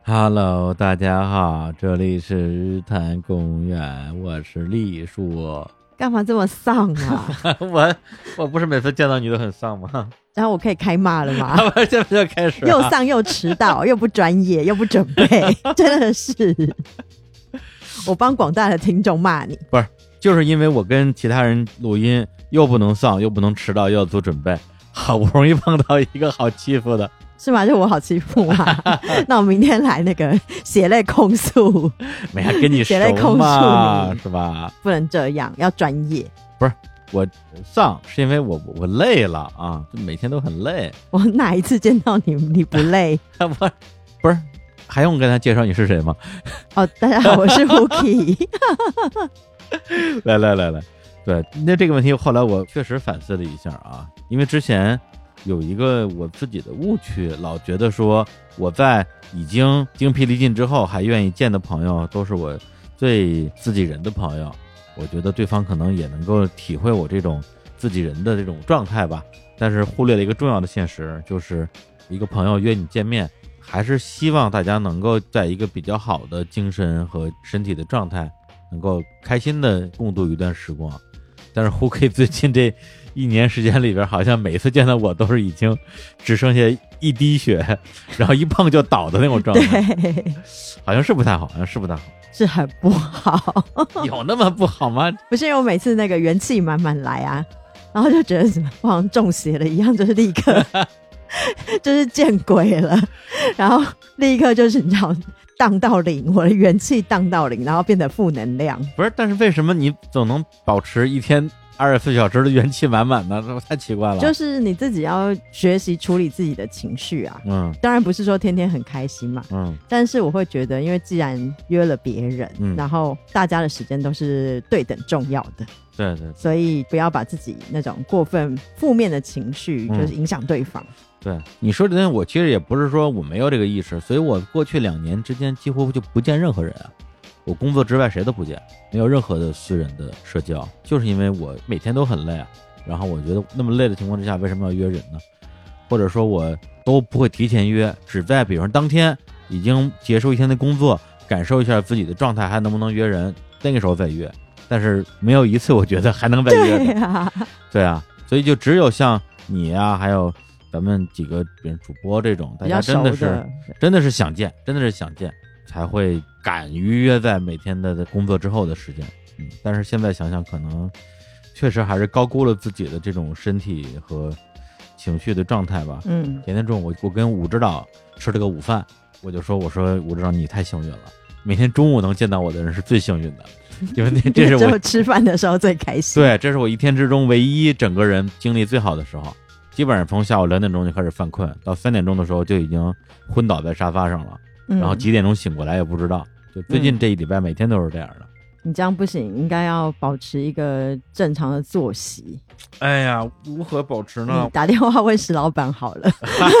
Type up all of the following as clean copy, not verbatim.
Hello， 大家好，这里是日坛公园，我是栗树。 干嘛这么丧啊？ 我不是每次见到你都很丧吗？ 然后我可以开骂了吗？ 现在就开始、 又丧又迟到，又不专业，又不准备，真的是。我帮广大的听众骂你， 不是，就是因为我跟其他人录音，又不能丧，又不能迟到，又要做准备，好不容易碰到一个好欺负的。 是吗？就我好欺负吗？那我明天来那个血泪控诉， 没呀，跟你熟嘛，血泪控诉你是吧？ 不能这样，要专业。 不是我丧，是因为我累了啊，每天都很累。 我哪一次见到你不累？ 不是，还用跟他介绍你是谁吗？ 哦，大家好，我是 Huki。 来，对，那这个问题后来我确实反思了一下啊，因为之前有一个我自己的误区，老觉得说我在已经精疲力尽之后还愿意见的朋友都是我最自己人的朋友，我觉得对方可能也能够体会我这种自己人的这种状态吧，但是忽略了一个重要的现实，就是一个朋友约你见面，还是希望大家能够在一个比较好的精神和身体的状态，能够开心的共度一段时光。但是Huki最近这1年时间里边，好像每次见到我都是已经只剩下一滴血，然后一碰就倒的那种状态。 对， 好像是不太好， 是很不好。 有那么不好吗？ 不是，因为我每次那个元气满满来啊，然后就觉得怎么好像中邪了一样，就是立刻就是见鬼了，然后立刻就是你知道荡到零，我的元气荡到零，然后变得负能量。 不是，但是为什么你总能保持一天24小时的元气满满呢？这太奇怪了。 就是你自己要学习处理自己的情绪啊。当然不是说天天很开心嘛。但是我会觉得，因为既然约了别人，然后大家的时间都是对等重要的。 对， 所以不要把自己那种过分负面的情绪就是影响对方。 对，你说的我其实也不是说我没有这个意识，所以我过去2年之间几乎就不见任何人啊，我工作之外谁都不见，没有任何的私人的社交，就是因为我每天都很累啊，然后我觉得那么累的情况之下为什么要约人呢？或者说我都不会提前约，只在比如说当天已经结束一天的工作，感受一下自己的状态还能不能约人，那个时候再约，但是没有一次我觉得还能再约的。对啊，所以就只有像你啊，还有咱们几个比如主播这种，大家真的是想见，才会敢于约在每天的工作之后的时间。但是现在想想，可能确实还是高估了自己的这种身体和情绪的状态吧。前天中午我跟武指导吃了个午饭，我说武指导你太幸运了，每天中午能见到我的人是最幸运的，因为这是我吃饭的时候最开心。 对，这是我一天之中唯一整个人精力最好的时候。基本上从下午2点钟就开始犯困，到3点钟的时候就已经昏倒在沙发上了，然后几点钟醒过来也不知道。就最近这1礼拜每天都是这样的。 你这样不行，应该要保持一个正常的作息。 哎呀，如何保持呢？ 打电话问石老板好了。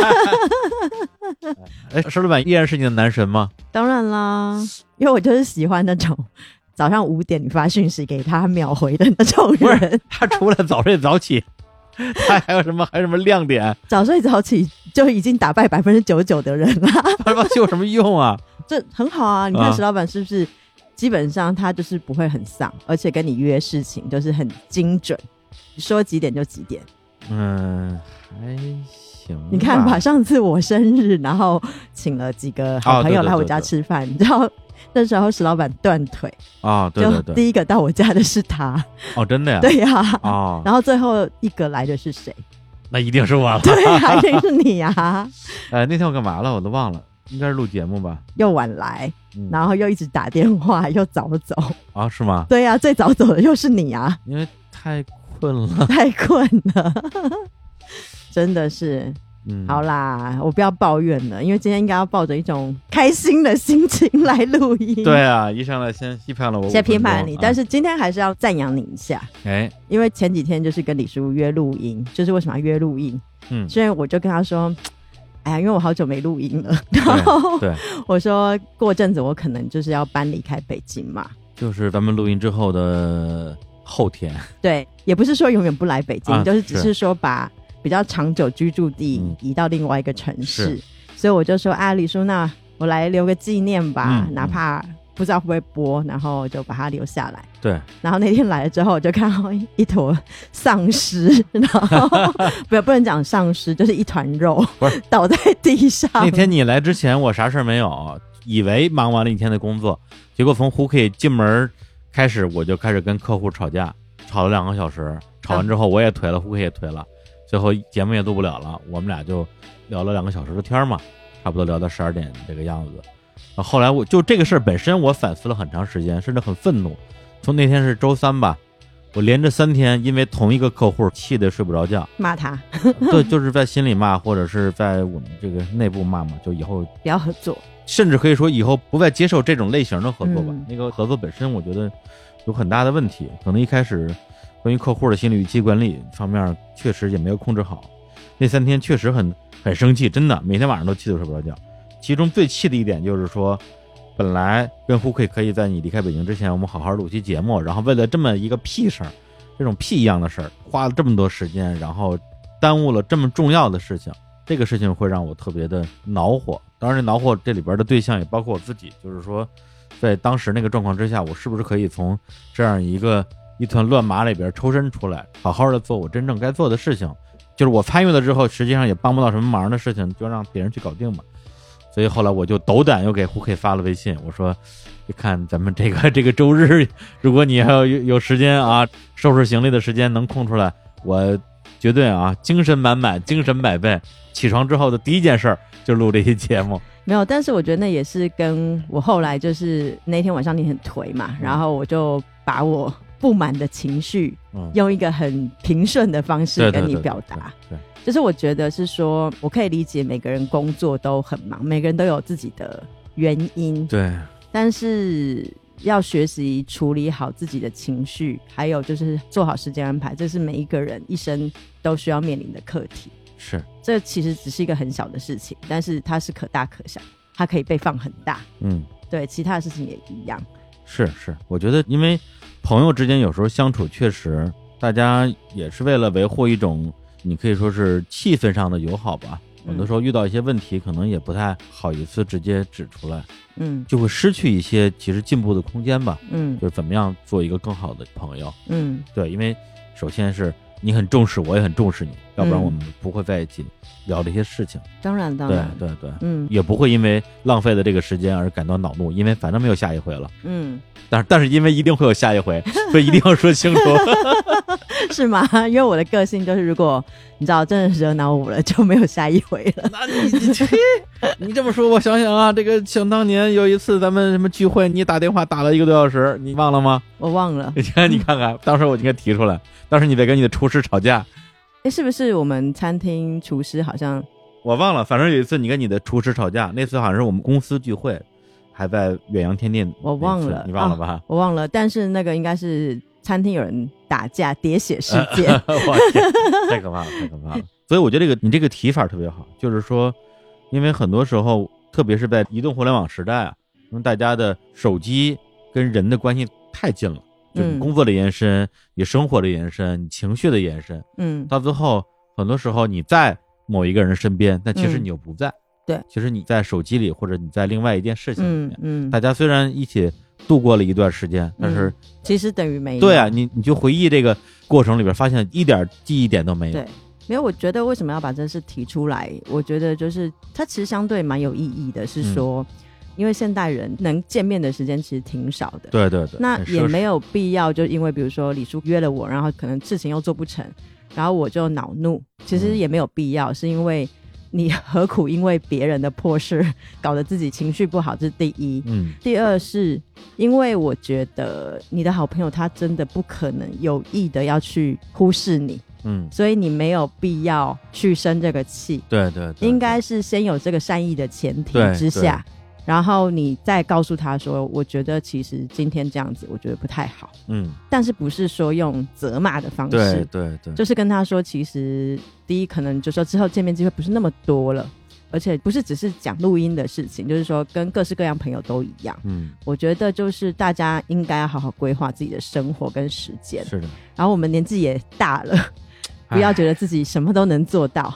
石老板依然是你的男神吗？当然啦，因为我就是喜欢那种早上5点你发讯息给他秒回的那种人。 不是，他除了早睡早起他还有什么亮点？ 早睡早起就已经打败99%的人了。 有什么用啊？ 这很好啊！你看石老板是不是基本上他就是不会很丧，而且跟你约事情都是很精准，说几点就几点。 还行。 你看吧，上次我生日，然后请了几个好朋友来我家吃饭，你知道那时候石老板断腿啊，对， 就第一个到我家的是他。 哦，真的呀？ 对呀。然后最后一个来的是谁？ 那一定是我了。 对啊，一定是你啊。 那天我干嘛了？我都忘了，应该是录节目吧。 又晚来，然后又一直打电话，又早走啊？是吗？ 对啊，最早走的又是你啊， 因为太困了， 真的是。好啦，我不要抱怨了，因为今天应该要抱着一种开心的心情来录音。 对啊，一上来先批判了我， 先批判了你，但是今天还是要赞扬你一下。因为前几天就是跟李叔约录音，就是为什么要约录音？所以我就跟他说，哎呀，因为我好久没录音了，然后我说过阵子我可能就是要搬离开北京嘛， 就是咱们录音之后的后天。 对，也不是说永远不来北京，就是只是说把比较长久居住地移到另外一个城市，所以我就说啊，李叔，那我来留个纪念吧，哪怕不知道会不会播，然后就把它留下来。 对， 然后那天来了之后，我就看到一坨丧尸，然后不能讲丧尸，就是一团肉倒在地上。 那天你来之前，我啥事没有，以为忙完了一天的工作，结果从Huki进门开始，我就开始跟客户吵架，吵了2个小时。吵完之后，我也颓了，Huki也颓了，最后节目也录不了了。我们俩就聊了2个小时的天嘛，差不多聊到12点这个样子。后来我就这个事儿本身，我反思了很长时间，甚至很愤怒。从那天是周3吧，我连着3天因为同一个客户气得睡不着觉， 骂他。 对，就是在心里骂，或者是在我们这个内部骂嘛，就以后不要合作， 甚至可以说以后不再接受这种类型的合作吧。那个合作本身我觉得有很大的问题，可能一开始关于客户的心理预期管理方面确实也没有控制好。那3天确实很生气，真的每天晚上都气得睡不着觉。其中最气的一点就是说，本来跟Huki可以在你离开北京之前我们好好录期节目，然后为了这么一个屁事儿，这种屁一样的事儿花了这么多时间，然后耽误了这么重要的事情，这个事情会让我特别的恼火。当然这恼火这里边的对象也包括我自己，就是说在当时那个状况之下，我是不是可以从这样一团乱麻里边抽身出来，好好的做我真正该做的事情。就是我参与了之后实际上也帮不到什么忙的事情，就让别人去搞定吧。所以后来我就斗胆又给Huki发了微信，我说你看咱们这个周日，如果你要有时间啊，收拾行李的时间能空出来，我绝对啊精神满满，精神百倍，起床之后的第一件事就录这期节目。 没有，但是我觉得那也是跟我后来就是那天晚上你很颓嘛，然后我就把我不满的情绪用一个很平顺的方式跟你表达。 对， 就是我觉得是说我可以理解每个人工作都很忙，每个人都有自己的原因， 对， 但是要学习处理好自己的情绪，还有就是做好时间安排，这是每一个人一生都需要面临的课题。 是， 这其实只是一个很小的事情，但是它是可大可小，它可以被放很大。对，其他的事情也一样。是， 我觉得因为朋友之间有时候相处确实大家也是为了维护一种你可以说是气氛上的友好吧，有的时候遇到一些问题可能也不太好意思直接指出来，就会失去一些其实进步的空间吧，就是怎么样做一个更好的朋友，对，因为首先是你很重视我也很重视你，要不然我们不会在一起聊这些事情。 当然对，也不会因为浪费了这个时间而感到恼怒，因为反正没有下一回了。但是因为一定会有下一回，所以一定要说清楚。 是吗？因为我的个性就是，如果你知道真的惹恼我了，就没有下一回了。 那你这么说，我想想啊，这个想当年有一次咱们什么聚会，你打电话打了1个多小时，你忘了吗？ 我忘了。 你看看，当时我应该提出来，当时你在跟你的厨师吵架。 是不是我们餐厅厨师好像我忘了，反正有一次你跟你的厨师吵架，那次好像是我们公司聚会，还在远洋天地。 我忘了， 你忘了吧？ 我忘了，但是那个应该是餐厅有人打架喋血事件。 我天，太可怕了。所以我觉得你这个提法特别好，就是说因为很多时候特别是在移动互联网时代啊，因为大家的手机跟人的关系太近了，就是工作的延伸，你生活的延伸，你情绪的延伸，到最后很多时候你在某一个人身边，但其实你又不在， 对， 其实你在手机里或者你在另外一件事情里面，大家虽然一起度过了一段时间，但是其实等于没有。 对啊，你就回忆这个过程里边，发现一点记忆点都没有。 对，没有。我觉得为什么要把这事提出来？我觉得就是它其实相对蛮有意义的，是说。因为现代人能见面的时间其实挺少的， 对， 那也没有必要就因为比如说李叔约了我，然后可能事情又做不成，然后我就恼怒，其实也没有必要，是因为你何苦因为别人的破事搞得自己情绪不好，这是第一。第二是因为我觉得你的好朋友他真的不可能有意的要去忽视你，所以你没有必要去生这个气。 对， 应该是先有这个善意的前提之下，然后你再告诉他说我觉得其实今天这样子我觉得不太好，但是不是说用责骂的方式， 对， 就是跟他说其实第一可能就说之后见面机会不是那么多了，而且不是只是讲录音的事情，就是说跟各式各样朋友都一样，我觉得就是大家应该要好好规划自己的生活跟时间。 是的， 然后我们年纪也大了，不要觉得自己什么都能做到。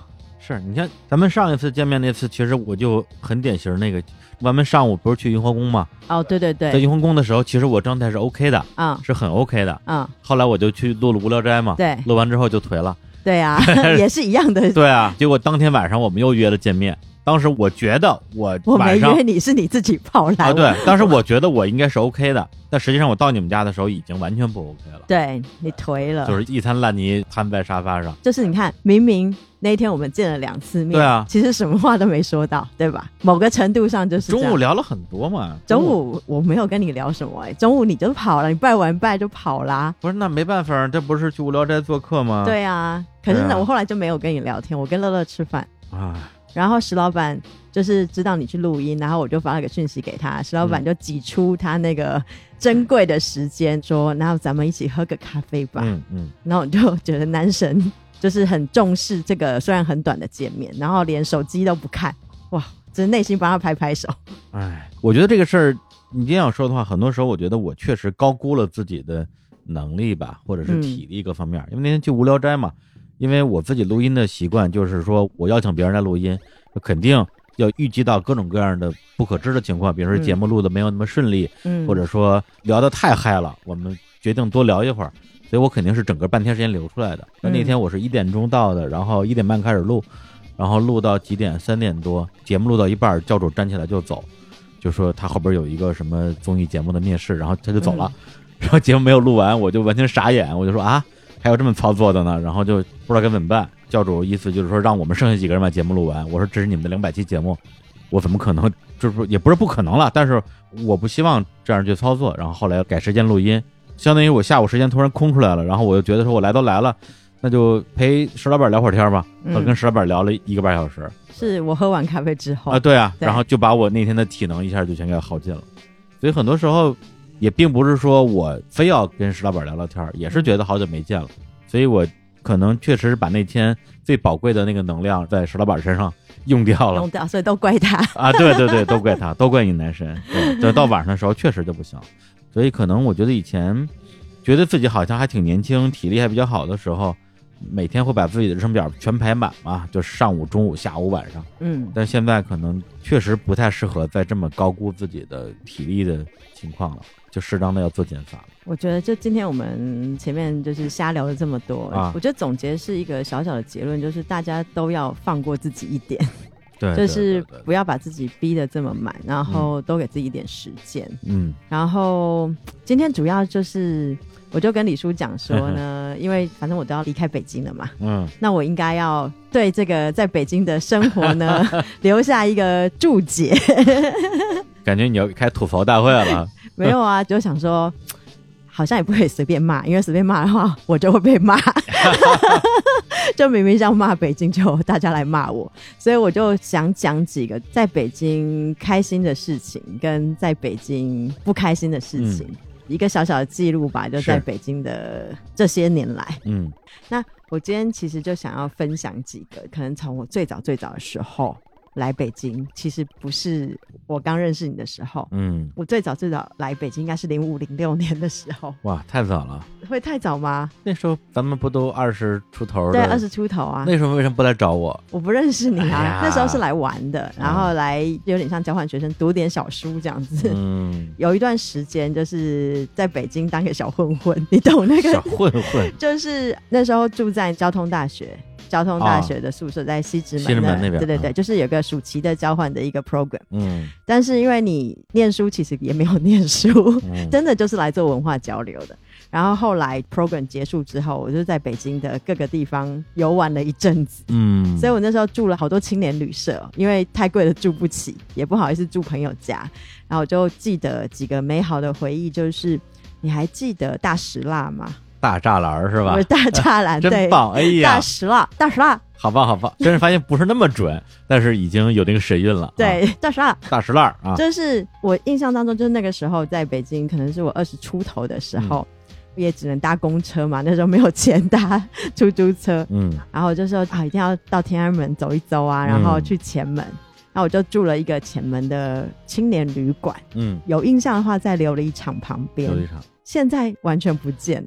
是，你看咱们上一次见面那次，其实我就很典型那个，咱们上午不是去雍和宫吗？ 哦，对对对， 在雍和宫的时候，其实我状态是 OK 的，是很 OK 的，后来我就去录了无聊斋嘛， 对， 录完之后就颓了， 对啊，也是一样的， 对啊，结果当天晚上我们又约了见面。当时我觉得我没约你，是你自己跑来对，当时我觉得我应该是 OK 的，但实际上我到你们家的时候已经完全不 OK 了。 对，你颓了， 就是一滩烂泥摊在沙发上。 就是你看，明明那一天我们见了2次面， 对啊， 其实什么话都没说到，对吧？某个程度上就是这样。 中午聊了很多嘛。 中午我没有跟你聊什么中午你就跑了，你拜完拜就跑啦。 不是，那没办法，这不是去无聊斋做客吗？ 对啊，可是呢，我后来就没有跟你聊天，我跟乐乐吃饭啊。然后石老板就是知道你去录音，然后我就发了个讯息给他，石老板就挤出他那个珍贵的时间说，然后咱们一起喝个咖啡吧。然后我就觉得男神就是很重视这个虽然很短的见面，然后连手机都不看，哇，真内心帮他拍拍手。 我觉得这个事儿你这样说的话，很多时候我觉得我确实高估了自己的能力吧，或者是体力各方面。因为那天去无聊斋嘛，因为我自己录音的习惯就是说我邀请别人来录音，肯定要预计到各种各样的不可知的情况，比如说节目录的没有那么顺利，或者说聊得太嗨了，我们决定多聊一会儿，所以我肯定是整个半天时间留出来的。那天我是1点钟到的，然后1点半开始录，然后录到几点？3点多，节目录到一半，教主站起来就走，就说他后边有一个什么综艺节目的面试，然后他就走了，然后节目没有录完，我就完全傻眼，我就说啊，还有这么操作的呢，然后就不知道该怎么办。教主意思就是说让我们剩下几个人把节目录完，我说这是你们的200期节目，我怎么可能，就是也不是不可能了，但是我不希望这样去操作。然后后来改时间录音，相当于我下午时间突然空出来了，然后我就觉得说我来都来了，那就陪石老板聊会儿天吧。我跟石老板聊了1个半小时， 是我喝完咖啡之后对啊，然后就把我那天的体能一下就全给耗尽了。所以很多时候也并不是说我非要跟石老板聊聊天，也是觉得好久没见了，所以我可能确实把那天最宝贵的那个能量在石老板身上用掉了， 所以都怪他对，都怪他，都怪你男神。对，到晚上的时候确实就不行，所以可能我觉得以前觉得自己好像还挺年轻，体力还比较好的时候，每天会把自己的日程表全排满嘛，就上午、中午、下午、晚上。但现在可能确实不太适合再这么高估自己的体力的情况了，就适当的要做减法。 我觉得就今天我们前面就是瞎聊了这么多，我觉得总结是一个小小的结论，就是大家都要放过自己一点， 对， 就是不要把自己逼得这么满，然后都给自己一点时间。然后今天主要就是我就跟李叔讲说呢，因为反正我都要离开北京了嘛，那我应该要对这个在北京的生活呢留下一个注解。 感觉你要开吐槽大会了。 没有啊，就想说好像也不可以随便骂，因为随便骂的话我就会被骂。就明明像骂北京，就大家来骂我，所以我就想讲几个在北京开心的事情跟在北京不开心的事情，一个小小的记录吧，就在北京的这些年来。那我今天其实就想要分享几个可能从我最早的时候来北京，其实不是我刚认识你的时候，我最早来北京应该是05、06年的时候。 哇，太早了。 会太早吗？ 那时候咱们不都20出头的？ 对，20出头啊。 那时候为什么不来找我？ 我不认识你啊，那时候是来玩的，然后来有点像交换学生，读点小书这样子。有一段时间就是在北京当个小混混，你懂那个小混混？ 就是那时候住在交通大学的宿舍，在西直门那边。 对，就是有个暑期的交换的一个 program。但是因为你念书其实也没有念书，真的就是来做文化交流的。然后后来 program 结束之后，我就在北京的各个地方游玩了一阵子。所以我那时候住了好多青年旅社，因为太贵了住不起，也不好意思住朋友家。然后我就记得几个美好的回忆，就是你还记得大石蜡吗？ 大栅栏是吧？ 不是大栅栏， 真棒！哎呀， 大石蜡， 好吧，真是发现不是那么准，但是已经有那个神韵了。 对，大石蜡啊， 就是我印象当中，就是那个时候在北京，可能是我20出头的时候，也只能搭公车嘛，那时候没有钱搭出租车，然后我就说一定要到天安门走一走啊，然后去前门。然后我就住了一个前门的青年旅馆，有印象的话在琉璃厂旁边，现在完全不见了。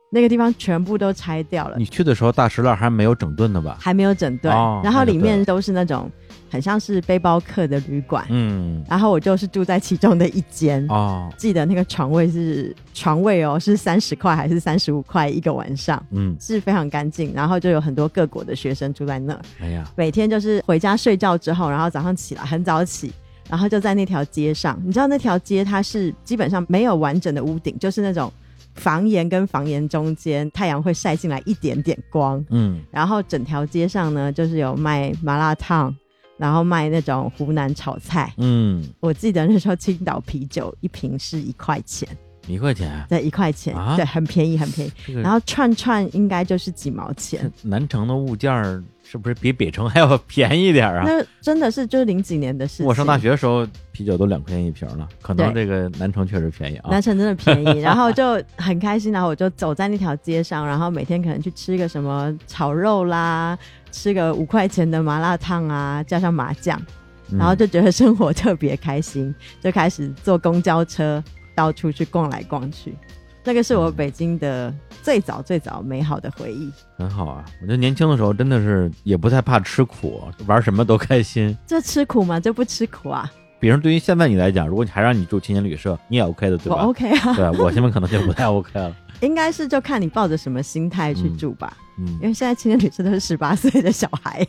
那个地方全部都拆掉了。 你去的时候大石栏还没有整顿的吧？ 还没有整顿，然后里面都是那种很像是背包客的旅馆，然后我就是住在其中的一间，记得那个床位是30块还是35块一个晚上，是非常干净，然后就有很多各国的学生住在那儿。哎呀，每天就是回家睡觉之后，然后早上起来很早起，然后就在那条街上，你知道那条街它是基本上没有完整的屋顶，就是那种房檐跟房檐中间太阳会晒进来一点点光，然后整条街上呢就是有卖麻辣烫，然后卖那种湖南炒菜，我记得那时候青岛啤酒一瓶是1块钱 ，1块钱， 对，1块钱，对，很便宜很便宜，然后串应该就是几毛钱。 南城的物价是不是比北城还要便宜一点啊？ 那真的是就是00几年的事情。 我上大学的时候啤酒都2块钱一瓶了，可能这个南城确实便宜啊。 南城真的便宜，然后就很开心，然后我就走在那条街上，然后每天可能去吃个什么炒肉啦，吃个5块钱的麻辣烫啊，加上麻酱，然后就觉得生活特别开心，就开始坐公交车到处去逛来逛去。那个是我北京的最早美好的回忆。 很好啊，我觉得年轻的时候真的是也不太怕吃苦，玩什么都开心。 这吃苦吗？这不吃苦啊。 比如对于现在你来讲，如果你还让你住青年旅社，你也 OK 的，对吧？ 我 OK 啊。 对，我现在可能就不太 OK 了。 应该是就看你抱着什么心态去住吧。因为现在青年旅社都是18岁的小孩。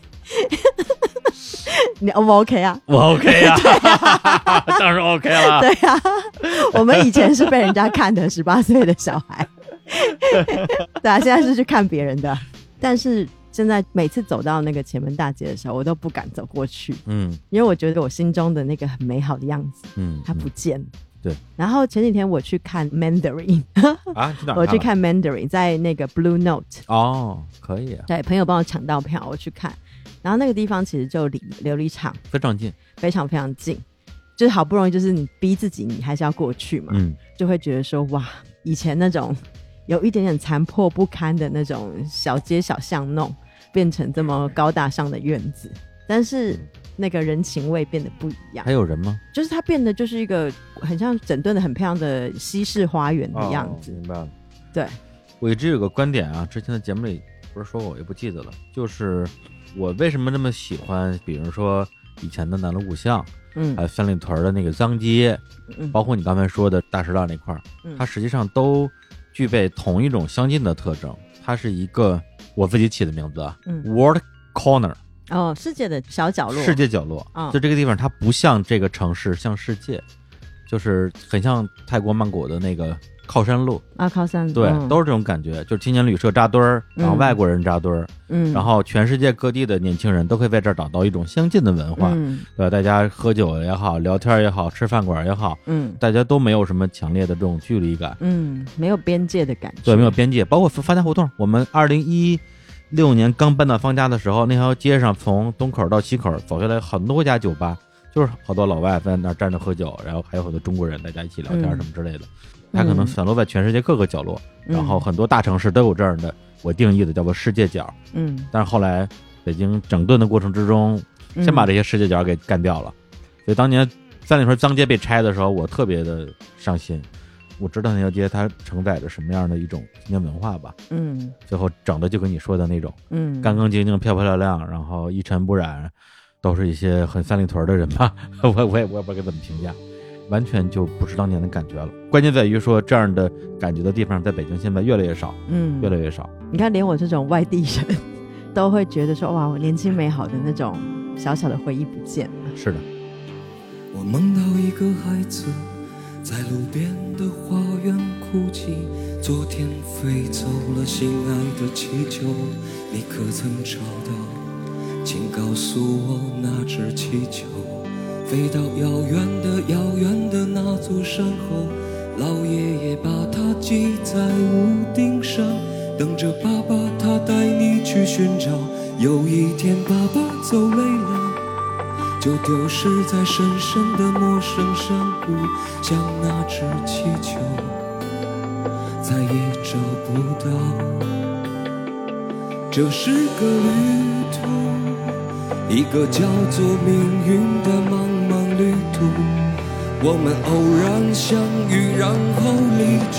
你 O 不 OK 啊？ 我 OK 啊，当然 OK 了。 对啊，我们以前是被人家看的18岁的小孩。对啊，现在是去看别人的。但是现在每次走到那个前门大街的时候，我都不敢走过去，因为我觉得我心中的那个很美好的样子，它不见了。 对。 然后前几天我去看 Mandarin 啊， 我去看 Mandarin 在那个 Blue Note。 哦，可以啊。 对，朋友帮我抢到票，我去看。然后那个地方其实就离琉璃厂非常近， 非常非常近，就是好不容易就是你逼自己你还是要过去嘛，就会觉得说哇，以前那种有一点点残破不堪的那种小街小巷弄变成这么高大上的院子，但是那个人情味变得不一样。 还有人吗？ 就是它变得就是一个很像整顿的很漂亮的西式花园的样子。 明白了。 对，我一直有个观点啊，之前的节目里不是说过，我也不记得了，就是我为什么那么喜欢比如说以前的南锣鼓巷，还有三里屯的那个脏街，包括你刚才说的大石栏那块，它实际上都具备同一种相近的特征。它是一个我自己起的名字啊，World Corner， 世界的小角落， 世界角落。就这个地方它不像这个城市像世界，就是很像泰国曼谷的那个靠山路啊，靠山路， 对，都是这种感觉，就是青年旅社扎堆儿，然后外国人扎堆儿，然后全世界各地的年轻人都可以在这儿找到一种相近的文化，对吧？大家喝酒也好，聊天也好，吃饭馆也好，大家都没有什么强烈的这种距离感， 没有边界的感觉， 对，没有边界。包括方家胡同，我们2016年刚搬到方家的时候，那条街上从东口到西口走下来很多家酒吧，就是好多老外在那儿站着喝酒，然后还有很多中国人大家一起聊天什么之类的。它可能散落在全世界各个角落，然后很多大城市都有这样的我定义的叫做世界角，但是后来北京整顿的过程之中，先把这些世界角给干掉了，所以当年三里屯脏街被拆的时候，我特别的伤心。我知道那条街它承载着什么样的一种青年文化吧，最后整的就跟你说的那种，干干净净、漂漂亮亮，然后一尘不染，都是一些很三里屯的人吧，我也不知道该怎么评价。完全就不是当年的感觉了。关键在于说，这样的感觉的地方在北京现在越来越少，越来越少。 你看，连我这种外地人都会觉得说，哇，我年轻美好的那种小小的回忆不见了。 是的。 我梦到一个孩子在路边的花园哭泣，昨天飞走了心爱的气球，你可曾找到？请告诉我那只气球飞到遥远的那座山后，老爷爷把它系在屋顶上，等着爸爸他带你去寻找。有一天爸爸走累了，就丢失在深深的陌生山谷，像那只气球再也找不到。这是个旅途，一个叫做命运的茫茫旅途，我们偶然相遇，然后离去，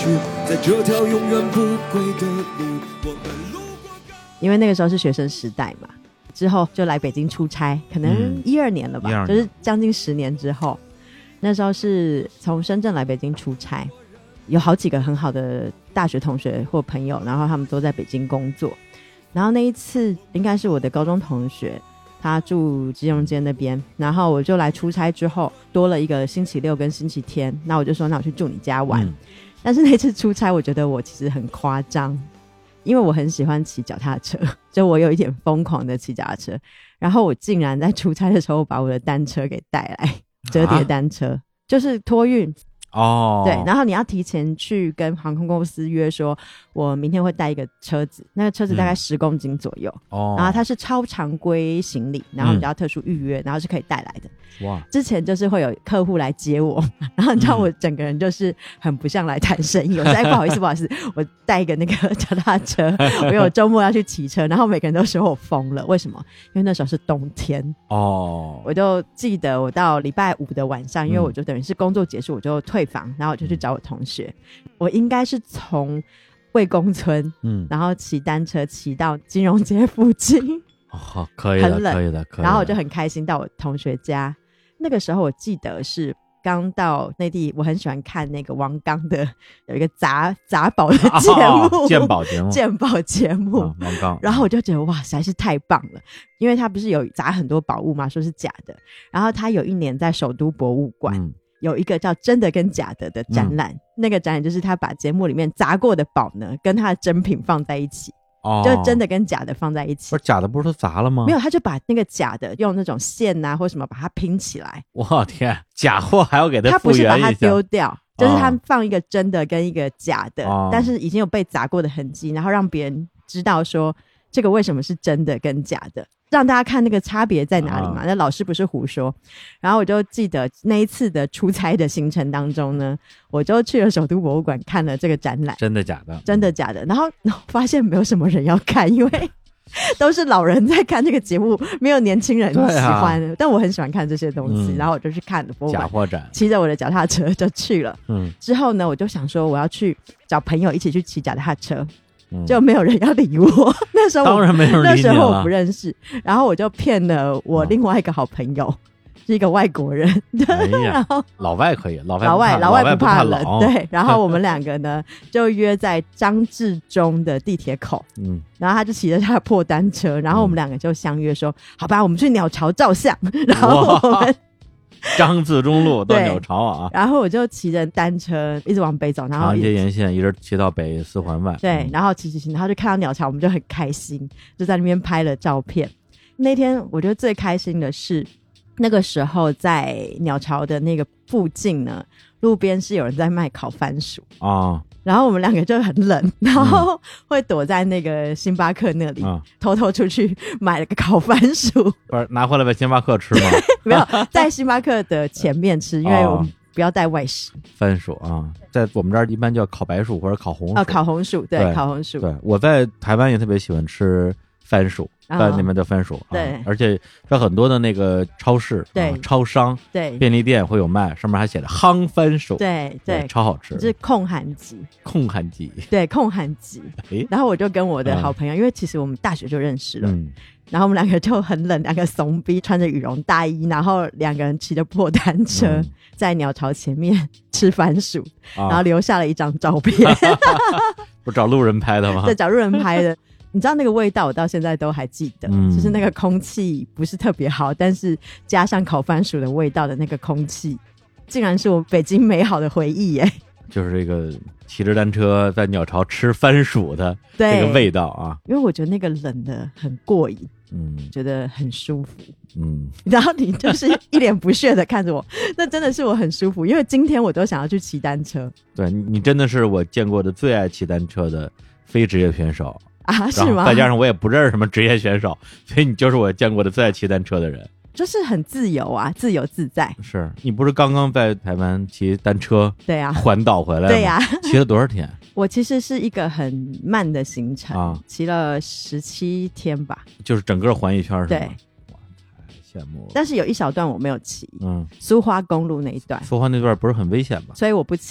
在这条永远不归的路，我们路过。 因为那个时候是学生时代嘛，之后就来北京出差，可能12年了吧，就是将近10年之后。那时候是从深圳来北京出差，有好几个很好的大学同学或朋友，然后他们都在北京工作。然后那一次应该是我的高中同学，他住基隆街那边，然后我就来出差之后多了一个星期六跟星期天，那我就说那我去住你家玩。但是那次出差我觉得我其实很夸张，因为我很喜欢骑脚踏车，就我有一点疯狂的骑脚踏车，然后我竟然在出差的时候把我的单车给带来，折叠单车，就是托运哦，对，然后你要提前去跟航空公司约说我明天会带一个车子，那个车子大概10公斤左右，然后它是超常规行李，然后你就要特殊预约，然后是可以带来的。哇！之前就是会有客户来接我，然后你知道我整个人就是很不像来谈生意，我说不好意思不好意思，我带一个那个脚踏车，我有周末要去骑车，然后每个人都说我疯了，为什么？因为那时候是冬天哦。我就记得我到礼拜5的晚上，因为我就等于是工作结束我就退房，然后我就去找我同学，我应该是从魏公村然后骑单车骑到金融街附近哦，可以的很冷可以的， 然后我就很开心到我同学家。那个时候我记得是刚到内地，我很喜欢看那个王刚的有一个杂宝的节目，鉴宝节目王刚， 然后我就觉得哇实在是太棒了，因为他不是有砸很多宝物嘛，说是假的，然后他有一年在首都博物馆有一个叫真的跟假的的展览，那个展览就是他把节目里面砸过的宝呢跟他的真品放在一起，就真的跟假的放在一起。 不是假的不是都砸了吗？ 没有，他就把那个假的用那种线啊或什么把它拼起来。 我天，假货还要给它复原一下？ 他不是把它丢掉，就是他放一个真的跟一个假的，但是已经有被砸过的痕迹，然后让别人知道说这个为什么是真的跟假的，让大家看那个差别在哪里嘛。那老师不是胡说。然后我就记得那一次的出差的行程当中呢，我就去了首都博物馆看了这个展览， 真的假的， 真的假的。然后发现没有什么人要看，因为都是老人在看这个节目，没有年轻人喜欢但我很喜欢看这些东西，然后我就去看了博物馆， 假货展， 骑着我的脚踏车就去了。之后呢我就想说我要去找朋友一起去骑脚踏车，就没有人要理我。那时候当然没有人理你了， 那时候我不认识，然后我就骗了我另外一个好朋友，是一个外国人。然后老外可以，老外不怕冷，对。然后我们两个呢就约在张治中的地铁口，然后他就骑着他的破单车，然后我们两个就相约说，好吧，我们去鸟巢照相。然后我们张自忠路到鸟巢啊， 然后我就骑着单车一直往北走，然后长安街沿线一直骑到北4环外， 对，然后骑，然后就看到鸟巢，我们就很开心，就在那边拍了照片。那天我觉得最开心的是那个时候在鸟巢的那个附近呢，路边是有人在卖烤番薯啊，然后我们两个就很冷，然后会躲在那个星巴克那里，偷偷出去买了个烤番薯， 不是拿回来在星巴克吃吗？ 没有，在星巴克的前面吃，因为我们不要带外食。 番薯啊，在我们这儿一般叫烤白薯或者烤红薯。 烤红薯，对，烤红薯。 对，我在台湾也特别喜欢吃番薯，在那边叫番薯， 对， 而且在很多的那个超市、 对， 超商、 对， 便利店会有卖，上面还写着夯番薯， 对， 超好吃， 是控寒级，对，控寒级。然后我就跟我的好朋友，因为其实我们大学就认识了，然后我们两个就很冷，两个怂逼，穿着羽绒大衣，然后两个人骑着破单车，在鸟巢前面吃番薯，然后留下了一张照片。 不找路人拍的吗？ 对，找路人拍的。你知道那个味道我到现在都还记得，就是那个空气不是特别好，但是加上烤番薯的味道的那个空气，竟然是我北京美好的回忆耶。 就是这个骑着单车在鸟巢吃番薯的这个味道啊， 因为我觉得那个冷的很过瘾，觉得很舒服，然后你就是一脸不屑的看着我，那真的是我很舒服，因为今天我都想要去骑单车。 对，你真的是我见过的最爱骑单车的非职业选手啊？是吗？ 再加上我也不认识什么职业选手，所以你就是我见过的最爱骑单车的人。 就是很自由啊，自由自在。 是你不是刚刚在台湾骑单车对啊环岛回来吗？ 对呀， 骑了多少天？ 我其实是一个很慢的行程，骑了17天吧， 就是整个环一圈是吗？ 对， 哇，太羡慕了。 但是有一小段我没有骑，苏花公路那一段。 苏花那段不是很危险吗？ 所以我不骑。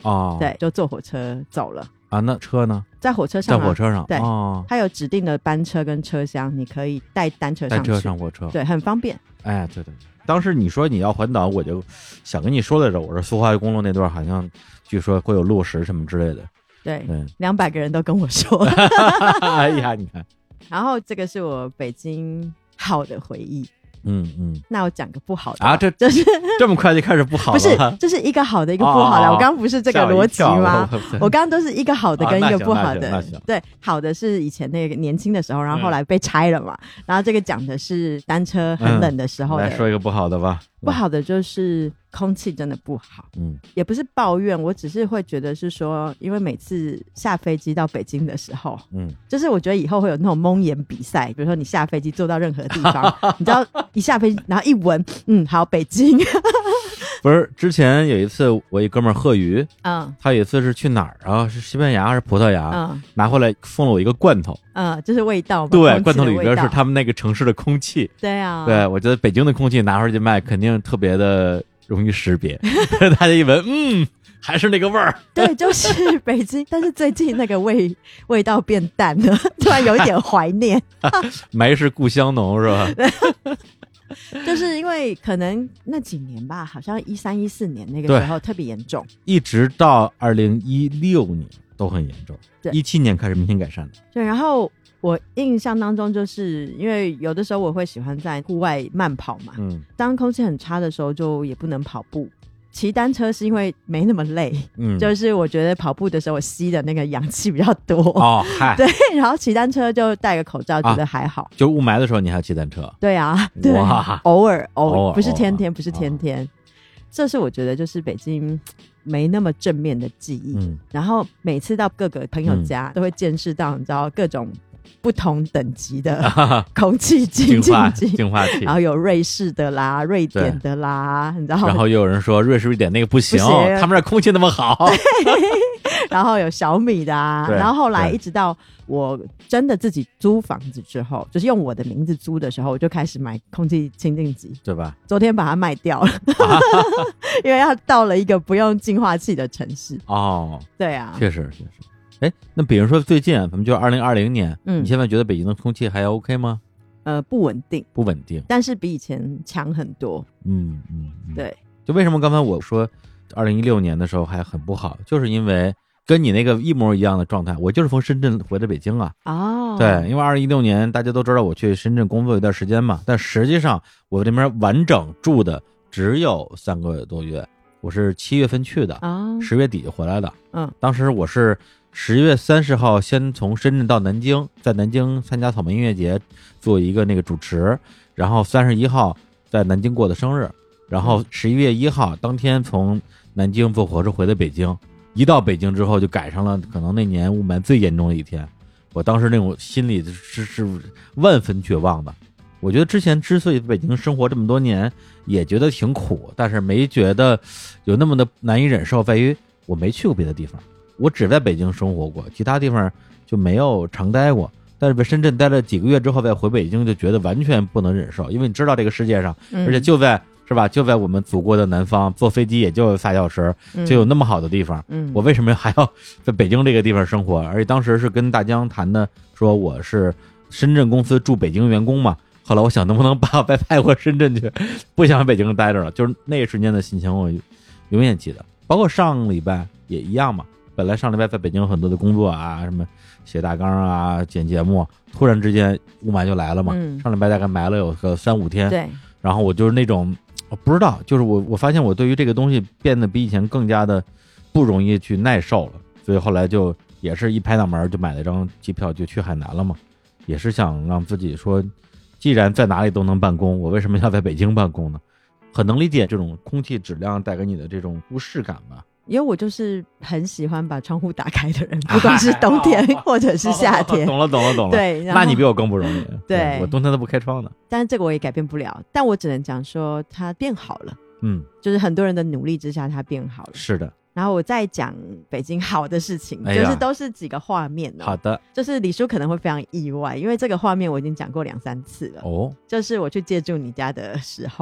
哦，对，就坐火车走了啊。那车呢？ 在火车上， 在火车上， 对，它有指定的班车跟车厢，你可以带单车上去， 带车上火车， 对，很方便。 哎，对对，当时你说你要环岛，我就想跟你说来着，我说苏花公路那段好像据说会有落石什么之类的。 对，200个人都跟我说。 哎呀，你看。 然后这个是我北京好的回忆。那我讲个不好的啊，这就是这么快就开始不好了？ 不是，这是一个好的一个不好的。我刚刚不是这个逻辑吗？我刚刚都是一个好的跟一个不好的。对，好的是以前那个年轻的时候，然后后来被拆了嘛。然后这个讲的是单车很冷的时候的。 来说一个不好的吧。 不好的就是空气真的不好。也不是抱怨，我只是会觉得是说，因为每次下飞机到北京的时候，就是我觉得以后会有那种蒙眼比赛，比如说你下飞机坐到任何地方，你知道一下飞机然后一闻，好，北京。 不是，之前有一次我一哥们儿贺宇，他有一次是去哪儿啊？是西班牙还是葡萄牙？拿回来送了我一个罐头， 就是味道嘛。 对，罐头里边是他们那个城市的空气。 对啊， 对，我觉得北京的空气拿回去卖肯定特别的容易识别，大家一闻，还是那个味儿。 对，就是北京，但是最近那个味道变淡了，突然有一点怀念。 霾是故乡浓，是吧？ 就是因为可能那几年吧，好像13、14年那个时候特别严重， 一直到2016年都很严重，17年开始明显改善的。 对，然后我印象当中，就是因为有的时候我会喜欢在户外慢跑嘛，当空气很差的时候就也不能跑步。骑单车是因为没那么累，就是我觉得跑步的时候我吸的那个氧气比较多对，然后骑单车就戴个口罩，觉得还好。 就雾霾的时候你还骑单车？ 对啊，对，偶尔不是天天，不是天天。这是我觉得就是北京没那么正面的记忆。然后每次到各个朋友家，都会见识到你知道各种不同等级的空气净化器，然后有瑞士的啦，瑞典的啦，你知道。 然后又有人说瑞士瑞典那个不行，他们这空气那么好。 然后有小米的然后后来一直到我真的自己租房子之后，就是用我的名字租的时候，我就开始买空气清净机， 对吧？ 昨天把它卖掉了，因为它到了一个不用净化器的城市。对啊， 确实。那比如说最近咱们就2020年，你现在觉得北京的空气还 OK 吗？ 不稳定，但是比以前强很多。对。 就为什么刚才我说2016年的时候还很不好，就是因为跟你那个一模一样的状态，我就是从深圳回的北京啊。对，因为2016年大家都知道我去深圳工作一段时间嘛，但实际上我这边完整住的只有3个多月，我是7月份去的，10月底就回来的。当时我是10月30号先从深圳到南京，在南京参加草莓音乐节做一个那个主持，然后31号在南京过的生日，然后11月1号当天从南京坐火车回的北京。一到北京之后就赶上了可能那年雾霾最严重的一天，我当时那种心里是万分绝望的。我觉得之前之所以在北京生活这么多年也觉得挺苦，但是没觉得有那么的难以忍受，在于我没去过别的地方，我只在北京生活过，其他地方就没有常待过。但是在深圳待了几个月之后再回北京，就觉得完全不能忍受，因为你知道这个世界上，而且就在是吧？就在我们祖国的南方，坐飞机也就4小时，就有那么好的地方。我为什么还要在北京这个地方生活？而且当时是跟大江谈的，说我是深圳公司驻北京员工嘛。后来我想，能不能把我再派回深圳去？不想在北京待着了。就是那一瞬间的心情，我永远记得。包括上礼拜也一样嘛。本来上礼拜在北京有很多的工作啊，什么写大纲啊、剪节目，突然之间雾霾就来了嘛。上礼拜大概霾了有个3-5天。 对。 然后我就是那种。我不知道，就是我发现我对于这个东西变得比以前更加的不容易去耐受了，所以后来就也是一拍脑门就买了张机票就去海南了嘛，也是想让自己说，既然在哪里都能办公，我为什么要在北京办公呢？很能理解这种空气质量带给你的这种不适感吧。 因为我就是很喜欢把窗户打开的人，不管是冬天或者是夏天。 懂了。 对， 那你比我更不容易。 对， 我冬天都不开窗的。 但是这个我也改变不了，但我只能讲说它变好了。就是很多人的努力之下，它变好了。 是的。 然后我再讲北京好的事情，就是都是几个画面好的。 就是李叔可能会非常意外，因为这个画面我已经讲过2-3次了。就是我去借住你家的时候。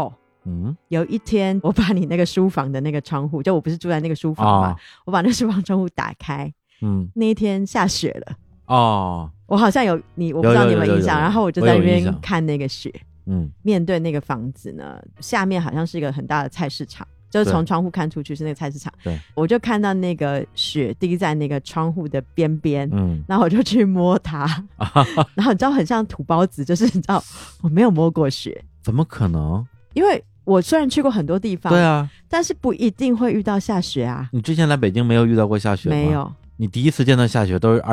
有一天我把你那个书房的那个窗户，就我不是住在那个书房嘛，我把那书房窗户打开，那一天下雪了我好像有你，我不知道你有没有印象，然后我就在那边看那个雪，面对那个房子呢，下面好像是一个很大的菜市场，就是从窗户看出去是那个菜市场，对，我就看到那个雪滴在那个窗户的边边，然后我就去摸它然后你知道很像土包子，就是你知道我没有摸过雪。 怎么可能？ 因为我虽然去过很多地方， 对啊， 但是不一定会遇到下雪啊。 你之前来北京没有遇到过下雪吗？ 没有。 你第一次见到下雪都是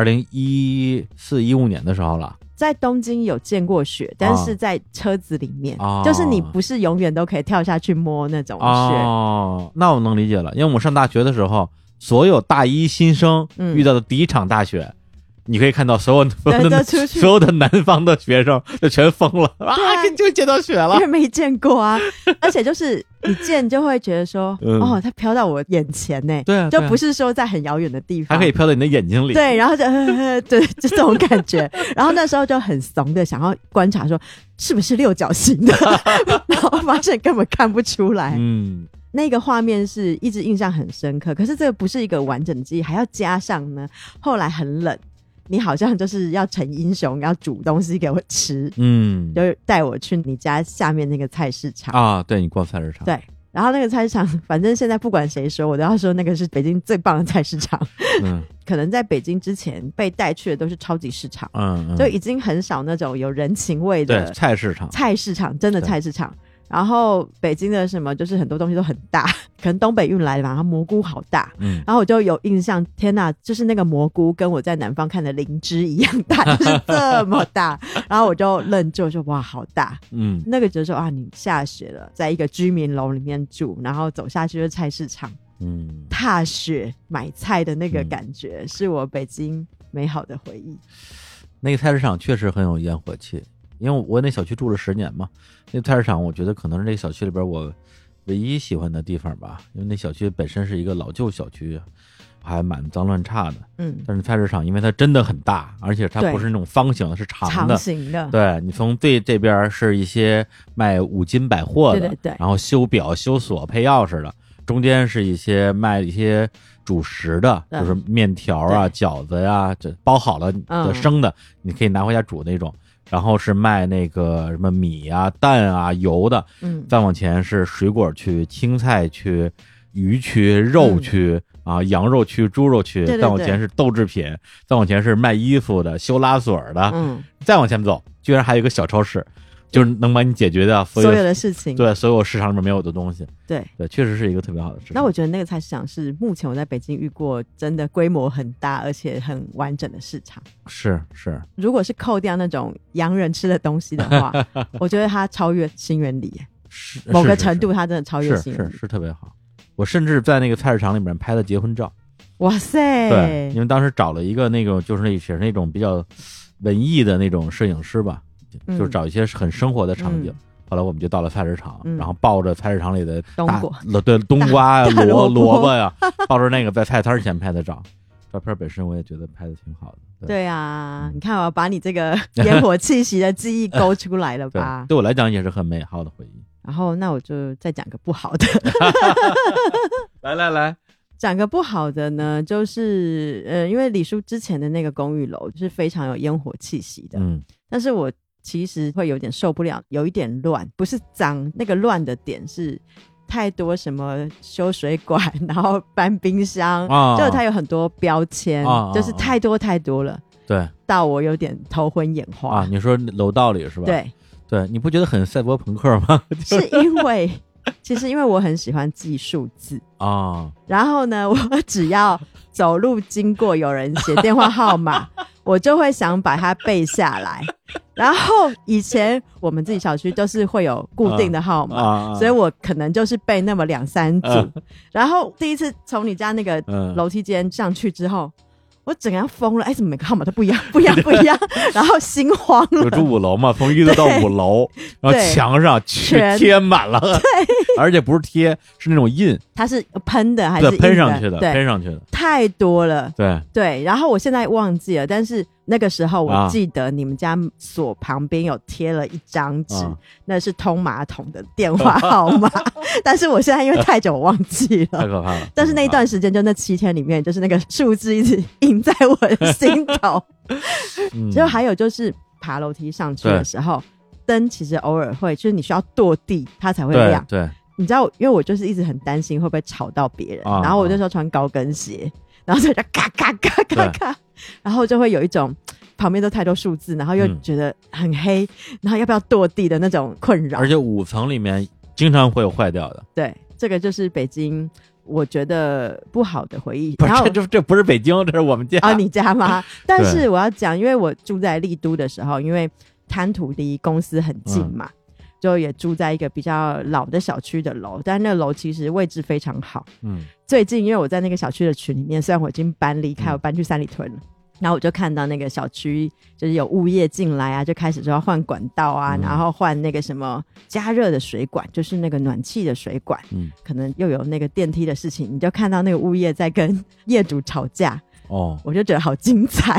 2014、15年的时候了。 在东京有见过雪，但是在车子里面，就是你不是永远都可以跳下去摸那种雪。 那我能理解了，因为我上大学的时候，所有大一新生遇到的第一场大雪，你可以看到所有的南方的学生就全疯了就见到雪了， 因为没见过啊而且就是你见就会觉得说它飘到我眼前呢， 对啊， 就不是说在很遥远的地方， 它可以飘到你的眼睛里， 对，然后就对，就这种感觉然后那时候就很怂的想要观察说是不是六角形的然后发现根本看不出来。那个画面是一直印象很深刻，可是这个不是一个完整的记忆，还要加上呢后来很冷，你好像就是要成英雄，要煮东西给我吃，就带我去你家下面那个菜市场对，你逛菜市场， 对，然后那个菜市场反正现在不管谁说我都要说那个是北京最棒的菜市场可能在北京之前被带去的都是超级市场，就已经很少那种有人情味的对菜市场真的菜市场。然后北京的什么就是很多东西都很大，可能东北运来的吧，它蘑菇好大，然后我就有印象，天哪，就是那个蘑菇跟我在南方看的灵芝一样大，就是这么大然后我就愣住，就哇好大，那个就是说你下雪了，在一个居民楼里面住，然后走下去就是菜市场，踏雪买菜的那个感觉，是我北京美好的回忆。 那个菜市场确实很有烟火气，因为我那小区住了10年嘛，那菜市场我觉得可能是这个小区里边我唯一喜欢的地方吧，因为那小区本身是一个老旧小区，还蛮脏乱差的，但是菜市场因为它真的很大，而且它不是那种方形的，是长形的， 对，你从最这边是一些卖五金百货的， 对， 然后修表修锁配钥匙的，中间是一些卖一些主食的，就是面条饺子呀，这包好了的生的，你可以拿回家煮那种，然后是卖那个什么米蛋油的，再往前是水果区、青菜区、鱼区、肉区羊肉区、猪肉区，再往前是豆制品，再往前是卖衣服的、修拉锁的，再往前走居然还有一个小超市，就是能帮你解决掉所有的事情， 对，所有市场里面没有的东西， 对， 确实是一个特别好的事情。 那我觉得那个菜市场是目前我在北京遇过真的规模很大而且很完整的市场。 是， 如果是扣掉那种洋人吃的东西的话我觉得它超越新源里，某个程度它真的超越新源里， 是特别好。我甚至在那个菜市场里面拍了结婚照。 哇塞， 对，因为当时找了一个那种就是也是那种比较文艺的那种摄影师吧，就是找一些很生活的场景，后来我们就到了菜市场，然后抱着菜市场里的冬瓜萝卜呀抱着那个在菜摊前拍的照，照片本身我也觉得拍的挺好的。 对啊，你看我要把你这个烟火气息的记忆勾出来了吧对我来讲也是很美好的回忆。 然后那我就再讲个不好的来讲个不好的呢，就是因为李叔之前的那个公寓楼是非常有烟火气息的，但是我其实会有点受不了，有一点乱，不是脏，那个乱的点是太多什么修水管然后搬冰箱就是它有很多标签就是太多了，对，到我有点头昏眼花你说楼道里是吧？对，你不觉得很赛博朋克吗？ 是因为其实因为我很喜欢记数字然后呢我只要走路经过有人写电话号码我就会想把它背下来，然后以前我们自己小区都是会有固定的号码所以我可能就是背那么2-3组然后第一次从你家那个楼梯间上去之后我整个人疯了，怎么每个号码都不一样然后心慌了。 我住5楼嘛，从1楼到5楼然后墙上全贴满了，对，而且不是贴，是那种印， 它是喷的还是印的？ 喷上去的，喷上去的， 太多了， 对， 然后我现在忘记了，但是那个时候我记得你们家锁旁边有贴了一张纸，那是通马桶的电话号码但是我现在因为太久我忘记了， 太可怕了。 但是那一段时间就那7天里面，就是那个数字一直印在我的心头就还有就是爬楼梯上去的时候，灯其实偶尔会就是你需要跺地它才会亮。 对， 你知道因为我就是一直很担心会不会吵到别人，然后我那时候穿高跟鞋，然后就咔咔咔咔咔，然后就会有一种旁边都太多数字，然后又觉得很黑，然后要不要跺地的那种困扰。 而且5层里面经常会有坏掉的。 对，这个就是北京我觉得不好的回忆。 不是，这不是北京，这是我们家。 你家吗？但是我要讲，因为我住在丽都的时候，因为滩涂离公司很近嘛，就也住在一个比较老的小区的楼，但那楼其实位置非常好。最近因为我在那个小区的群里面，虽然我已经离开，我搬去三里屯了，然后我就看到那个小区就是有物业进来啊，就开始说要换管道啊，然后换那个什么加热的水管，就是那个暖气的水管，可能又有那个电梯的事情，你就看到那个物业在跟业主吵架。我就觉得好精彩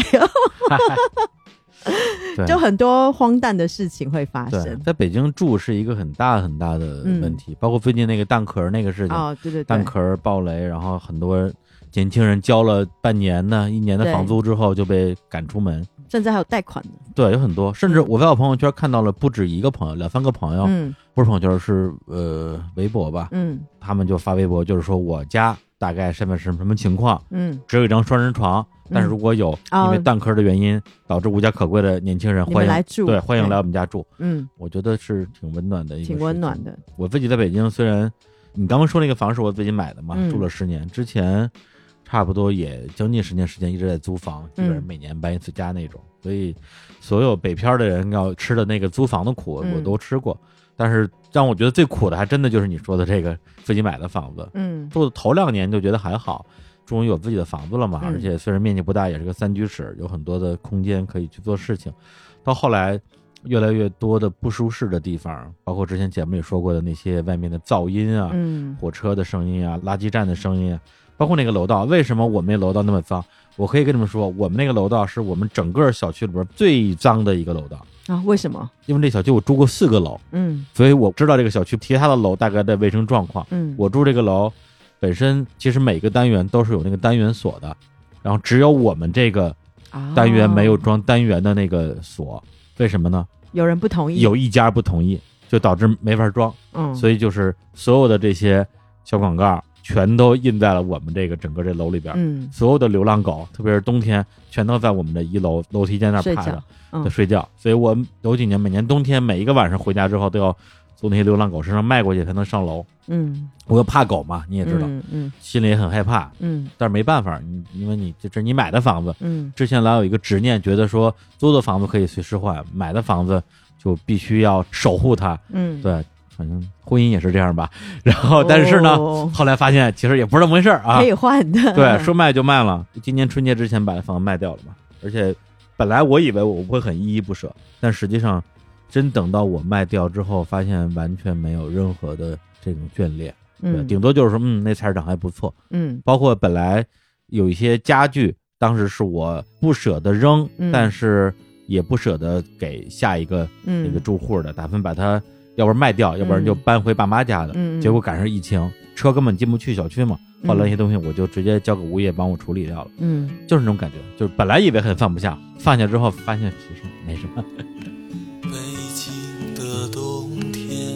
就很多荒诞的事情会发生。 在北京住是一个很大很大的问题，包括最近那个蛋壳那个事情。 对， 蛋壳爆雷，然后很多年轻人交了半年的1年的房租之后就被赶出门， 甚至还有贷款的。 对，有很多，甚至我在我朋友圈看到了不止一个朋友，2-3个朋友，不是朋友圈是微博吧，他们就发微博，就是说我家大概身份是什么情况，只有一张双人床，但是如果有因为蛋壳的原因导致无家可归的年轻人，欢迎来住，对，欢迎来我们家住。我觉得是挺温暖的一个，挺温暖的。我自己在北京，虽然你刚刚说那个房是我自己买的嘛，住了10年，之前差不多也将近10年时间一直在租房，基本上每年搬一次家那种，所以所有北漂的人要吃的那个租房的苦我都吃过。但是让我觉得最苦的还真的就是你说的这个自己买的房子。住的头2年就觉得还好，终于有自己的房子了嘛，而且虽然面积不大，也是个3居室，有很多的空间可以去做事情。到后来越来越多的不舒适的地方，包括之前节目里说过的那些外面的噪音啊，火车的声音啊，垃圾站的声音啊，包括那个楼道。为什么我们那楼道那么脏？我可以跟你们说，我们那个楼道是我们整个小区里边最脏的一个楼道。 为什么？ 因为这小区我住过4个楼，所以我知道这个小区其他的楼大概的卫生状况。我住这个楼本身其实每个单元都是有那个单元锁的，然后只有我们这个单元没有装单元的那个锁。为什么呢？ 有人不同意， 有一家不同意，就导致没法装。所以就是所有的这些小广告全都印在了我们这个整个这楼里边。所有的流浪狗，特别是冬天，全都在我们的1楼楼梯间那趴着睡觉。所以我有几年每年冬天每一个晚上回家之后都要从那些流浪狗身上迈过去才能上楼。我又怕狗嘛，你也知道，心里也很害怕。但是没办法，因为这是你买的房子。之前老有一个执念，觉得说租的房子可以随时换，买的房子就必须要守护它。对，反正婚姻也是这样吧。然后但是呢，后来发现其实也不是这么回事啊， 可以换的。 对，说卖就卖了。今年春节之前把这房子卖掉了嘛，而且本来我以为我会很依依不舍，但实际上真等到我卖掉之后，发现完全没有任何的这种眷恋。顶多就是说那菜市场还不错。包括本来有一些家具当时是我不舍得扔，但是也不舍得给下一个那个住户的，打算把它要不然卖掉，要不然就搬回爸妈家的。结果赶上疫情，车根本进不去小区嘛，后来那些东西我就直接交给物业帮我处理掉了。就是那种感觉，就是本来以为很放不下，放下之后发现其实没什么。 北京的冬天，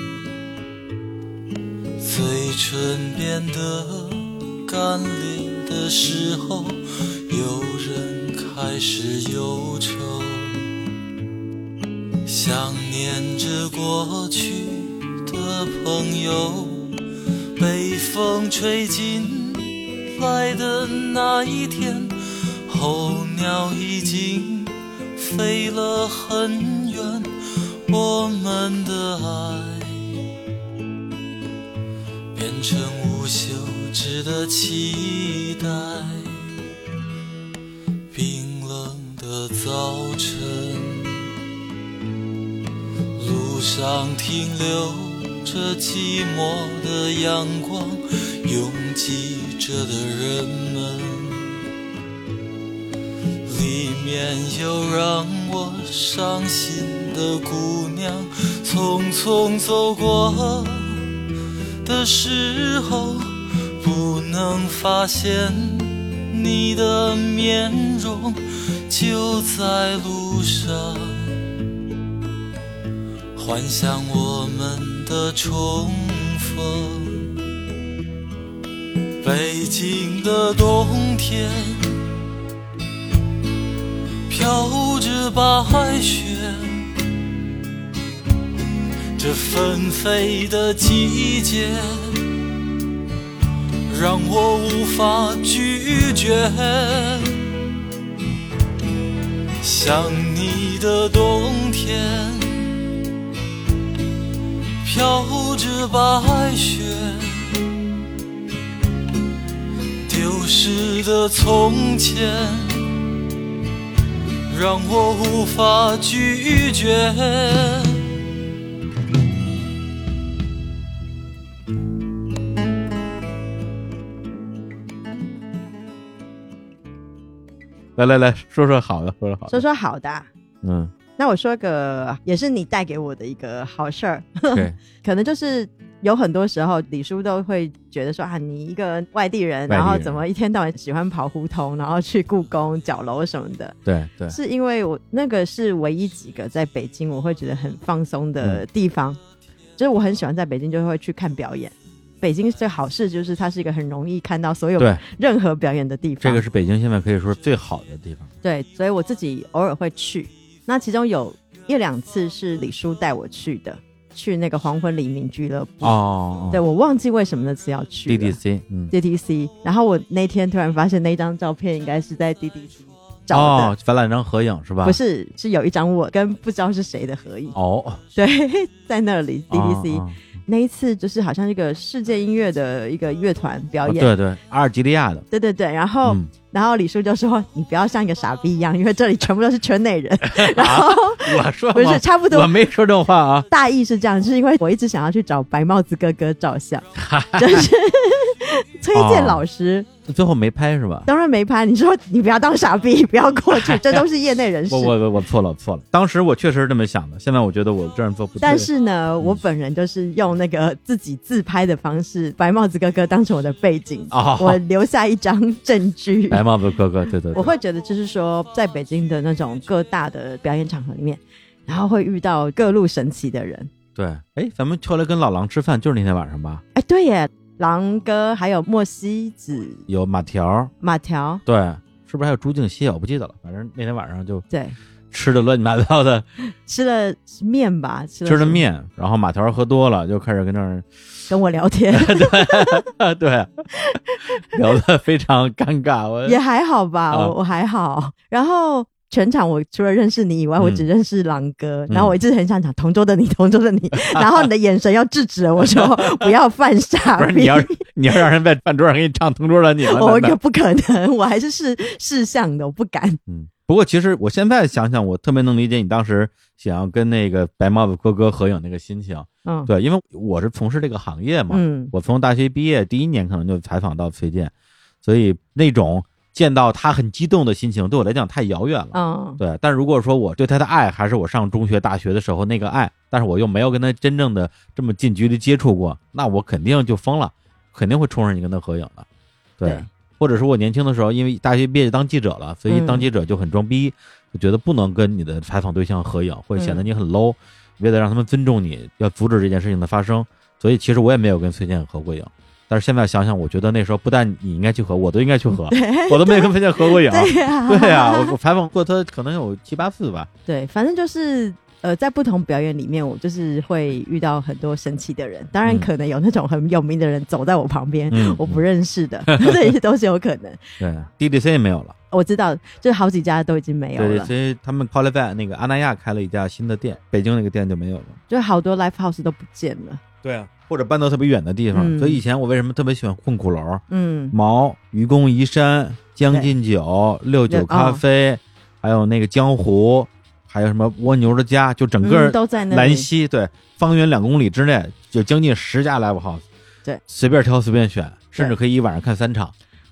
嘴唇变得干裂的时候，有人开始忧愁，想念着过去的朋友。北风吹进来的那一天，候鸟已经飞了很远，我们的爱变成无休止的期待。冰冷的早晨，路上停留着寂寞的阳光，拥挤着的人们，黎面有让我伤心的姑娘，匆匆走过的时候，不能发现你的面容，就在路上幻想我们的重逢。北京的冬天飘着白雪，这纷飞的季节让我无法拒绝。想你的冬天飘着白雪，丢失的从前让我无法拒绝。 来，说说好的， 说好的。那我说个也是你带给我的一个好事儿，可能就是有很多时候李叔都会觉得说啊，你一个外地人，然后怎么一天到晚喜欢跑胡同，然后去故宫角楼什么的。 对， 是因为我那个是唯一几个在北京我会觉得很放松的地方，就是我很喜欢在北京就会去看表演。北京最好事就是它是一个很容易看到所有任何表演的地方， 这个是北京现在可以说最好的地方。 对，所以我自己偶尔会去，那其中有1-2次是李叔带我去的，去那个黄昏黎明俱乐部。对，我忘记为什么那次要去 DTC， 然后我那天突然发现那张照片应该是在 DTC 找的， 翻了一张合影是吧？ 不是，是有一张我跟不知道是谁的合影。对，在那里 DTC。那一次就是好像一个世界音乐的一个乐团表演， 对，阿尔及利亚的， 对，然后李叔就说你不要像一个傻逼一样，因为这里全部都是圈内人。然后我说不是差不多， 我没说这种话啊。 大意是这样，就是因为我一直想要去找白帽子哥哥照相，就是崔健老师。 最后没拍是吧？ 当然没拍。你说你不要当傻逼，不要过去，这都是业内人士。 我错了。当时我确实是这么想的，现在我觉得我这样做不对。 但是呢，我本人就是用那个自己自拍的方式，白帽子哥哥当成我的背景，我留下一张证据。 白帽子哥哥，对， 我会觉得就是说，在北京的那种各大的表演场合里面，然后会遇到各路神奇的人。 对，咱们后来跟老狼吃饭就是那天晚上吧？ 对耶。狼哥还有莫西子，有马条，对，是不是还有朱静熙？我不记得了，反正那天晚上就对吃的乱七八糟的， 吃了面吧， 吃了面，然后马条喝多了就开始跟那儿跟我聊天， 对，聊得非常尴尬。 也还好吧，我还好，然后。全场我除了认识你以外，我只认识狼哥，然后我一直很想讲同桌的你，然后你的眼神要制止了我说不要犯傻逼。 不是你要让人在饭桌上给你唱同桌的你了， 我可不可能，我还是视相的，我不敢。 不过其实我现在想想，我特别能理解你当时想要跟那个白帽子哥哥合影那个心情。对，因为我是从事这个行业嘛，我从大学毕业第1年可能就采访到崔健，所以那种见到他很激动的心情对我来讲太遥远了。对，但如果说我对他的爱还是我上中学大学的时候那个爱，但是我又没有跟他真正的这么近距离接触过，那我肯定就疯了，肯定会冲上去跟他合影的。对，或者是我年轻的时候因为大学毕业当记者了，所以当记者就很装逼，就觉得不能跟你的采访对象合影，会显得你很 low，为了让他们尊重你，要阻止这件事情的发生，所以其实我也没有跟崔健合过影。但是现在想想，我觉得那时候不但你应该去合，我都应该去合，我都没跟崔健合过影。对呀，我采访过他可能有7-8次吧。 对，反正就是在不同表演里面，我就是会遇到很多神奇的人，当然可能有那种很有名的人走在我旁边，我不认识的，这些都是有可能。 对 ，DDC 也没有了。 我知道，就好几家都已经没有了。 对，所以他们后来在那个阿那亚开了一家新的店，北京那个店就没有了， 就好多 live house 都不见了。 对啊，或者搬到特别远的地方。所以以前我为什么特别喜欢混鼓楼？毛、愚公移山、将进酒、69咖啡，还有那个江湖，还有什么蜗牛的家，就整个都在那兰溪，对，方圆2公里之内就将近10家 live house， 对， 随便挑随便选，甚至可以一晚上看3场。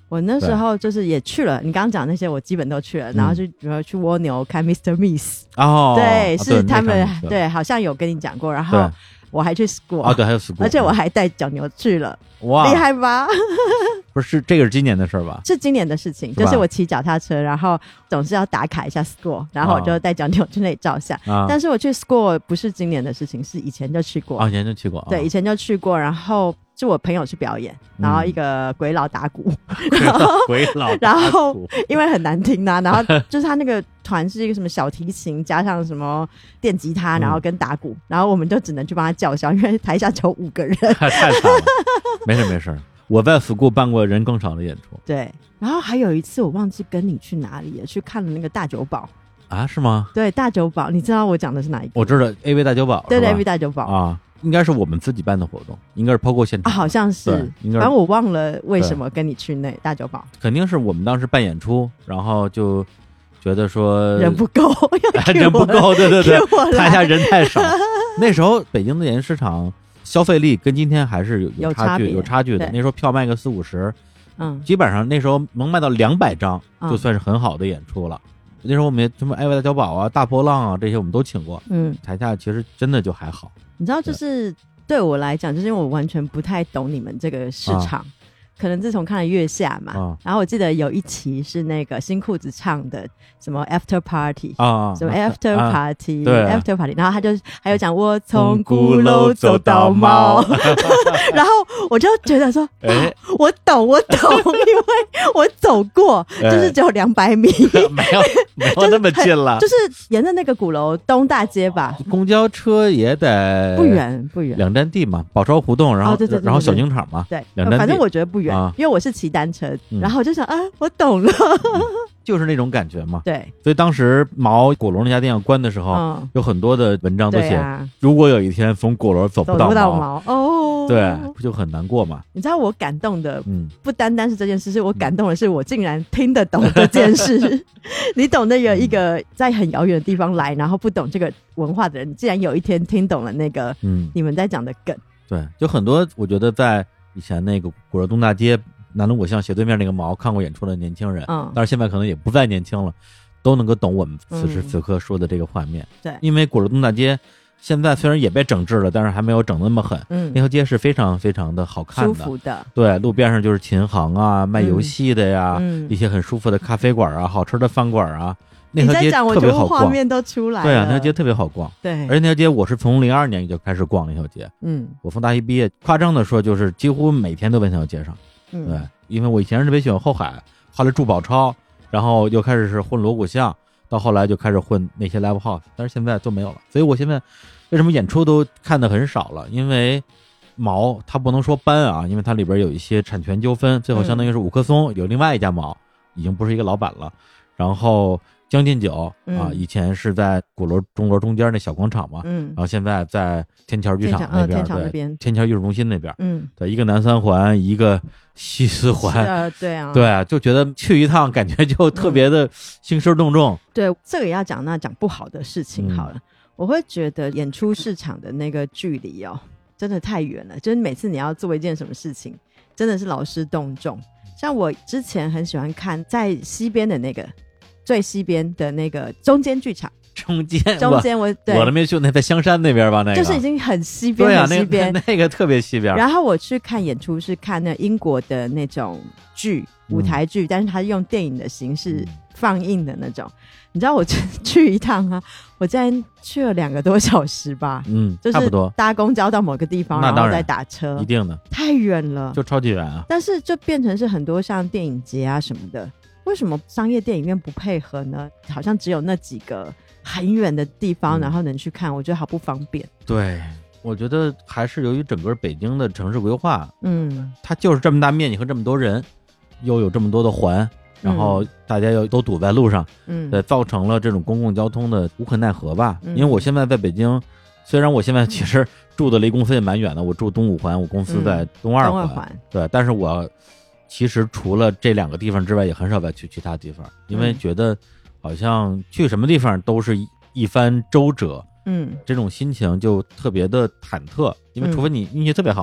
我那时候就是也去了，你刚刚讲那些我基本都去了，然后就比如说去蜗牛看 Mr. Miss 对，是他们对，好像有跟你讲过，然后我还去 school 对，还有 school， 而且我还带小牛去了， 哇， 厉害吧？ 不是，这个是今年的事吧？ 是今年的事情，就是我骑脚踏车，然后总是要打卡一下 school， 然后我就带小牛去那里照相。但是我去 school 不是今年的事情，是以前就去过。 以前就去过。 对，以前就去过，然后是我朋友去表演，然后一个鬼佬打鼓， 鬼佬， 然后因为很难听啊，然后就是他那个团是一个什么小提琴加上什么电吉他，然后跟打鼓，然后我们就只能去帮他叫嚣，因为台下只有5个人， 太惨了。没事，我在 school 办过人更少的演出。 对，然后还有一次我忘记跟你去哪里了，去看了那个大酒保啊？是吗？ 对，大酒保，你知道我讲的是哪一个？ 我知道 AV 大酒保， 对 AV 大酒保啊，应该是我们自己办的活动，应该是POGO现场， 好像是，反正我忘了为什么跟你去那大酒保。 肯定是我们当时办演出，然后就觉得说人不够， 人不够，对，台下人太少。那时候北京的演艺市场消费力跟今天还是有差距的。那时候票卖个40-50，基本上那时候能卖到200张，就算是很好的演出了。那时候我们什么AV大酒保啊、大波浪啊这些我们都请过，台下其实真的就还好。 你知道，就是对我来讲，就是因为我完全不太懂你们这个市场。可能自从看了月下嘛，然后我记得有一期是那个新裤子唱的什么 After Party 什么 After Party After Party， 然后他就还有讲我从鼓楼走到猫，然后我就觉得说，我懂，因为我走过，就是只有200米， 没有那么近了， 就是沿着那个鼓楼东大街吧， 公交车也得不远 2站地嘛，宝钞胡同，然后小警场嘛， 对 ，2站地， 反正我觉得不远。因为我是骑单车，然后我就想我懂了， 就是那种感觉嘛。 对， 所以当时毛鼓楼那家店要关的时候，有很多的文章都写，如果有一天从鼓楼走不到毛，对，不就很难过嘛？ 你知道我感动的，不单单是这件事，是我感动的是我竟然听得懂这件事。你懂那个一个在很遥远的地方来，然后不懂这个文化的人，竟然有一天听懂了那个你们在讲的梗。 对，就很多我觉得在以前那个鼓楼东大街南锣鼓巷斜对面那个毛看过演出的年轻人，但是现在可能也不再年轻了，都能够懂我们此时此刻说的这个画面。 对， 因为鼓楼东大街现在虽然也被整治了，但是还没有整那么狠。那条街是非常非常的好看的， 舒服的。 对，路边上就是琴行啊，卖游戏的呀，一些很舒服的咖啡馆啊，好吃的饭馆啊。那条街特别好逛， 画面都出来了。 对啊，那条街特别好逛。 对， 而且那条街我是从02年就开始逛那条街。我从大一毕业，夸张的说就是几乎每天都在那条街上。对，因为我以前是特别喜欢后海，后来住宝钞，然后又开始是混锣鼓巷，到后来就开始混那些 live house， 但是现在都没有了。所以我现在为什么演出都看得很少了？因为毛它不能说搬啊，因为它里边有一些产权纠纷，最后相当于是五棵松有另外一家毛，已经不是一个老板了。然后将进酒以前是在鼓楼钟楼中间那小广场嘛，然后现在在天桥剧场那边，天桥艺术中心那边，对，一个南三环，一个西四环，对，就觉得去一趟感觉就特别的兴师动众。 对，这个也要讲，那讲不好的事情好了，我会觉得演出市场的那个距离真的太远了，就是每次你要做一件什么事情，真的是劳师动众。像我之前很喜欢看在西边的那个。最西边的那个中间剧场， 中间我都没去，那在香山那边吧，那个就是已经很西边，很西边， 那个特别西边。 然后我去看演出是看那英国的那种剧，舞台剧，但是它用电影的形式放映的那种。你知道我去一趟我竟然去了2个多小时吧，就是差不多搭公交到某个地方，然后再打车， 一定的， 太远了， 就超级远啊。 但是就变成是很多像电影节啊什么的。为什么商业电影院不配合呢？好像只有那几个很远的地方，然后能去看，我觉得好不方便。 对，我觉得还是由于整个北京的城市规划，它就是这么大面积和这么多人，又有这么多的环，然后大家又都堵在路上，造成了这种公共交通的无可奈何吧。因为我现在在北京，虽然我现在其实住的离公司也蛮远的，我住东五环，我公司在东二环，对，但是我其实除了这2个地方之外，也很少再去其他地方，因为觉得好像去什么地方都是一番周折，这种心情就特别的忐忑，因为除非你运气特别好，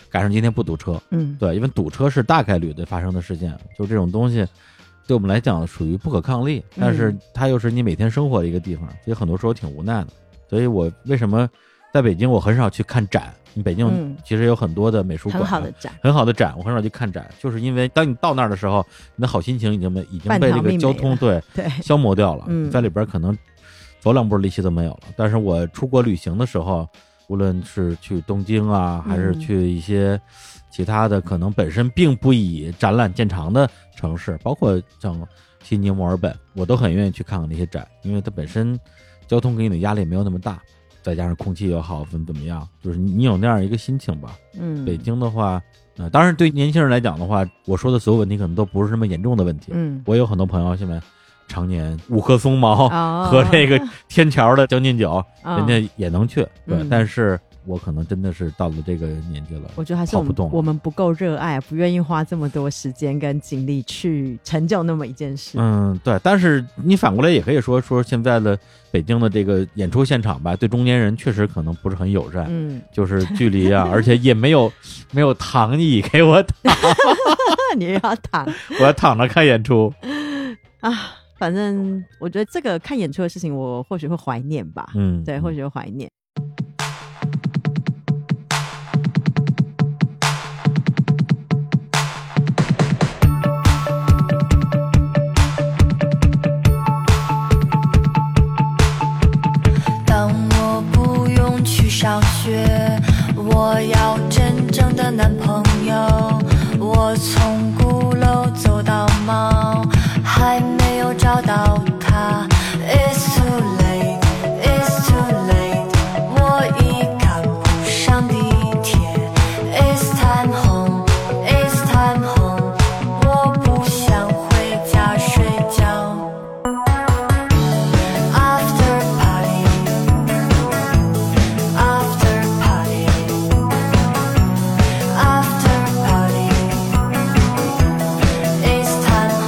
赶上今天不堵车。对，因为堵车是大概率的发生的事件，就这种东西对我们来讲属于不可抗力，但是它又是你每天生活的一个地方，所以很多时候挺无奈的。所以我为什么在北京我很少去看展，北京其实有很多的美术馆，很好的展我很少去看展，就是因为当你到那儿的时候，你的好心情已经被这个交通对消磨掉了，在里边可能走两步力气都没有了。但是我出国旅行的时候，无论是去东京啊，还是去一些其他的可能本身并不以展览见长的城市，包括像悉尼、墨尔本，我都很愿意去看看那些展，因为它本身交通给你的压力没有那么大，再加上空气也好，怎么样，就是你有那样一个心情吧。北京的话，当然对年轻人来讲的话，我说的所有问题可能都不是那么严重的问题。我有很多朋友现在常年五棵松毛和这个天桥的将进酒，人家也能去。对，但是我可能真的是到了这个年纪了， 我觉得还是我们不够热爱，不愿意花这么多时间跟精力去成就那么一件事。 对。但是你反过来也可以说现在的北京的这个演出现场吧，对中年人确实可能不是很友善。就是距离啊，而且也没有躺椅给我躺。 你要躺？ 我要躺着看演出啊。反正我觉得这个看演出的事情，我或许会怀念吧。对，或许会怀念。 当我不用去上学，我要真正的男朋友。我从鼓楼走到猫，还没有找到他。 It's too late, it's too late， 我已赶不上地铁。 It's time home, it's time home， 我不想回家睡觉。 After party, after party, after party， It's time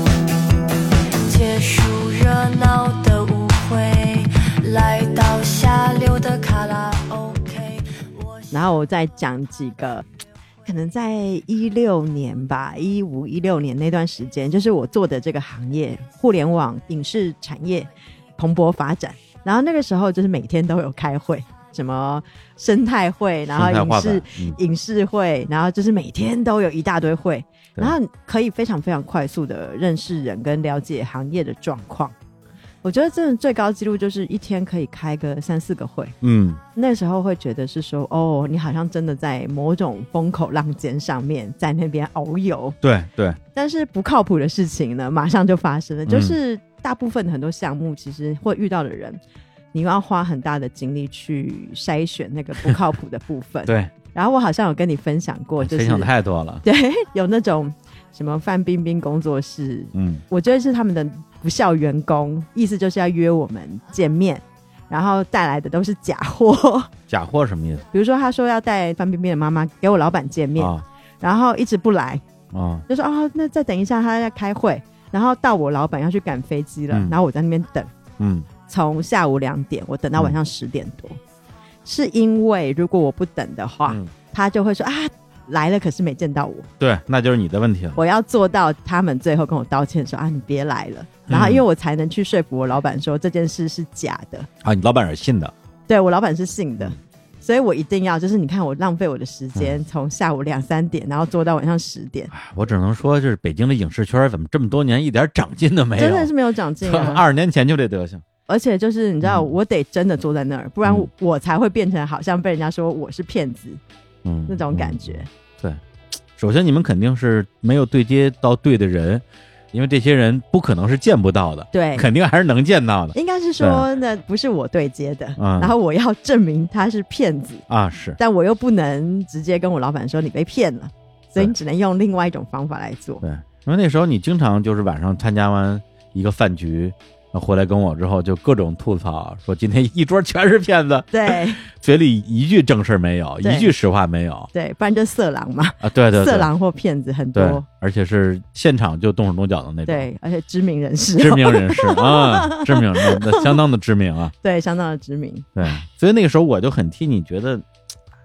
home， 结束热闹的舞会，来到下流的卡拉 OK。 然后我再讲几个，可能在16年吧，15、16年那段时间，就是我做的这个行业，互联网影视产业蓬勃发展。然后那个时候就是每天都有开会，什么生态会，然后影视会，然后就是每天都有一大堆会，然后可以非常非常快速的认识人跟了解行业的状况。我觉得真的最高纪录就是一天可以开个3、4个会。那时候会觉得是说，哦，你好像真的在某种风口浪尖上面，在那边遨游。 对对。 但是不靠谱的事情呢，马上就发生了。就是大部分很多项目其实会遇到的人，你要花很大的精力去筛选那个不靠谱的部分。 对。 然后我好像有跟你分享过，就是分享太多了。 对，有那种什么范冰冰工作室，我觉得是他们的不肖员工，意思就是要约我们见面，然后带来的都是假货。 假货什么意思？ 比如说他说要带范冰冰的妈妈给我老板见面，然后一直不来，就说那再等一下他要开会，然后到我老板要去赶飞机了，然后我在那边等，从下午2点我等到晚上10点多，是因为如果我不等的话，他就会说来了，可是没见到我。 对，那就是你的问题了。 我要做到他们最后跟我道歉说你别来了，然后因为我才能去说服我老板说这件事是假的。 你老板是信的？对， 我老板是信的，所以我一定要就是你看我浪费我的时间，从下午2、3点然后做到晚上10点。 我只能说就是北京的影视圈怎么这么多年一点长进都没有， 真的是没有长进 20年前就这德行。 而且就是你知道我得真的坐在那儿，不然我才会变成好像被人家说我是骗子那种感觉。 对，首先你们肯定是没有对接到对的人，因为这些人不可能是见不到的， 对， 肯定还是能见到的。 应该是说那不是我对接的，然后我要证明他是骗子是， 但我又不能直接跟我老板说你被骗了，所以你只能用另外一种方法来做。 对，因为那时候你经常就是晚上参加完一个饭局回来跟我之后就各种吐槽，说今天一桌全是骗子， 对， 嘴里一句正事没有，一句实话没有， 对，不然就色狼嘛， 对对对， 色狼或骗子很多， 而且是现场就动手动脚的那种， 对，而且知名人士， 知名人士知名人，相当的知名啊， 对，相当的知名， 对，所以那个时候我就很替你觉得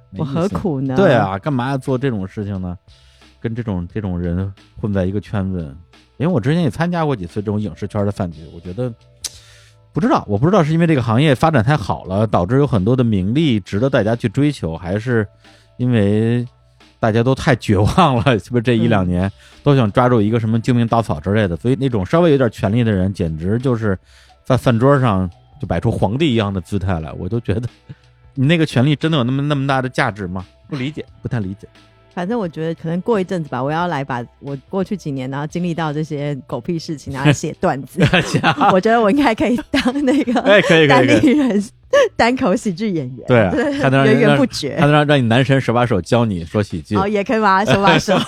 我何苦呢？ 对啊，干嘛要做这种事情呢？跟这种人混在一个圈子，因为我之前也参加过几次这种影视圈的饭局，我觉得我不知道是因为这个行业发展太好了，导致有很多的名利值得大家去追求，还是因为大家都太绝望了，是不是这1-2年都想抓住一个什么救命稻草之类的，所以那种稍微有点权力的人简直就是在饭桌上就摆出皇帝一样的姿态来，我都觉得你那个权力真的有那么大的价值吗？不太理解。 反正我觉得可能过一阵子吧，我要来把我过去几年然后经历到这些狗屁事情然后写段子我觉得我应该可以当那个单立人单口喜剧演员。 对啊， 源源不绝， 还能让你男神手把手教你说喜剧。 也可以把他手把手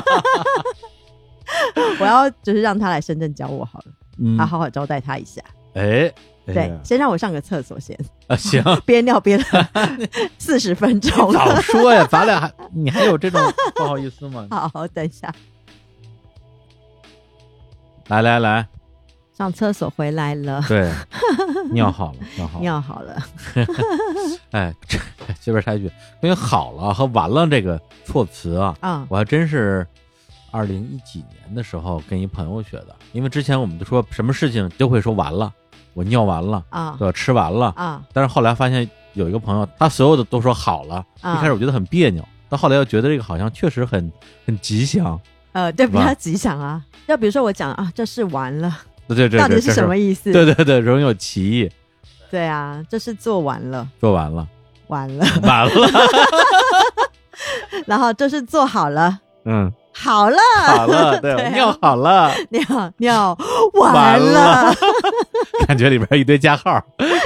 我要就是让他来深圳教我好了，好好招待他一下。对，先让我上个厕所先行， 憋尿憋了40分钟了。 早说呀，咱俩你还有这种不好意思吗？ 好，等一下， 来， 上厕所回来了。 对，尿好了。这边插一句，因为好了和完了这个措辞啊，我还真是2010几年的时候跟一朋友学的，因为之前我们都说什么事情都会说完了。我尿完了对，吃完了但是后来发现有一个朋友，他所有的都说好了一开始我觉得很别扭，但后来又觉得这个好像确实很吉祥。 对，比较吉祥啊。要比如说我讲这是完了， 对， 到底是什么意思？ 对，容易有歧义。 对啊，这是做完了，完了然后这是做好了，好了， 对，尿好了， 尿完了感觉里边一堆加号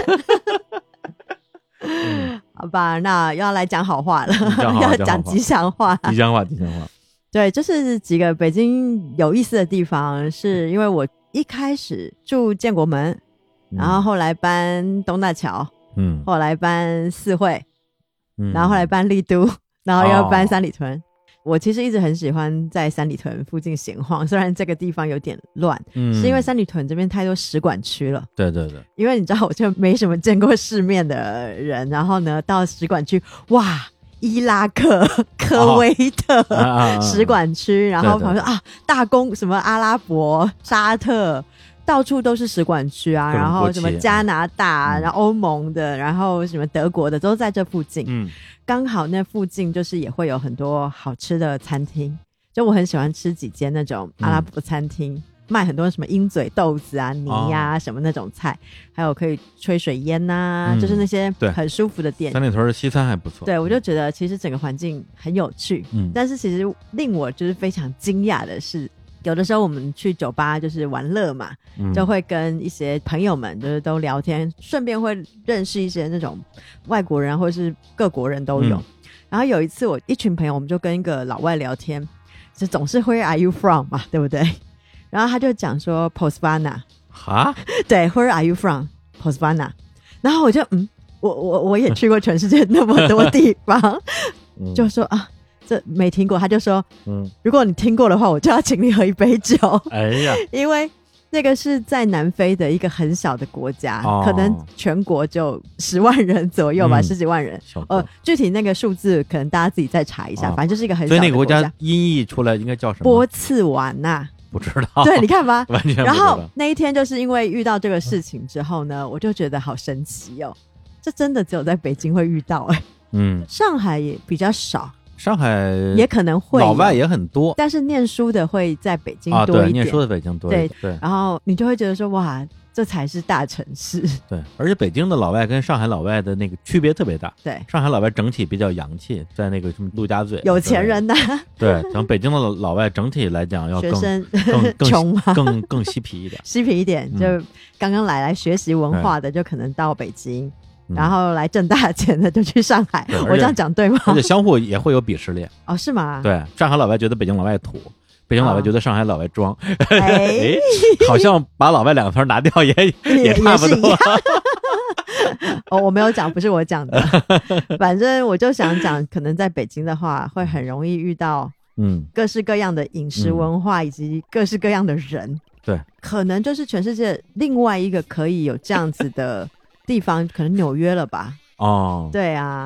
好吧，那要来讲好话了要讲吉祥话。对，就是几个北京有意思的地方，是因为我一开始住建国门，然后后来搬东大桥，后来搬四惠，然后后来搬丽都，然后又搬三里屯。我其实一直很喜欢在三里屯附近闲晃，虽然这个地方有点乱，是因为三里屯这边太多使馆区了。对，因为你知道我就没什么见过世面的人，然后呢到使馆区，哇，伊拉克、科威特使馆区，然后旁边大公什么阿拉伯、沙特，到处都是使馆区啊，然后什么加拿大，然后欧盟的，然后什么德国的都在这附近。刚好那附近就是也会有很多好吃的餐厅，就我很喜欢吃几间那种阿拉伯餐厅，卖很多什么鹰嘴豆子啊、泥啊什么那种菜，还有可以吹水烟啊，就是那些很舒服的店。 三里屯的西餐还不错。 对，我就觉得其实整个环境很有趣，但是其实令我就是非常惊讶的是，有的时候我们去酒吧就是玩乐嘛，就会跟一些朋友们就是都聊天，顺便会认识一些那种外国人或是各国人都有。然后有一次我一群朋友，我们就跟一个老外聊天，就总是 Where are you from 嘛，对不对？然后他就讲说 Botswana 对 Where are you from Botswana， 然后我就我也去过全世界那么多地方就说这没听过，他就说如果你听过的话，我就要请你喝一杯酒。因为那个是在南非的一个很小的国家，可能全国就10万人左右吧，10几万人。具体那个数字可能大家自己再查一下，反正就是一个很小的国家。所以那个国家音译出来应该叫什么？ 波茨瓦纳。 不知道。 对，你看吧， 完全不知道。 然后那一天就是因为遇到这个事情之后呢，我就觉得好神奇哦，这真的只有在北京会遇到上海也比较少。 上海也可能会老外也很多， 但是念书的会在北京多一点。 对，念书的北京多一点。对， 然后你就会觉得说，哇，这才是大城市。 对，而且北京的老外跟上海老外的那个区别特别大。 对， 上海老外整体比较洋气，在那个什么陆家嘴， 有钱人呐。 对，像北京的老外整体来讲要更穷嘛， 更嬉皮一点。 嬉皮一点，就刚刚来学习文化的，就可能到北京。然后来挣大钱的就去上海，我这样讲对吗？ 而且相互也会有鄙视链。 是吗？ 对，上海老外觉得北京老外土，北京老外觉得上海老外装，好像把老外2个词拿掉也差不多。 我没有讲，不是我讲的。反正我就想讲，可能在北京的话，会很容易遇到各式各样的饮食文化以及各式各样的人。 对， 可能就是全世界另外一个可以有这样子的地方，可能纽约了吧。对啊，应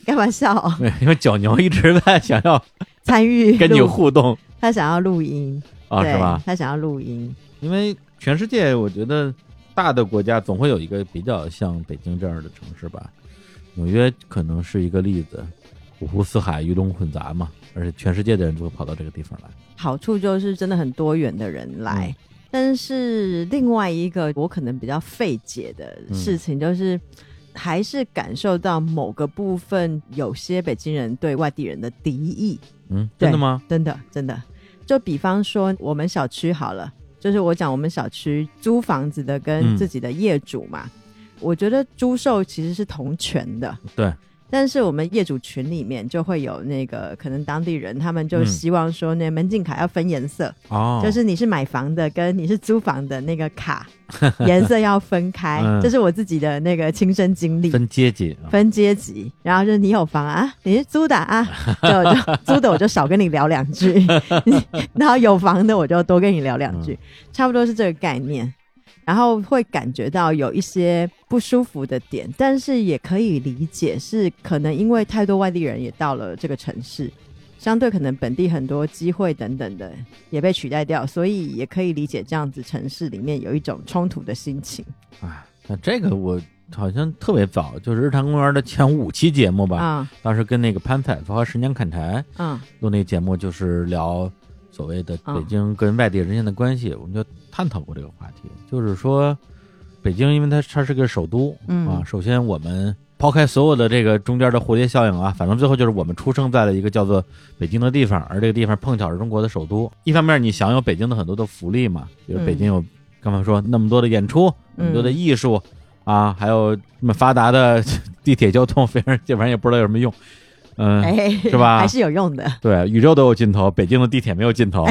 干嘛笑？ 对，因为角牛一直在想要参与跟你互动， 他想要录音啊，是吧？ 他想要录音， 因为全世界我觉得大的国家总会有一个比较像北京这样的城市吧。纽约可能是一个例子，五湖四海鱼龙混杂嘛，而且全世界的人都会跑到这个地方来。 好处就是真的很多元的人来，但是另外一个我可能比较费解的事情就是。还是感受到某个部分有些北京人对外地人的敌意。 真的吗？ 真的。就比方说我们小区好了，就是我讲我们小区租房子的跟自己的业主嘛，我觉得租售其实是同权的。 对。 但是我们业主群里面就会有那个可能当地人，他们就希望说那门禁卡要分颜色，就是你是买房的跟你是租房的那个卡颜色要分开，这是我自己的那个亲身经历。 分阶级， 然后就是你有房啊，你是租的啊，就租的我就少跟你聊两句，然后有房的我就多跟你聊两句，差不多是这个概念。然后会感觉到有一些不舒服的点，但是也可以理解是可能因为太多外地人也到了这个城市，相对可能本地很多机会等等的也被取代掉，所以也可以理解这样子城市里面有一种冲突的心情。 那这个我好像特别早，就是日坛公园的前5期节目吧，当时跟那个潘采夫和十年砍柴录那个节目，就是聊所谓的北京跟外地人之间的关系，我们就探讨过这个话题。就是说北京因为它是个首都首先我们抛开所有的这个中间的蝴蝶效应反正最后就是我们出生在了一个叫做北京的地方，而这个地方碰巧是中国的首都。一方面你享有北京的很多的福利嘛，比如北京有刚才说那么多的演出，那么多的艺术还有那么发达的地铁交通，非常这玩意儿也不知道有什么用，是吧？ 还是有用的。 对，宇宙都有尽头，北京的地铁没有尽头。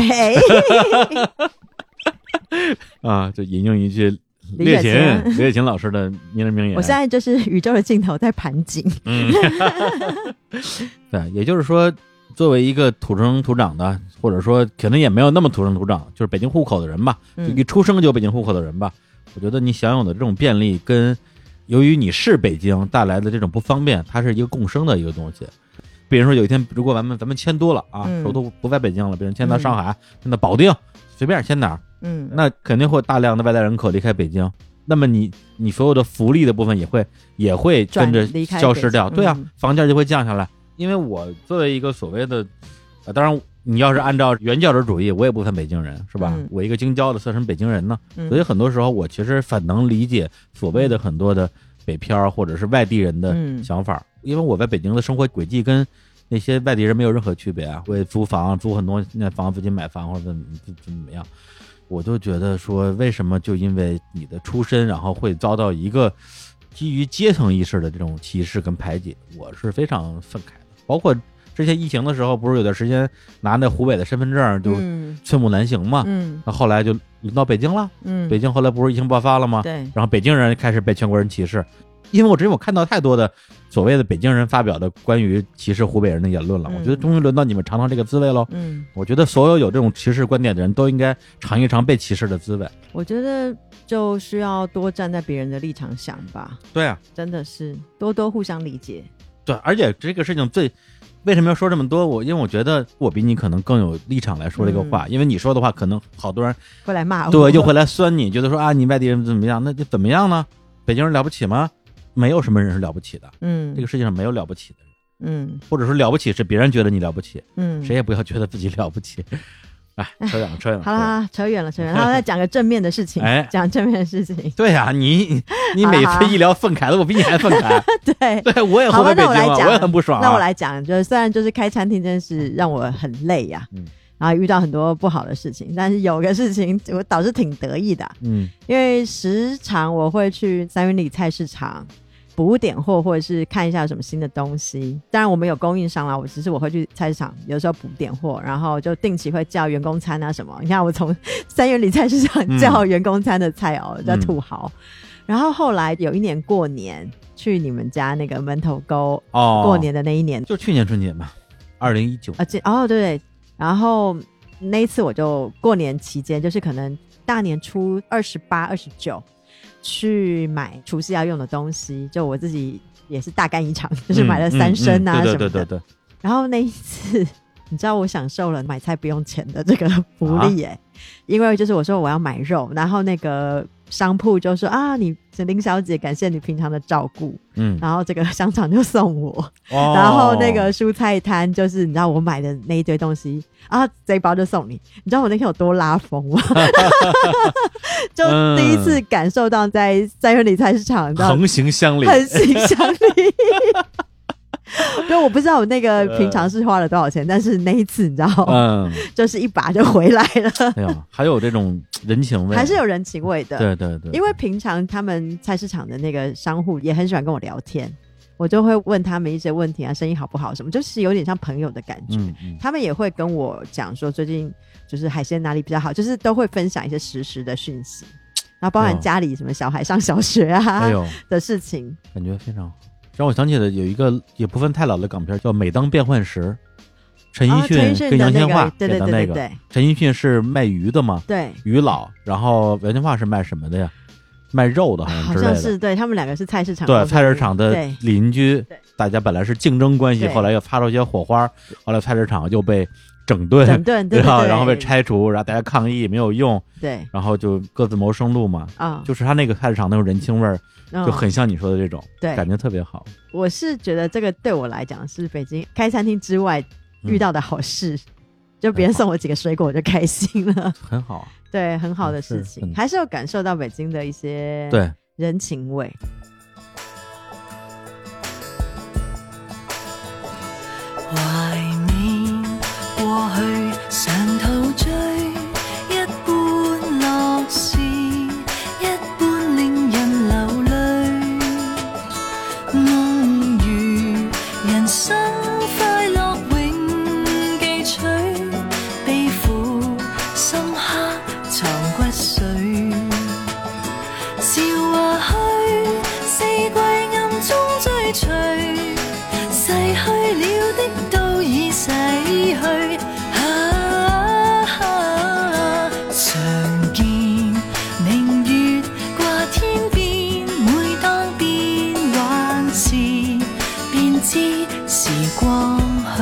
就引用一句李雪琴老师的名人名言。 我现在就是宇宙的尽头在盘锦。 对，也就是说，作为一个土生土长的，或者说可能也没有那么土生土长，就是北京户口的人吧，一出生就北京户口的人吧，我觉得你享有的这种便利跟由于你是北京带来的这种不方便，它是一个共生的一个东西。比如说有一天如果咱们迁都了首都不在北京了，比如迁到上海，迁到保定，随便迁哪儿，那肯定会大量的外来人口离开北京，那么你所有的福利的部分也会跟着消失掉。对房价就会降下来。因为我作为一个所谓的当然你要是按照原教旨主义，我也不算北京人，是吧？我一个京郊的算成北京人呢，所以很多时候我其实很能理解所谓的很多的北漂或者是外地人的想法，因为我在北京的生活轨迹跟那些外地人没有任何区别会租房，租很多那房自己买房或者怎么样，我就觉得说为什么就因为你的出身然后会遭到一个基于阶层意识的这种歧视跟排挤，我是非常愤慨的。包括之前疫情的时候，不是有段时间拿那湖北的身份证就寸步难行嘛，那后来就轮到北京了，北京后来不是疫情爆发了吗？ 对， 然后北京人开始被全国人歧视，因为我看到太多的所谓的北京人发表的关于歧视湖北人的言论了，我觉得终于轮到你们尝尝这个滋味喽。我觉得所有有这种歧视观点的人都应该尝一尝被歧视的滋味。我觉得就需要多站在别人的立场想吧。 对真的是多互相理解。 对，而且这个事情为什么要说这么多？因为我觉得我比你可能更有立场来说这个话，因为你说的话可能好多人会来骂我， 对，就会来酸你，觉得说你外地人怎么样，那就怎么样呢？北京人了不起吗？没有什么人是了不起的，这个世界上没有了不起的人，或者说了不起是别人觉得你了不起，谁也不要觉得自己了不起。扯远了。 好了，扯远了。然后再讲个正面的事情，讲正面的事情。 对你每次一聊愤慨的，我比你还愤慨。对，我也活在北京了，我也很不爽。 那我来讲，就是虽然就是开餐厅真是让我很累呀，然后遇到很多不好的事情，但是有个事情我倒是挺得意的，因为时常我会去三元里菜市场补点货，或者是看一下有什么新的东西。当然我们有供应商啦，只是我会去菜市场有时候补点货，然后就定期会叫员工餐什么。你看我从三元里菜市场叫员工餐的菜叫土豪。然后后来有一年过年去你们家那个门头沟过年的那一年， 就去年春节嘛，2019 对，然后那一次我就过年期间就是可能大年初28、29去买除夕要用的东西，就我自己也是大干一场，就是买了3升啊什么的。 对。 然后那一次，你知道我享受了买菜不用钱的这个福利耶，因为就是我说我要买肉，然后那个商铺就说啊，你林小姐感谢你平常的照顾，然后这个香肠就送我，然后那个蔬菜摊就是你知道我买的那一堆东西啊，这一包就送你，你知道我那天有多拉风吗？就第一次感受到在三元里菜市场横行乡里， 横行乡里。就我不知道我那个平常是花了多少钱，但是那一次你知道，就是一把就回来了。 哎呀，还有这种人情味， 还是有人情味的。 对对对， 因为平常他们菜市场的那个商户也很喜欢跟我聊天，我就会问他们一些问题啊，生意好不好什么，就是有点像朋友的感觉。他们也会跟我讲说最近就是海鲜哪里比较好，就是都会分享一些实时的讯息，然后包含家里什么小孩上小学啊的事情， 感觉非常好。让我想起了有一个也不分太老的港片叫《每当变换时》，陈奕迅跟杨千嬅演的那个。陈奕迅是卖鱼的嘛， 对， 鱼佬，然后杨千嬅是卖什么的呀？卖肉的，好像是对，他们两个是菜市场， 对，菜市场的邻居，大家本来是竞争关系，后来又发出一些火花，后来菜市场又被整顿， 对， 然后被拆除，然后大家抗议没有用， 对， 然后就各自谋生路嘛，就是他那个菜市场那种人情味儿。就很像你说的这种，对，感觉特别好。 我是觉得这个对我来讲是北京开餐厅之外遇到的好事，就别人送我几个水果我就开心了， 很好， 对，很好的事情，还是有感受到北京的一些人情味。 怀念过去上頭追一般樂事，一般令人流淚，夢如人生快樂永記取，悲苦深刻藏骨髓，笑話去四季暗中追隨，逝去了的都已逝去，常見明月掛天邊，每當變幻時，便知時光去。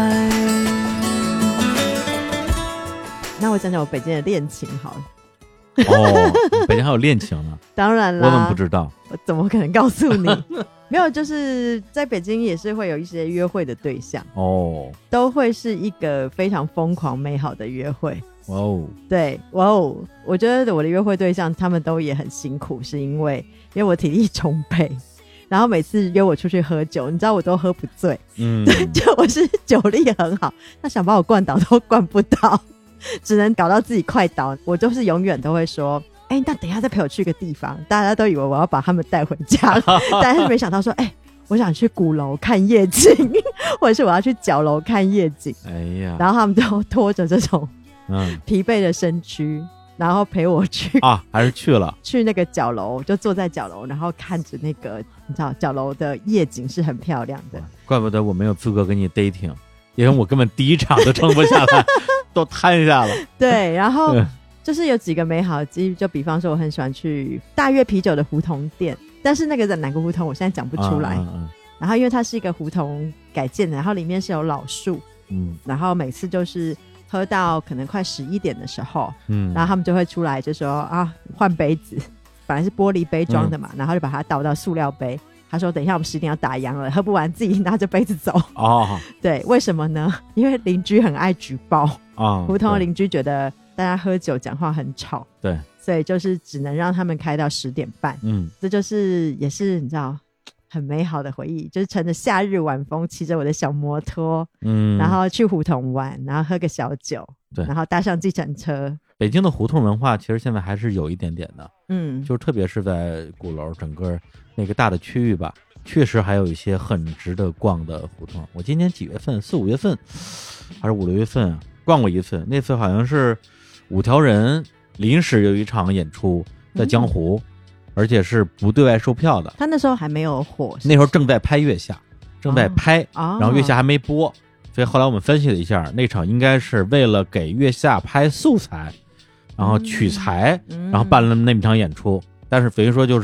那我講講我北京的戀情好了。 北京還有戀情呢？ 當然啦， 我怎麼不知道？ 我怎麼可能告訴你？沒有，就是在北京也是會有一些約會的對象都會是一個非常瘋狂美好的約會。對，我覺得我的約會對象他們都也很辛苦，是因為我體力充沛，然後每次約我出去喝酒，你知道我都喝不醉，就我是酒力很好，他想把我灌倒都灌不倒，只能搞到自己快倒。我就是永遠都會說那等一下再陪我去一個地方，大家都以為我要把他們帶回家但是沒想到說我想去鼓樓看夜景或者是我要去角樓看夜景，然後他們都拖着這種疲憊的身軀然後陪我去還是去了去那個角樓，就坐在角樓然後看着那個你知道角樓的夜景是很漂亮的。 怪不得我沒有資格跟你 dating， 因為我根本第一場都撐不下來都攤下了。 對，然後就是有幾個美好的記憶，就比方說我很喜歡去大悅啤酒的胡同店，但是那個在哪個胡同我現在講不出來然後因為它是一個胡同改建的，然後裡面是有老樹然後每次就是喝到可能快11點的時候然後他們就會出來就說換杯子，本來是玻璃杯裝的嘛然後就把它倒到塑料杯，他說等一下我們10點要打烊了，喝不完自己拿着杯子走對，為什麼呢？因為鄰居很愛舉報胡同的鄰居覺得大家喝酒講話很吵，對，所以就是只能讓他們開到10點半這就是也是你知道很美好的回憶，就是乘着夏日晚風騎着我的小摩托然後去胡同玩，然後喝個小酒對，然後搭上計程車。 北京的胡同文化其實現在還是有一點點的就是特別是在鼓樓整個那個大的區域吧，確實還有一些很值得逛的胡同。我今年幾月份4、5月份還是5、6月份逛過一次，那次好像是5條人臨時有一場演出在江湖而且是不對外售票的。 他那時候還沒有火， 那時候正在拍月下正在拍然後月下還沒播所以後來我們分析了一下，那場應該是為了給月下拍素材然後取材然後辦了那麼場演出但是等於說就是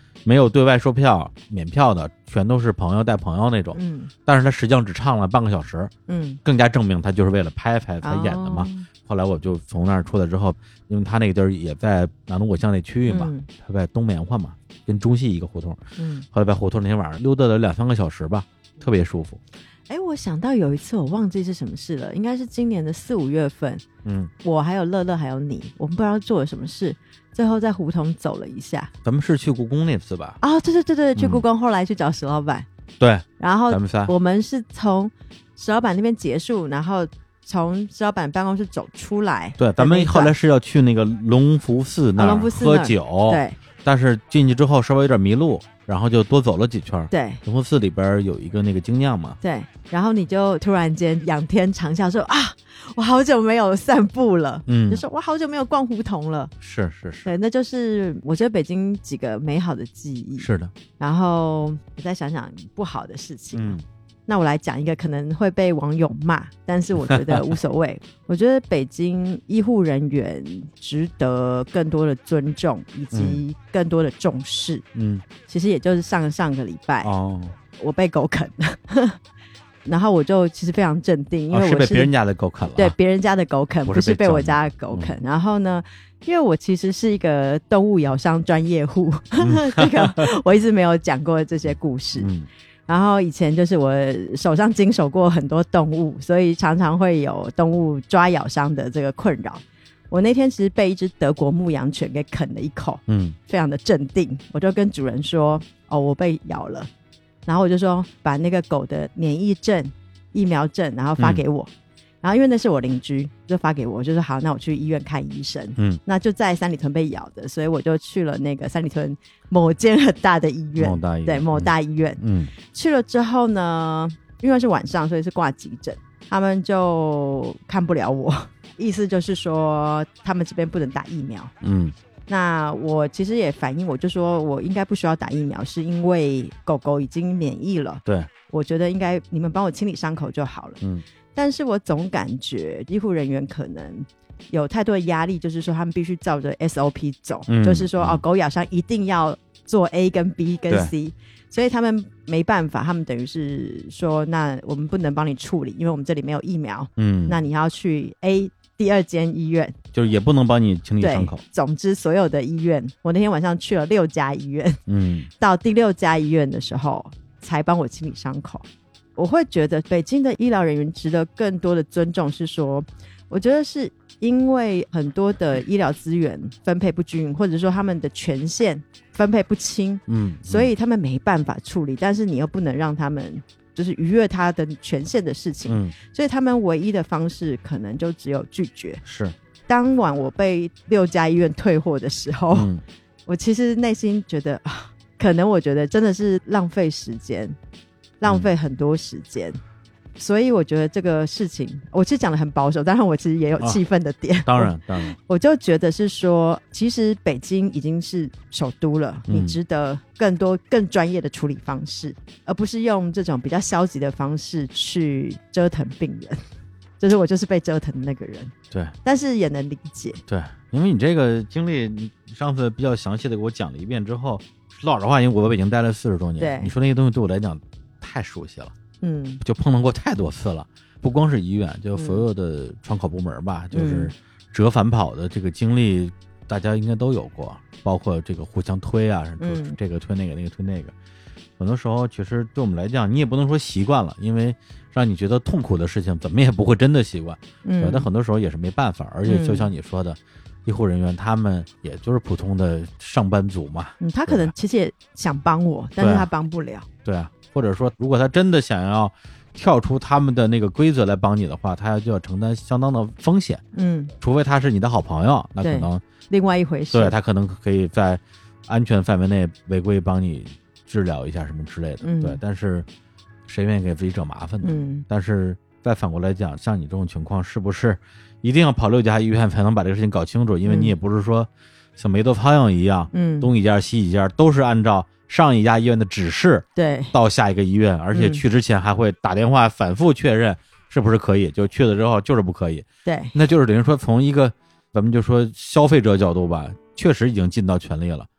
没有对外售票免票的，全都是朋友带朋友那种。但是他实际上只唱了半个小时，更加证明他就是为了拍才演的嘛。后来我就从那儿出来之后，因为他那个地儿也在南锣鼓巷那区域嘛，他在东棉花嘛，跟中戏一个胡同。后来在胡同那天晚上溜达了2-3个小时吧，特别舒服。 我想到有一次我忘记是什么事了，应该是今年的4-5月份。我还有乐乐还有你，我们不知道做了什么事，最后在胡同走了一下。 咱们是去故宫那次吧？ 对，去故宫，后来去找石老板。 对， 然后咱们仨， 我们是从石老板那边结束，然后从石老板办公室走出来。 对，咱们后来是要去那个隆福寺那儿喝酒。 对， 但是进去之后稍微有点迷路，然后就多走了几圈。 对， 隆福寺里边有一个那个精酿嘛。 对，然后你就突然间仰天长啸说我好久没有散步了。就说我好久没有逛胡同了。 是。 对，那就是我觉得北京几个美好的记忆。 是的。 然后我再想想不好的事情。那我来讲一个可能会被网友骂，但是我觉得无所谓。我觉得北京医护人员值得更多的尊重以及更多的重视。其实也就是上个礼拜，我被狗啃了。然后我就其实非常镇定，因为我是被别人家的狗啃了。 对，别人家的狗啃，不是被我家的狗啃。然后呢，因为我其实是一个动物咬伤专业户，这个我一直没有讲过这些故事。然后以前就是我手上经手过很多动物，所以常常会有动物抓咬伤的这个困扰。我那天其实被一只德国牧羊犬给啃了一口，非常的镇定。我就跟主人说，我被咬了。然后我就说把那个狗的免疫证、疫苗证，然后发给我。然后因为那是我邻居，就发给我，就说好，那我去医院看医生。那就在三里屯被咬的，所以我就去了那个三里屯某间很大的医院，某大医院。去了之后呢，因为是晚上，所以是挂急诊，他们就看不了我，意思就是说他们这边不能打疫苗。那我其实也反映，我就说我应该不需要打疫苗，是因为狗狗已经免疫了。 对， 我觉得应该你们帮我清理伤口就好了。但是我总感觉医护人员可能有太多的压力，就是说他们必须照着 SOP 走，就是说狗咬伤一定要做 A 跟 B 跟 C， 所以他们没办法，他们等于是说那我们不能帮你处理，因为我们这里没有疫苗。那你要去 A 第2间医院， 就是也不能帮你清理伤口。 总之所有的医院，我那天晚上去了6家医院，到第6家医院的时候才帮我清理伤口。我会觉得北京的医疗人员值得更多的尊重，是说我觉得是因为很多的医疗资源分配不均，或者说他们的权限分配不清，所以他们没办法处理，但是你又不能让他们就是逾越他的权限的事情，所以他们唯一的方式可能就只有拒绝。 是当晚我被6家医院退货的时候，我其实内心觉得可能我觉得真的是浪费时间，浪费很多时间。所以我觉得这个事情我其实讲得很保守，当然我其实也有气愤的点。 当然我就觉得是说其实北京已经是首都了，你值得更多更专业的处理方式，而不是用这种比较消极的方式去折腾病人。就是我就是被折腾的那个人。对，但是也能理解。对， 因为你这个经历你上次比较详细的给我讲了一遍之后，说老实话，因为我在北京待了40多年，对，你说那些东西对我来讲太熟悉了，就碰到过太多次了。不光是医院，就所有的窗口部门吧，就是折返跑的这个经历，大家应该都有过，包括这个互相推啊，这个推那个，那个推那个。很多时候其实对我们来讲，你也不能说习惯了，因为让你觉得痛苦的事情怎么也不会真的习惯，但很多时候也是没办法。而且就像你说的，医护人员他们也就是普通的上班族嘛， 他可能其实也想帮我，但是他帮不了。 对啊，或者说如果他真的想要跳出他们的那个规则来帮你的话，他就要承担相当的风险。除非他是你的好朋友，那可能另外一回事。 对，他可能可以在安全范围内违规帮你治疗一下什么之类的。对，但是谁愿意给自己找麻烦呢？但是再反过来讲，像你这种情况，是不是一定要跑6家医院才能把这个事情搞清楚？因为你也不是说像梅多苍蝇一样，东一家西一家，都是按照上一家医院的指示对到下一个医院，而且去之前还会打电话反复确认是不是可以，就去了之后就是不可以。 对， 那就是等于说从一个咱们就说消费者角度吧，确实已经尽到全力了，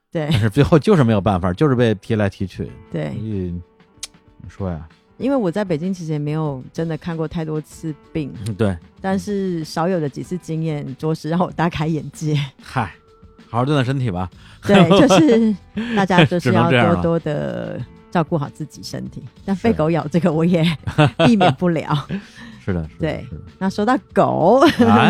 对， 但是最后就是没有办法，就是被踢来踢去。 对， 你说呀， 因为我在北京其实也没有真的看过太多次病， 对， 但是少有的几次经验着实让我大开眼界。 嗨，好好锻炼身体吧。 对，就是大家就是要多多的照顾好自己身体，但被狗咬这个我也避免不了。 是的， 对。那说到狗，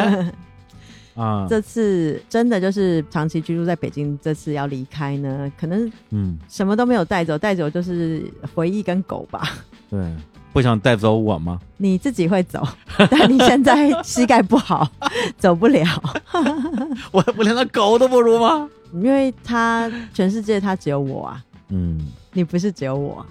这次真的就是长期居住在北京，这次要离开呢，可能什么都没有带走，带走就是回忆跟狗吧。 对，不想带走我吗？ 你自己会走，但你现在膝盖不好，走不了。 我连那狗都不如吗？ 因为他全世界他只有我啊。你不是只有我。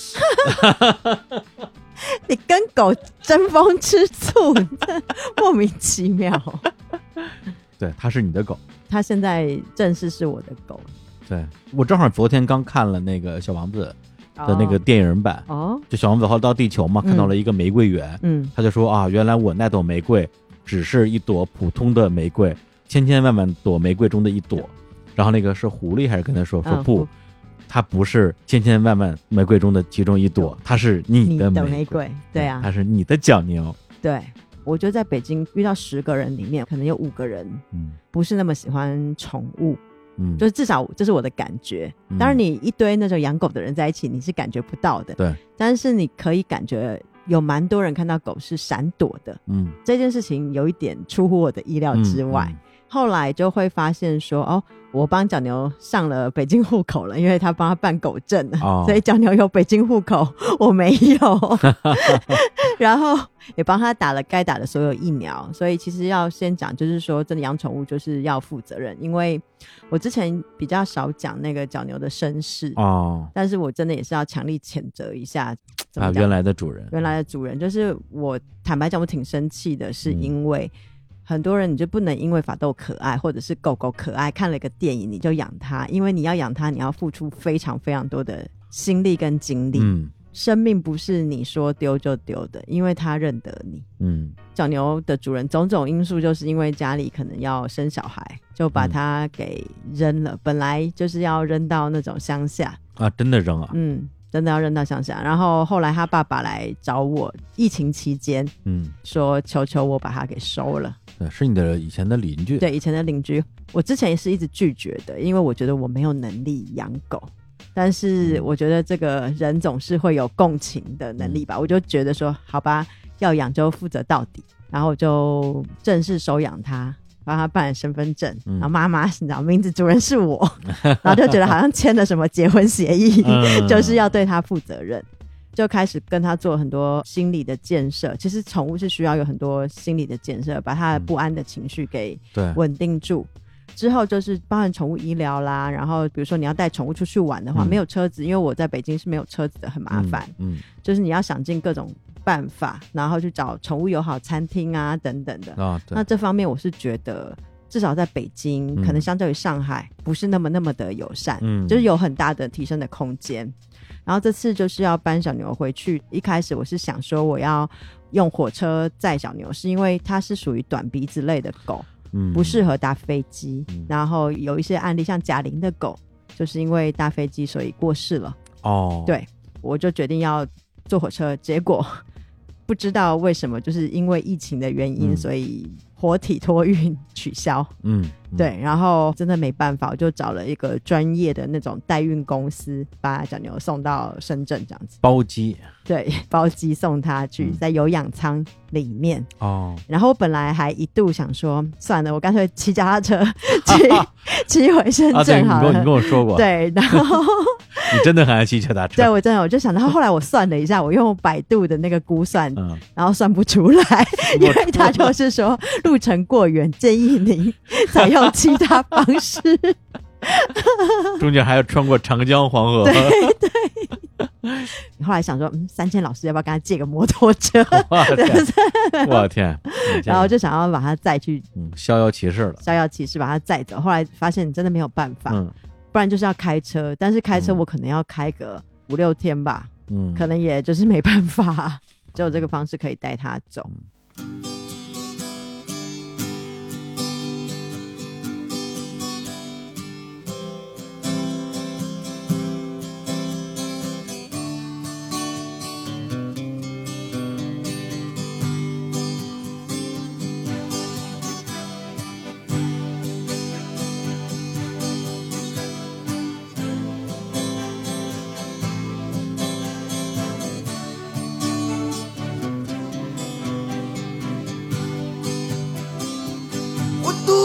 你跟狗争风吃醋，莫名其妙。 对，它是你的狗， 它现在正式是我的狗。 对，我正好昨天刚看了那个小王子的那个电影版，就小王子后来到地球嘛，看到了一个玫瑰园，他就说啊，原来我那朵玫瑰只是一朵普通的玫瑰，千千万万朵玫瑰中的一朵。然后那个是狐狸还是跟他说不，它不是千千万万玫瑰中的其中一朵，它是你的玫瑰。对啊，它是你的脚牛。对， 我觉得在北京遇到10个人里面，可能有5个人不是那么喜欢宠物。就是至少这是我的感觉。当然你一堆那种养狗的人在一起，你是感觉不到的。对，但是你可以感觉有蛮多人看到狗是闪躲的。这件事情有一点出乎我的意料之外。后来就会发现说，我帮脚牛上了北京户口了，因为他帮他办狗证了，所以脚牛有北京户口，我没有。然后也帮他打了该打的所有疫苗。所以其实要先讲，就是说真的养宠物就是要负责任。因为我之前比较少讲那个脚牛的身世，但是我真的也是要强力谴责一下原来的主人。就是我坦白讲我挺生气的，是因为很多人你就不能因为法斗可爱或者是狗狗可爱看了一个电影你就养它，因为你要养它你要付出非常非常多的心力跟精力。生命不是你说丢就丢的，因为它认得你。小牛的主人种种因素就是因为家里可能要生小孩，就把它给扔了。本来就是要扔到那种乡下啊，真的扔啊？ 真的要扔到乡下。然后后来他爸爸来找我，疫情期间说求求我把他给收了。 对，是你的以前的邻居。 对，以前的邻居。我之前也是一直拒绝的，因为我觉得我没有能力养狗。但是我觉得这个人总是会有共情的能力吧，我就觉得说好吧，要养就负责到底。然后我就正式收养他，帮他办了身份证，然后妈妈你知道名字主人是我，然后就觉得好像签了什么结婚协议，就是要对他负责任，就开始跟他做很多心理的建设。其实宠物是需要有很多心理的建设，把他的不安的情绪给稳定住。之后就是包含宠物医疗啦，然后比如说你要带宠物出去玩的话，没有车子，因为我在北京是没有车子的，很麻烦。就是你要想尽各种办法，然后去找宠物友好餐厅啊等等的。那这方面我是觉得至少在北京可能相较于上海不是那么的友善，就是有很大的提升的空间。然后这次就是要搬小牛回去，一开始我是想说我要用火车载小牛，是因为它是属于短鼻子类的狗，不适合搭飞机。然后有一些案例像贾玲的狗就是因为搭飞机所以过世了。对，我就决定要坐火车，结果不知道为什么就是因为疫情的原因，所以活体托运取消。对，然后真的没办法，我就找了一个专业的那种代运公司把小牛送到深圳这样子， 包机。 对，包机送他去，在有氧舱里面。然后我本来还一度想说算了，我干脆骑脚踏车骑回深圳好了。 你跟我说过。对， 然后你真的很爱骑脚踏车。 对，我就想到后来我算了一下，我用百度的那个估算，然后算不出来，因为他就是说路程过远，建议您采用其他方式。 中间还要穿过长江黄河。 对对。后来想说3000老师要不要跟他借个摩托车。 我的天。 然后就想要把他载去逍遥骑士了， 逍遥骑士把他载走。后来发现真的没有办法，不然就是要开车，但是开车我可能要开个5-6天吧，可能也就是没办法，只有这个方式可以带他走。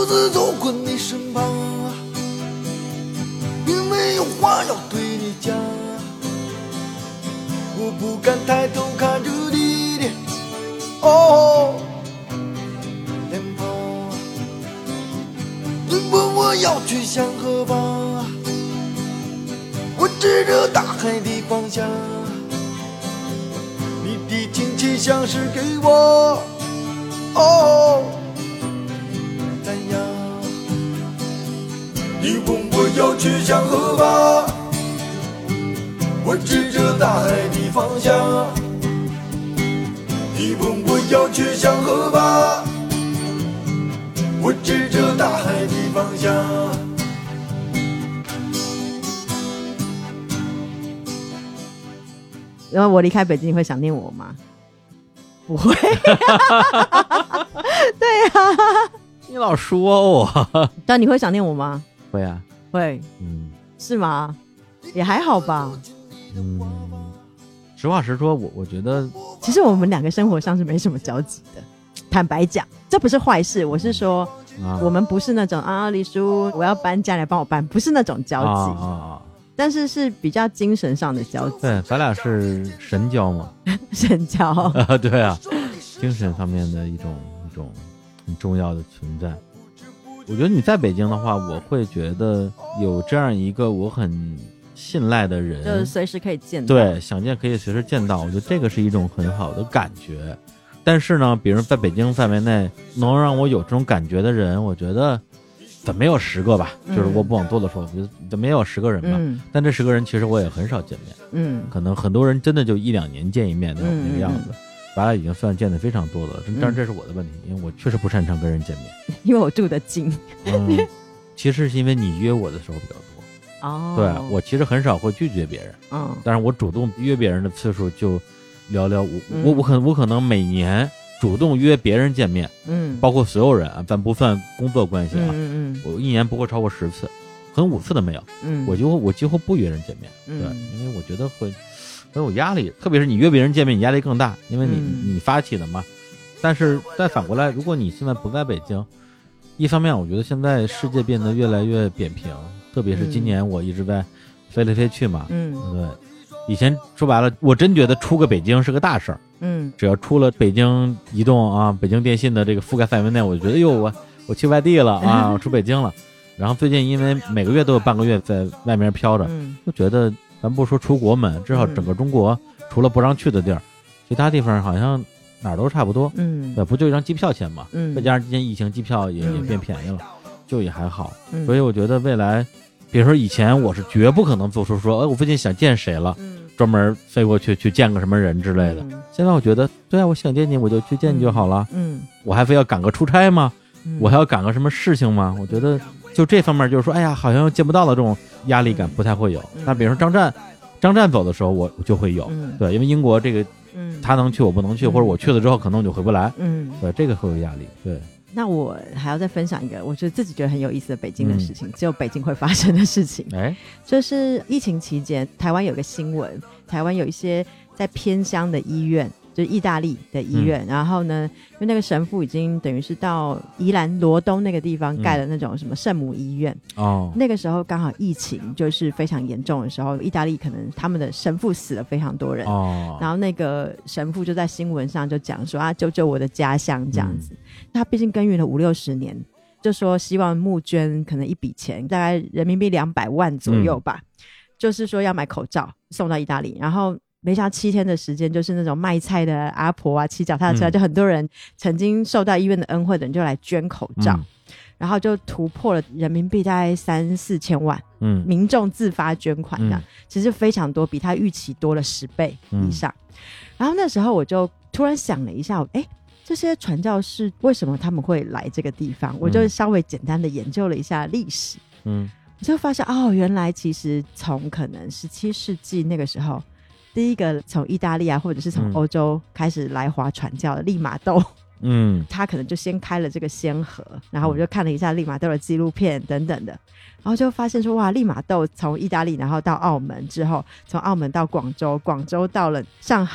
独自走过你身旁，并没有话要对你讲，我不敢抬头看着你的脸庞。你问我要去向何方，我指着大海的方向，你的亲切像是给我赞扬。你问我要去向何方，我指着大海的方向。你问我要去向何方，我指着大海的方向。 然后我离开北京，你会想念我吗？不会。对啊， 你老说我。 但你会想念我吗？ 会啊。 会。是吗？也还好吧。 实话实说，我觉得其实我们两个生活上是没什么交集的。坦白讲，这不是坏事，我是说我们不是那种李叔我要搬家来帮我搬，不是那种交集。但是是比较精神上的交集。 对，咱俩是神交嘛。 神交。 对啊，精神上面的一种很重要的存在。我觉得你在北京的话，我会觉得有这样一个我很信赖的人， 就是随时可以见到。 对，想见可以随时见到，我觉得这个是一种很好的感觉。但是呢，比如在北京范围内能让我有这种感觉的人，我觉得怎么也有10个吧，就是我不往多的说，我觉得怎么也有10个人吧。但这10个人其实我也很少见面。可能很多人真的就1-2年见一面那个样子。咱俩已经算见的非常多了，但是这是我的问题，因为我确实不擅长跟人见面。 因为我住得近。 其实是因为你约我的时候比较多。对，我其实很少会拒绝别人。但是我主动约别人的次数就寥寥我可能每年主动约别人见面，包括所有人啊，咱不算工作关系啊，我一年不会超过10次，可能5次都没有。我几乎不约人见面。对，因为我觉得会很有压力，特别是你约别人见面，你压力更大，因为你发起的嘛。但是再反过来，如果你现在不在北京，一方面我觉得现在世界变得越来越扁平，特别是今年我一直在飞来飞去嘛。对，以前说白了，我真觉得出个北京是个大事儿。只要出了北京移动啊，北京电信的这个覆盖范围内，我就觉得哟，我去外地了啊，我出北京了。然后最近因为每个月都有半个月在外面飘着，就觉得咱不说出国门，至少整个中国除了不让去的地儿，其他地方好像哪儿都差不多。对，不就一张机票钱嘛。再加上今年疫情，机票也变便宜了，就也还好。所以我觉得未来，比如说以前我是绝不可能做出说，我最近想见谁了，专门飞过去见个什么人之类的。现在我觉得，对啊，我想见你，我就去见你就好了。我还非要赶个出差吗？我还要赶个什么事情吗？我觉得就这方面就是说，哎呀，好像见不到了，这种压力感不太会有。那比如说张湛走的时候，我就会有。对，因为英国这个，他能去我不能去，或者我去了之后可能我就回不来。对，这个会有压力。对。 那我还要再分享一个我自己觉得很有意思的北京的事情，只有北京会发生的事情。就是疫情期间台湾有个新闻，台湾有一些在偏乡的医院，就是意大利的医院，然后呢因为那个神父已经等于是到宜兰罗东那个地方盖了那种什么圣母医院。那个时候刚好疫情就是非常严重的时候，意大利可能他们的神父死了非常多人。然后那个神父就在新闻上就讲说救救我的家乡这样子。他毕竟耕耘了50-60年，就说希望募捐可能一笔钱大概人民币200万左右吧，就是说要买口罩送到意大利。然后没想到7天的时间，就是那种卖菜的阿婆啊，骑脚踏车，就很多人曾经受到医院的恩惠的人就来捐口罩。然后就突破了人民币大概3-4千万。民众自发捐款的，其实非常多，比他预期多了10倍以上。然后那时候我就突然想了一下，这些传教士为什么他们会来这个地方？我就稍微简单的研究了一下历史。我就发现原来其实从可能17世纪那个时候，第一个从意大利啊或者是从欧洲开始来华传教的利玛窦，他可能就先开了这个先河。然后我就看了一下利玛窦的纪录片等等的，然后就发现说，哇，利玛窦从意大利然后到澳门之后，从澳门到广州，广州到了上海，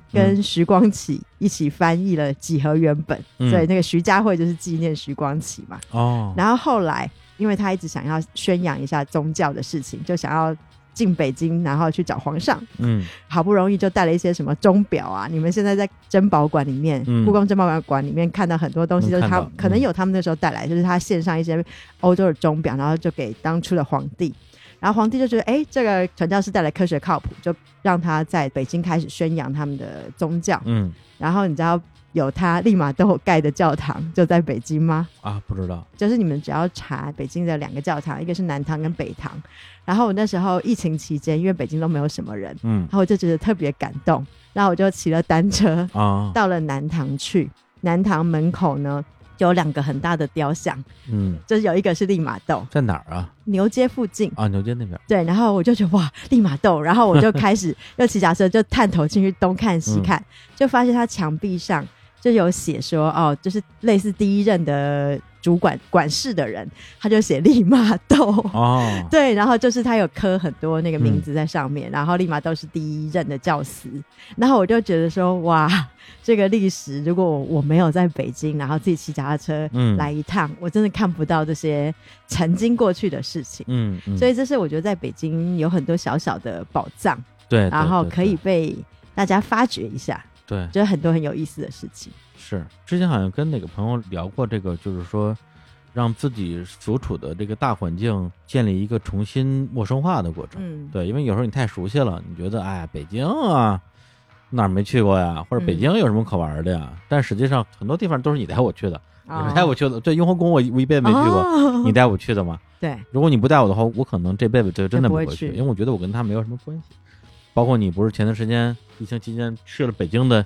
跟徐光启一起翻译了几何原本，所以那个徐家汇就是纪念徐光启嘛。然后后来因为他一直想要宣扬一下宗教的事情，就想要进北京，然后去找皇上。好不容易就带了一些什么钟表啊，你们现在在珍宝馆里面，故宫珍宝馆里面看到很多东西，就是他可能有他们那时候带来，就是他献上一些欧洲的钟表，然后就给当初的皇帝。然后皇帝就觉得这个传教士带来科学靠谱，就让他在北京开始宣扬他们的宗教。然后你知道有他利玛窦盖的教堂就在北京吗？ 不知道。 就是你们只要查北京的2个教堂，一个是南堂跟北堂。然后我那时候疫情期间，因为北京都没有什么人，然后我就觉得特别感动，然后我就骑了单车到了南堂去。南堂门口呢就有2个很大的雕像，就是有一个是利玛窦。 在哪儿啊？ 牛街附近牛街那边。对， 然后我就觉得哇，利玛窦，然后我就开始又骑脚车就探头进去东看西看，就发现他墙壁上就有写说就是类似第一任的主管事的人，他就写利玛窦。对，然后就是他有刻很多那个名字在上面，然后利玛窦是第一任的教司。然后我就觉得说哇，这个历史如果我没有在北京，然后自己骑脚踏车来一趟，我真的看不到这些曾经过去的事情。所以这是我觉得在北京有很多小小的宝藏， 对， 然后可以被大家发掘一下。 对， 就是很多很有意思的事情。 是，之前好像跟哪个朋友聊过这个，就是说让自己所处的这个大环境建立一个重新陌生化的过程。对，因为有时候你太熟悉了，你觉得北京啊哪儿没去过呀，或者北京有什么可玩的呀，但实际上很多地方都是你带我去的。你带我去的。对，雍和宫我一辈子没去过，你带我去的嘛。 对， 如果你不带我的话，我可能这辈子就真的不会去，因为我觉得我跟他没有什么关系。包括你不是前段时间疫情期间去了北京的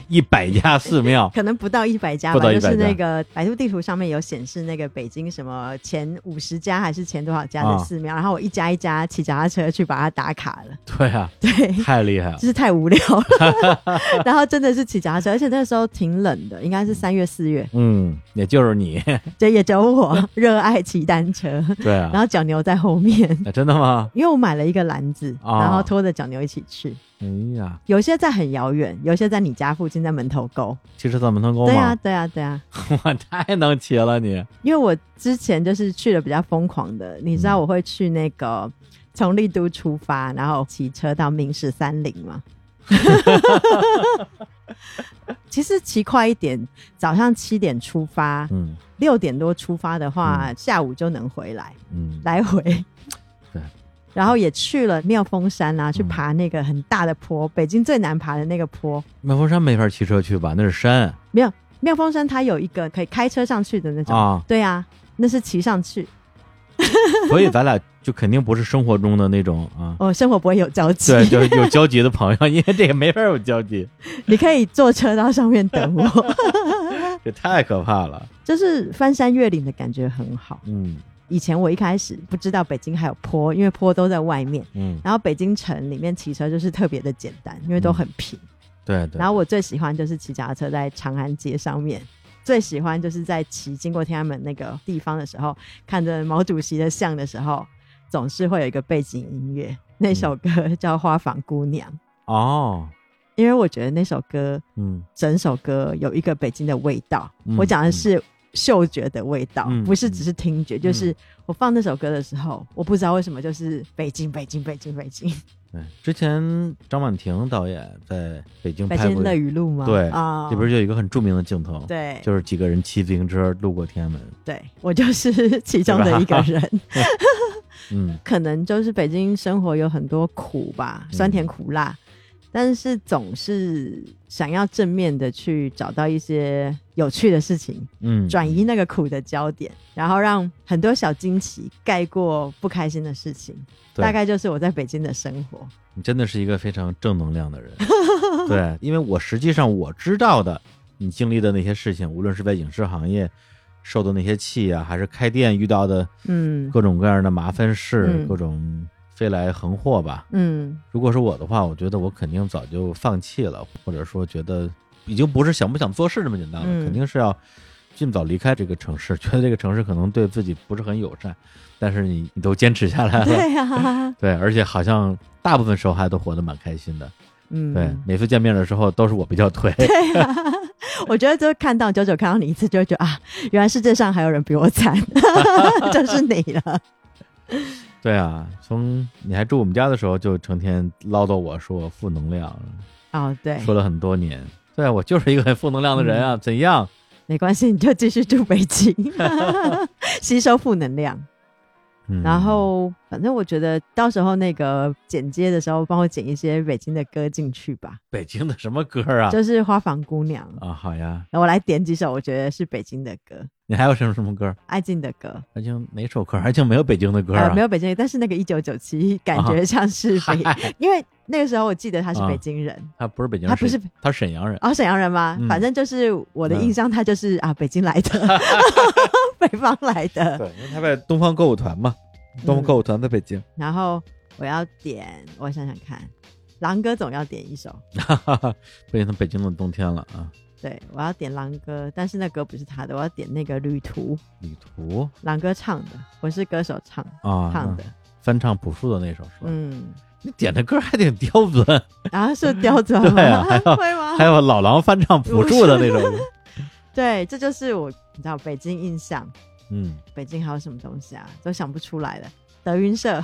100家寺庙可能不到100家吧，就是那个百度地图上面有显示那个北京什么前50家还是前多少家的寺庙，然后我一家一家骑脚踏车去把它打卡了。 对啊， 对， 太厉害了， 就是太无聊了然后真的是骑脚踏车，而且那时候挺冷的，应该是3月4月。 也就是你， 对，也只有我热爱骑单车。 对啊， 然后脚牛在后面。 真的吗？ 因为我买了一个篮子，然后拖着脚牛一起去。 哎呀， 有些在很遥远，有些在你家附近，在门头沟。 骑车到门头沟吗？ 对啊哇，太能骑了你。 因为我之前就是去了比较疯狂的，你知道我会去那个从丽都出发，然后骑车到明石山林吗？其实骑快一点，早上7点出发，6点多出发的话，下午就能回来，来回。 对， 然后也去了妙峰山啊，去爬那个很大的坡，北京最难爬的那个坡。 妙峰山没法骑车去吧？那是山。 没有，妙峰山它有一个可以开车上去的那种。对啊，那是骑上去。 所以咱俩就肯定不是生活中的那种生活不会有交集。 对，就有交集的朋友，因为这个没法有交集。 你可以坐车到上面等我。 这太可怕了， 就是翻山越岭的感觉很好。以前我一开始不知道北京还有坡，因为坡都在外面。然后北京城里面骑车就是特别的简单，因为都很平。对。然后我最喜欢就是骑脚踏车在长安街上面。最喜欢就是在骑经过天安门那个地方的时候，看着毛主席的像的时候，总是会有一个背景音乐，那首歌叫《花房姑娘》。因为我觉得那首歌整首歌有一个北京的味道。我讲的是嗅觉的味道，不是只是听觉。就是我放那首歌的时候，我不知道为什么就是北京。 对，之前张婉婷导演在北京拍过 《乐语录》吗？ 对里边就有一个很著名的镜头， 对， 就是几个人骑自行车路过天安门。 对，我就是其中的一个人。可能就是北京生活有很多苦吧，酸甜苦辣，但是总是想要正面的去找到一些有趣的事情，转移那个苦的焦点，然后让很多小惊喜盖过不开心的事情。大概就是我在北京的生活。 你真的是一个非常正能量的人。对，因为我实际上我知道的你经历的那些事情，无论是在影视行业受的那些气啊，还是开店遇到的各种各样的麻烦事，各种飞来横祸吧。如果是我的话，我觉得我肯定早就放弃了，或者说觉得已经不是想不想做事这么简单了，肯定是要尽早离开这个城市，觉得这个城市可能对自己不是很友善，但是你都坚持下来了。 对啊， 对，而且好像大部分时候还都活得蛮开心的。 对，每次见面的时候都是我比较颓。 对啊，我觉得就看到久久看到你一次，就会觉得啊，原来世界上还有人比我惨，就是你了。 对啊，从你还住我们家的时候，就成天唠叨我说我负能量。 哦，对， 说了很多年。对，我就是一个很负能量的人啊，怎样？ 没关系，你就继续住北京，吸收负能量。然后反正我觉得到时候那个剪接的时候帮我剪一些北京的歌进去吧。 北京的什么歌啊？ 就是花房姑娘啊。好呀， 我来点几首我觉得是北京的歌。 你还有什么歌？ 爱静的歌。 爱静哪首歌？爱静没有北京的歌啊。 没有北京的，但是那个1997感觉像是因为那个时候我记得他是北京人。 他不是北京人， 他不是， 他沈阳人。 哦，沈阳人吗？反正就是我的印象他就是北京来的。北方来的。 对，因为他在东方歌舞团嘛。东方歌舞团在北京。 然后我要点，我想想看，狼哥总要点一首。 变成北京的冬天了啊。 对，我要点狼哥，但是那歌不是他的，我要点那个旅途。 旅途， 狼哥唱的，我是歌手唱的， 翻唱朴树的那首是吧？你点的歌还挺刁钻。 啊，是刁钻吗？ 对啊， 会吗？ 还有老狼翻唱朴树的那首歌。 对，这就是我你知道北京印象。北京还有什么东西啊？都想不出来了。德云社。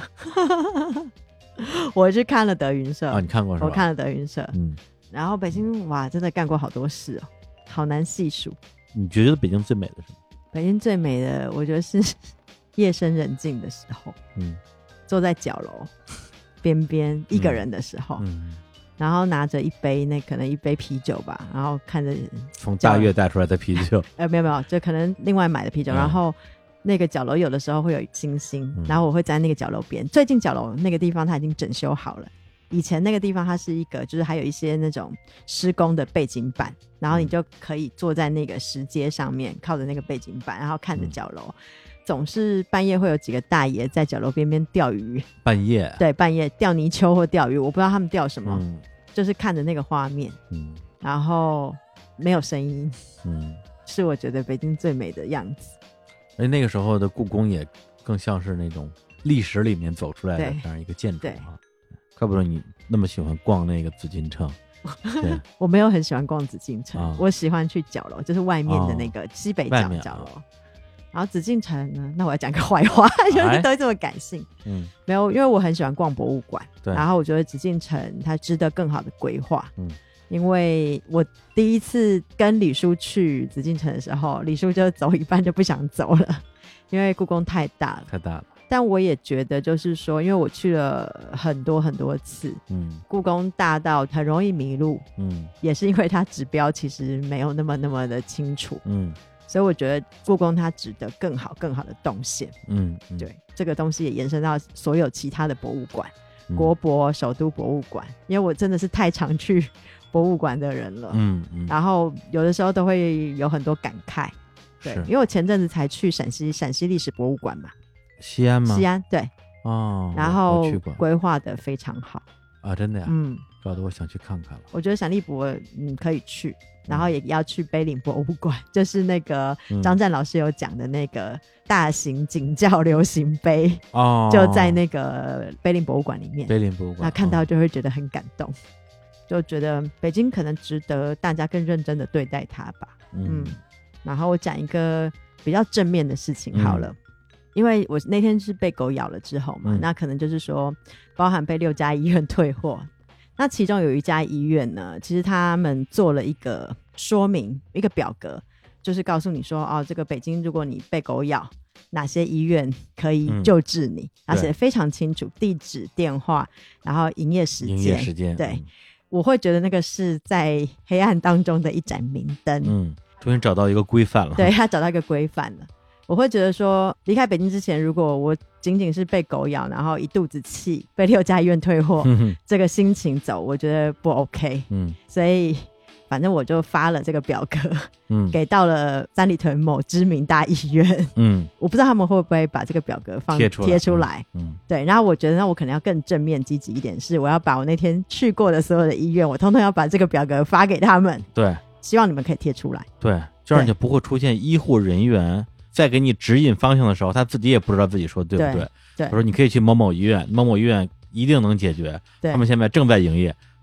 我去看了德云社。 啊，你看过是吧？ 我看了德云社。然后北京哇，真的干过好多事哦，好难细数。你觉得北京最美的是什么？ 北京最美的，我觉得是夜深人静的时候，坐在角楼边边一个人的时候，然后拿着一杯可能一杯啤酒吧，然后看着从大悦带出来的啤酒。 没有，就可能另外买的啤酒，然后那个角楼有的时候会有星星，然后我会在那个角楼边。最近角楼那个地方它已经整修好了。以前那个地方它是一个就是还有一些那种施工的背景板，然后你就可以坐在那个石阶上面，靠着那个背景板，然后看着角楼。总是半夜会有几个大爷在角楼边边钓鱼。半夜？对，半夜钓泥鳅或钓鱼，我不知道他们钓什么，就是看着那个画面，然后没有声音，是我觉得北京最美的样子。而那个时候的故宫也更像是那种历史里面走出来的这样一个建筑啊。怪不得你那么喜欢逛那个紫禁城。对，我没有很喜欢逛紫禁城，我喜欢去角楼，就是外面的那个西北角角楼。然后紫禁城呢，那我要讲个坏话，就是都这么感性。没有，因为我很喜欢逛博物馆，然后我觉得紫禁城它值得更好的规划。因为我第一次跟李叔去紫禁城的时候，李叔就走一半就不想走了，因为故宫太大了。但我也觉得就是说，因为我去了很多很多次，故宫大到很容易迷路，也是因为它指标其实没有那么的清楚，所以我觉得故宫它值得更好的动线。对，这个东西也延伸到所有其他的博物馆，国博、首都博物馆，因为我真的是太常去博物馆的人了，然后有的时候都会有很多感慨。对，因为我前阵子才去陕西历史博物馆嘛。西安吗？西安，对。然后规划的非常好啊，真的呀。搞得我想去看看了。我觉得陕历博可以去，然后也要去碑林博物馆，就是那个张湛老师有讲的那个大型景教流行碑，就在那个碑林博物馆里面。碑林博物馆，那看到就会觉得很感动，就觉得北京可能值得大家更认真的对待它吧。然后我讲一个比较正面的事情好了。因为我那天是被狗咬了之后嘛，那可能就是说包含被6家医院退货，那其中有一家医院呢，其实他们做了一个说明，一个表格，就是告诉你说这个北京如果你被狗咬，哪些医院可以救治你，而且非常清楚地址、电话，然后营业时间。对，我会觉得那个是在黑暗当中的一盏明灯。终于找到一个规范了。对，他找到一个规范了。我会觉得说离开北京之前，如果我仅仅是被狗咬然后一肚子气被6家医院退货，这个心情走我觉得不 OK。所以反正我就发了这个表格，给到了三里屯某知名大医院。我不知道他们会不会把这个表格贴出来。对，然后我觉得那我可能要更正面积极一点，是我要把我那天去过的所有的医院，我通通要把这个表格发给他们。对，希望你们可以贴出来。对，这样就不会出现医护人员在给你指引方向的时候，他自己也不知道自己说对不对。对，他说你可以去某某医院，某某医院一定能解决，他们现在正在营业，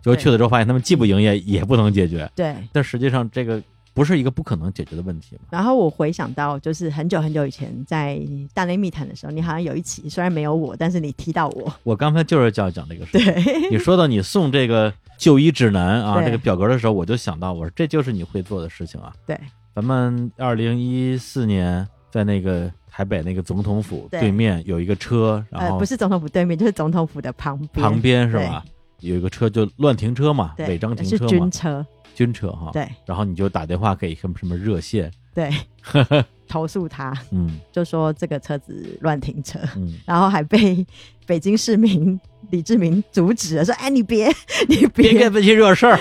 结果去了之后发现他们既不营业也不能解决。 对， 但实际上这个不是一个不可能解决的问题嘛。 然后我回想到就是很久很久以前在大内密谈的时候，你好像有一期虽然没有我，但是你提到我刚才就是要讲这个事。 对， 你说到你送这个就医指南啊， 对这个表格的时候，我就想到我说这就是你会做的事情啊。 对， 咱们2014年在那个台北那个总统府对面有一个车，然后不是总统府对面，就是总统府的旁边是吧？有一个车就乱停车嘛，违章停车嘛， 是军车哈。 对， 然后你就打电话给什么热线， 对，投诉他，就说这个车子乱停车，然后还被北京市民李志明阻止了，说哎你别干这些热事儿。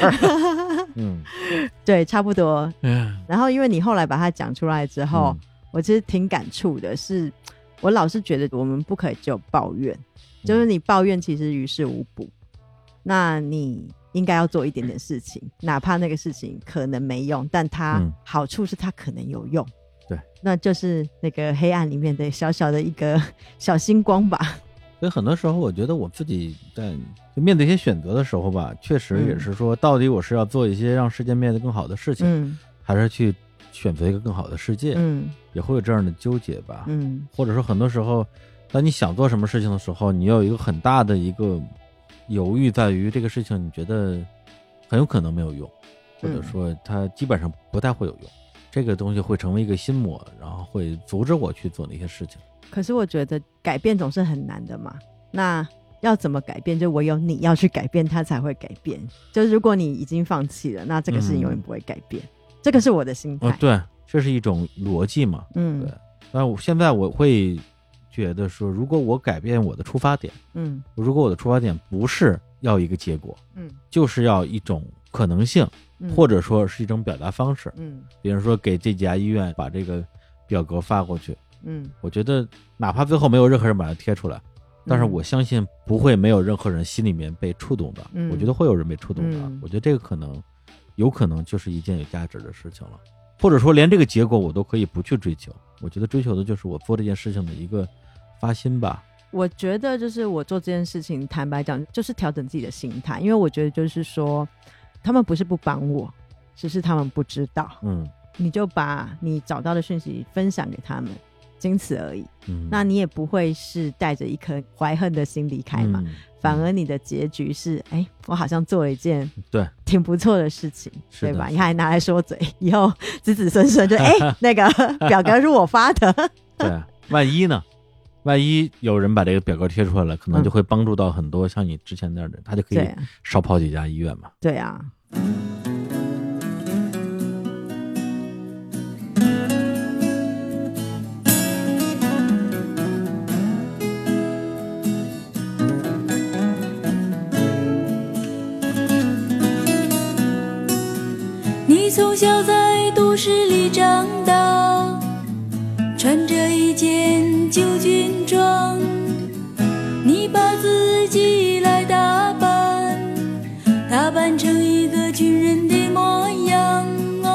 对，差不多。然后因为你后来把它讲出来之后，我其实挺感触的，是我老是觉得我们不可以只有抱怨，就是你抱怨其实于事无补，那你应该要做一点点事情，哪怕那个事情可能没用，但它好处是它可能有用。 对， 那就是那个黑暗里面的小小的一个小星光吧。 所以很多时候我觉得我自己在就面对一些选择的时候吧，确实也是说到底我是要做一些让世界变得更好的事情，还是去选择一个更好的世界，也会有这样的纠结吧。或者说很多时候当你想做什么事情的时候，你有一个很大的一个犹豫在于这个事情你觉得很有可能没有用，或者说它基本上不太会有用，这个东西会成为一个心魔，然后会阻止我去做那些事情。 可是我觉得改变总是很难的嘛，那要怎么改变，就唯有你要去改变它才会改变，就如果你已经放弃了，那这个事情永远不会改变，这个是我的心态。 对，这是一种逻辑嘛。对。但现在我会觉得说，如果我改变我的出发点，如果我的出发点不是要一个结果，就是要一种可能性，或者说是一种表达方式，比如说给这家医院把这个表格发过去，我觉得哪怕最后没有任何人把它贴出来，但是我相信不会没有任何人心里面被触动的，我觉得会有人被触动的，我觉得这个有可能就是一件有价值的事情了，或者说连这个结果我都可以不去追求，我觉得追求的就是我做这件事情的一个发心吧。 我觉得就是我做这件事情，坦白讲就是调整自己的心态，因为我觉得就是说他们不是不帮我，只是他们不知道，你就把你找到的讯息分享给他们，仅此而已，那你也不会是带着一颗怀恨的心离开嘛，反而你的结局是我好像做了一件对挺不错的事情，对吧？你还拿来说嘴，以后子子孙孙就那个表格是我发的。 对，万一呢？万一有人把这个表格贴出来了，可能就会帮助到很多像你之前那样的人，他就可以少跑几家医院嘛。 对啊。 你从小在都市里长大，穿着一件旧军装，你把自己来打扮成一个军人的模样，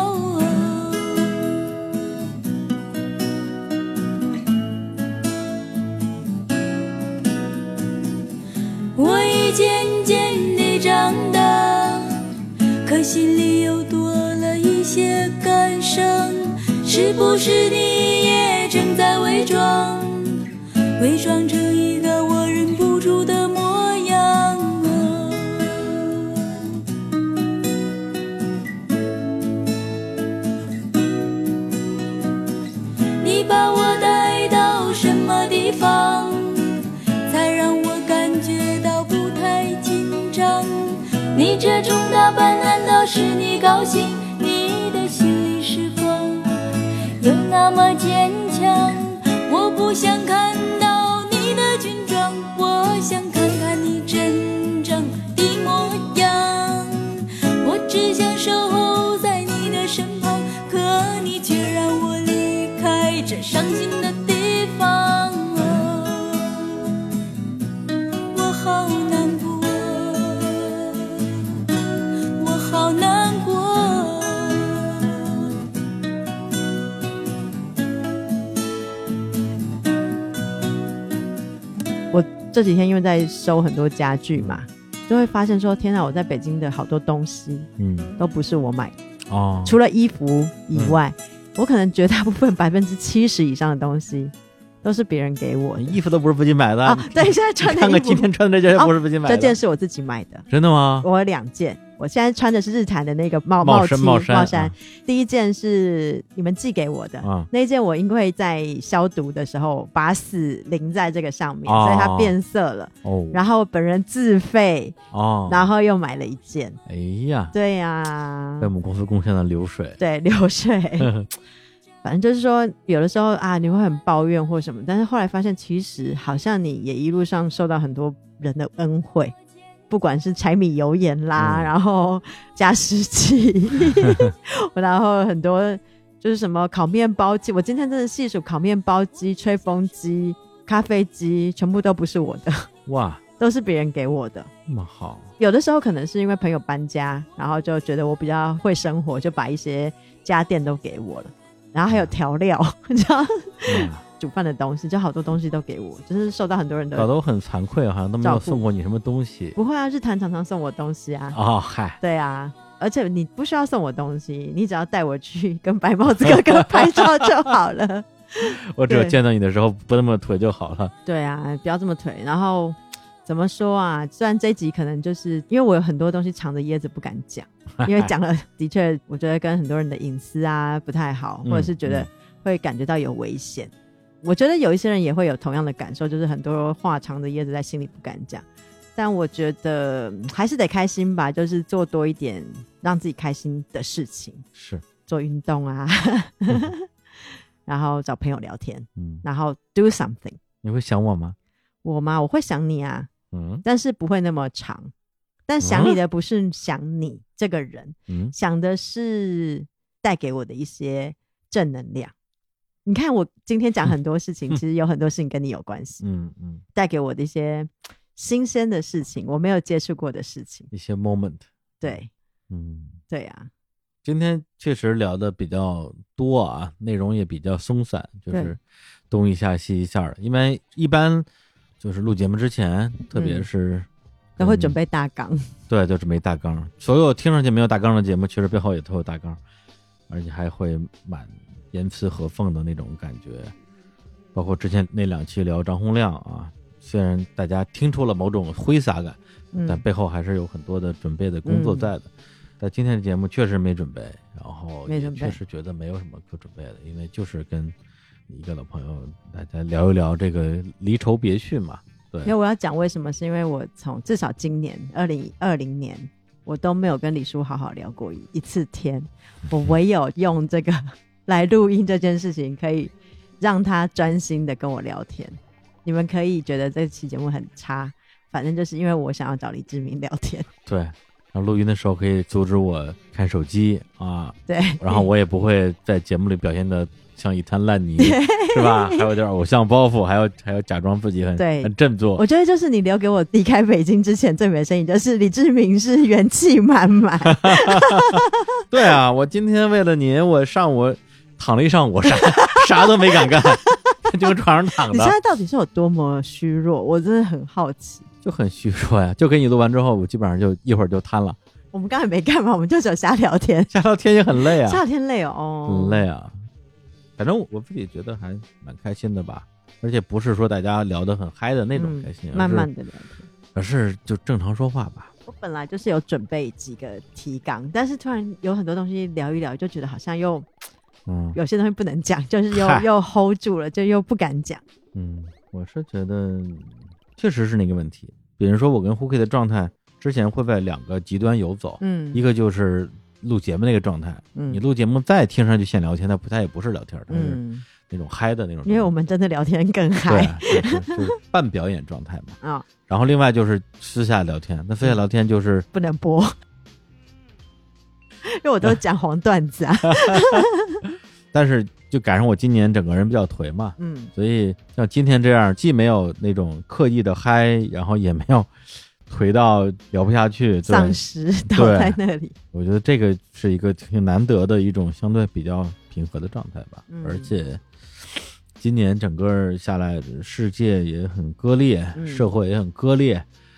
我已渐渐地长大，可心里又多了一些感伤，是不是你也正在伪装成一个我忍不住的模样你把我带到什么地方，才让我感觉到不太紧张？你这种打扮难道使你高兴？你的心里是否有那么坚强？我不想看到你的军装，我想看看你真正的模样。我只想守候在你的身旁，可你却让我离开这伤心的地方。我好难过，我好难过。 我这几天因为在收很多家具嘛， 就会发现说天哪，我在北京的好多东西都不是我买的哦，除了衣服以外，我可能绝大部分70%以上的东西都是别人给我的。 衣服都不是自己买的啊？ 对，现在穿的衣服， 看看今天穿的这件不是自己买的， 这件是我自己买的。 真的吗？ 我有2件，我现在穿的是日产的那个帽衫，第一件是你们寄给我的，那一件我因为在消毒的时候把死淋在这个上面，所以它变色了，然后本人自费然后又买了一件。 哎呀， 对呀， 为我们公司贡献了流水。 对，流水反正就是说有的时候啊你会很抱怨或什么，但是后来发现其实好像你也一路上受到很多人的恩惠，不管是柴米油盐啦，然后加湿器然后很多就是什么烤面包机，我今天真的细数，烤面包机、吹风机、咖啡机全部都不是我的。哇，都是别人给我的。 那么好。 有的时候可能是因为朋友搬家，然后就觉得我比较会生活，就把一些家电都给我了，然后还有调料你知道煮饭的东西，就好多东西都给我，就是受到很多人的。 搞得我很惭愧，好像都没有送过你什么东西。 不会啊，日坛常常送我东西啊。 哦嗨， 对啊，而且你不需要送我东西，你只要带我去跟白帽子哥哥拍照就好了我只有见到你的时候不那么腿就好了。 对啊，不要这么腿。然后怎么说啊，虽然这一集可能就是因为我有很多东西藏着掖着不敢讲因为讲了的确我觉得跟很多人的隐私啊不太好，或者是觉得会感觉到有危险。我觉得有一些人也会有同样的感受，就是很多话藏着掖着在心里不敢讲，但我觉得还是得开心吧，就是做多一点让自己开心的事情， 是做运动啊然后找朋友聊天然后 do something。 你会想我吗？ 我吗？我会想你啊但是不会那么长。但想你的不是想你这个人想的是带给我的一些正能量。你看我今天讲很多事情其实有很多事情跟你有关系带给我的一些新鲜的事情，我没有接触过的事情， 一些 moment。 对对啊， 今天确实聊的比较多啊，内容也比较松散，就是东一下西一下的。因为一般就是录节目之前特别是都会准备大纲对，就准备大纲。所有听上去没有大纲的节目其实背后也都有大纲，而且还会满言辞合缝的那种感觉。包括之前那2期聊张洪亮啊，虽然大家听出了某种挥洒感但背后还是有很多的准备的工作在的但今天的节目确实没准备，然后也确实觉得没有什么可准备的，因为就是跟一个老朋友大家聊一聊这个离愁别绪嘛。对， 因为我要讲为什么，是因为我从至少今年2020年我都没有跟李叔好好聊过一次天，我唯有用这个来录音这件事情可以让他专心的跟我聊天。你们可以觉得这期节目很差，反正就是因为我想要找李志明聊天。 对，然后录音的时候可以阻止我看手机啊， 对， 然后我也不会在节目里表现的像一滩烂泥是吧？还有点偶像包袱，还要假装自己很振作。 我觉得就是你留给我离开北京之前最美的声音就是李志明是元气满满对啊，我今天为了您我上午躺了一上午，啥都没敢干就床上躺着。 你现在到底是有多么虚弱？我真的很好奇。 就很虚弱呀，就跟你录完之后我基本上就一会儿就瘫了。 我们刚才没干嘛，我们就只有瞎聊天。 瞎聊天也很累啊。 瞎聊天累哦， 很累啊。反正我自己觉得还蛮开心的吧，而且不是说大家聊得很嗨的那种开心， 慢慢的聊天， 而是就正常说话吧。 我本来就是有准备几个提纲，但是突然有很多东西聊一聊，就觉得好像又有些东西不能讲，就是又 hold 住了，就又不敢讲。 我是觉得确实是那个问题。比如说我跟 Huki 的状态之前会在2个极端游走，一个就是录节目那个状态，你录节目再听上去像聊天，它也不是聊天，它是那种嗨的那种， 因为我们真的聊天更嗨， 对，就是半表演状态嘛。然后另外就是私下聊天，那私下聊天就是不能播，因为我都讲黄段子啊但是就赶上我今年整个人比较颓嘛，所以像今天这样既没有那种刻意的嗨，然后也没有颓到聊不下去丧尸倒在那里， 我觉得这个是一个挺难得的一种相对比较平和的状态吧。而且今年整个下来世界也很割裂，社会也很割裂，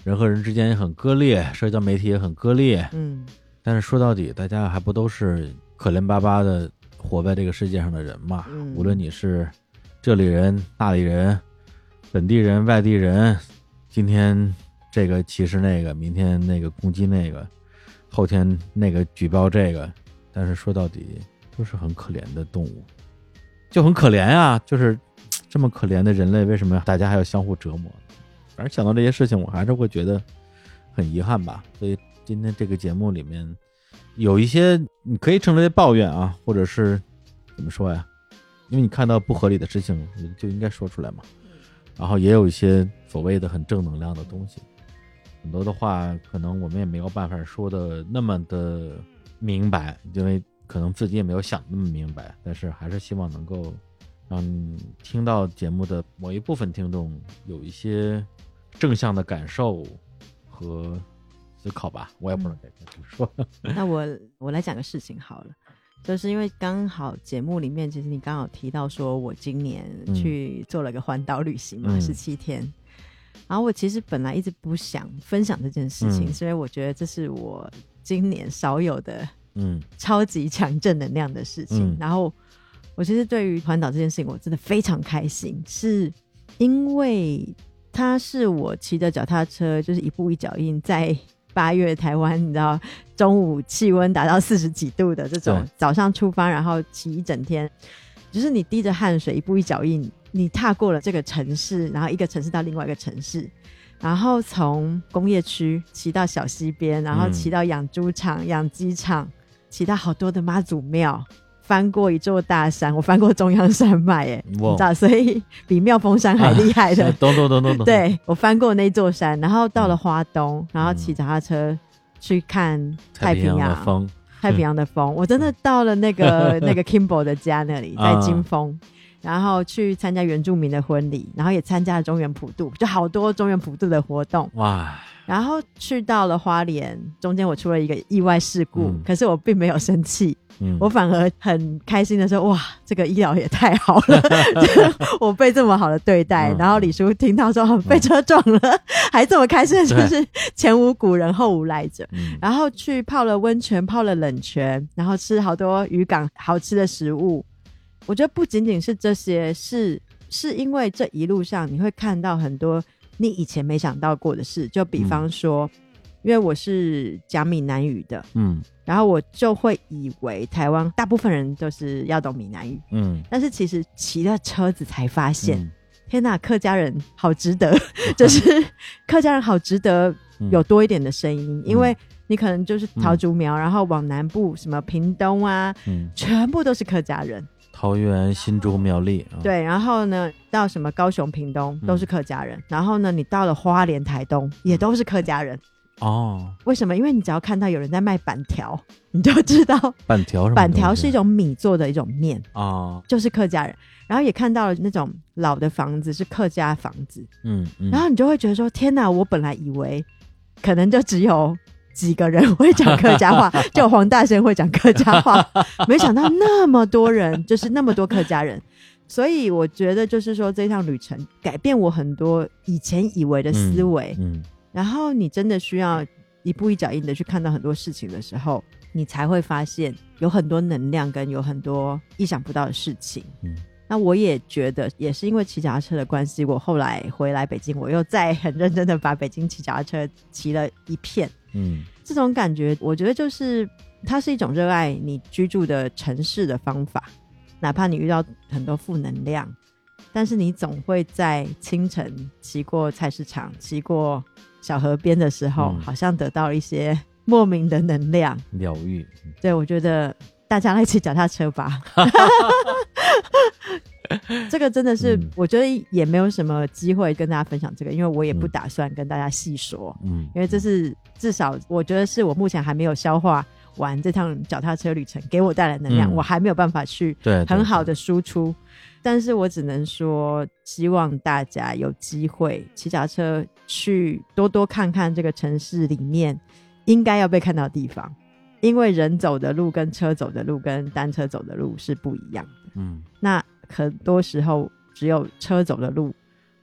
人和人之间也很割裂，社交媒体也很割裂，但是说到底大家还不都是可怜巴巴的活在这个世界上的人嘛，无论你是这里人那里人，本地人外地人，今天这个歧视那个，明天那个攻击那个，后天那个举报这个，但是说到底都是很可怜的动物，就很可怜啊，就是这么可怜的人类，为什么大家还要相互折磨？反正想到这些事情我还是会觉得很遗憾吧。所以今天这个节目里面有一些你可以称之为抱怨啊，或者是怎么说呀，因为你看到不合理的事情就应该说出来嘛，然后也有一些所谓的很正能量的东西，很多的话可能我们也没有办法说的那么的明白，因为可能自己也没有想那么明白，但是还是希望能够让听到节目的某一部分听众有一些正向的感受和思考吧，我也不知道该怎么说。 那我来讲个事情好了，就是因为刚好节目里面其实你刚好提到说我今年去做了个环岛旅行嘛，17天，然后我其实本来一直不想分享这件事情，所以我觉得这是我今年少有的超级强正能量的事情，然后我其实对于环岛这件事情我真的非常开心，是因为它是我骑着脚踏车就是一步一脚印，在8月台湾你知道中午气温达到40几度的这种，早上出发然后骑一整天，就是你滴着汗水一步一脚印，你踏过了这个城市，然后一个城市到另外一个城市，然后从工业区骑到小溪边，然后骑到养猪场养鸡场，骑到好多的妈祖庙，翻过一座大山，我翻过中央山脉耶，你知道，所以比妙峰山还厉害的， 懂， 对，我翻过那座山，然后到了花东，然后骑脚踏车去看太平洋的风，我真的到了那个Kimbo 的家那里，在金峰，然后去参加原住民的婚礼，然后也参加了中原普渡，就好多中原普渡的活动，哇！然后去到了花莲，中间我出了一个意外事故，可是我并没有生气，我反而很开心的说，哇，这个医疗也太好了，我被这么好的对待，然后李叔听到说被车撞了，还这么开心，就是前无古人后无来者，然后去泡了温泉，泡了冷泉，然后吃好多渔港好吃的食物。我觉得不仅仅是这些，是因为这一路上你会看到很多你以前没想到过的事，就比方说因为我是讲闽南语的，然后我就会以为台湾大部分人都是要懂闽南语，但是其实骑了车子才发现，天哪，客家人好值得就是客家人好值得有多一点的声音，因为你可能就是桃竹苗，然后往南部什么屏东啊，全部都是客家人， 桃园新竹苗栗， 对，然后呢到什么高雄屏东都是客家人，然后呢你到了花莲台东也都是客家人。为什么？因为你只要看到有人在卖板条，你就知道板条是一种米做的一种面就是客家人。然后也看到了那种老的房子是客家房子，然后你就会觉得说，天哪，我本来以为可能就只有几个人会讲客家话就黄大仙会讲客家话没想到那么多人，就是那么多客家人。所以我觉得就是说这趟旅程改变我很多以前以为的思维，然后你真的需要一步一脚印的去看到很多事情的时候，你才会发现有很多能量跟有很多意想不到的事情。那我也觉得也是因为骑脚踏车的关系，我后来回来北京，我又再很认真的把北京骑脚踏车骑了一片。这种感觉我觉得就是它是一种热爱你居住的城市的方法，哪怕你遇到很多负能量，但是你总会在清晨骑过菜市场骑过小河边的时候，好像得到一些莫名的能量疗愈。 对，我觉得大家来骑脚踏车吧这个真的是我觉得也没有什么机会跟大家分享这个，因为我也不打算跟大家细说，因为这是至少我觉得是我目前还没有消化完这趟脚踏车旅程给我带来能量，我还没有办法去很好的输出。但是我只能说希望大家有机会骑脚踏车去多多看看这个城市里面应该要被看到的地方，因为人走的路跟车走的路跟单车走的路是不一样的。那很多时候只有车走的路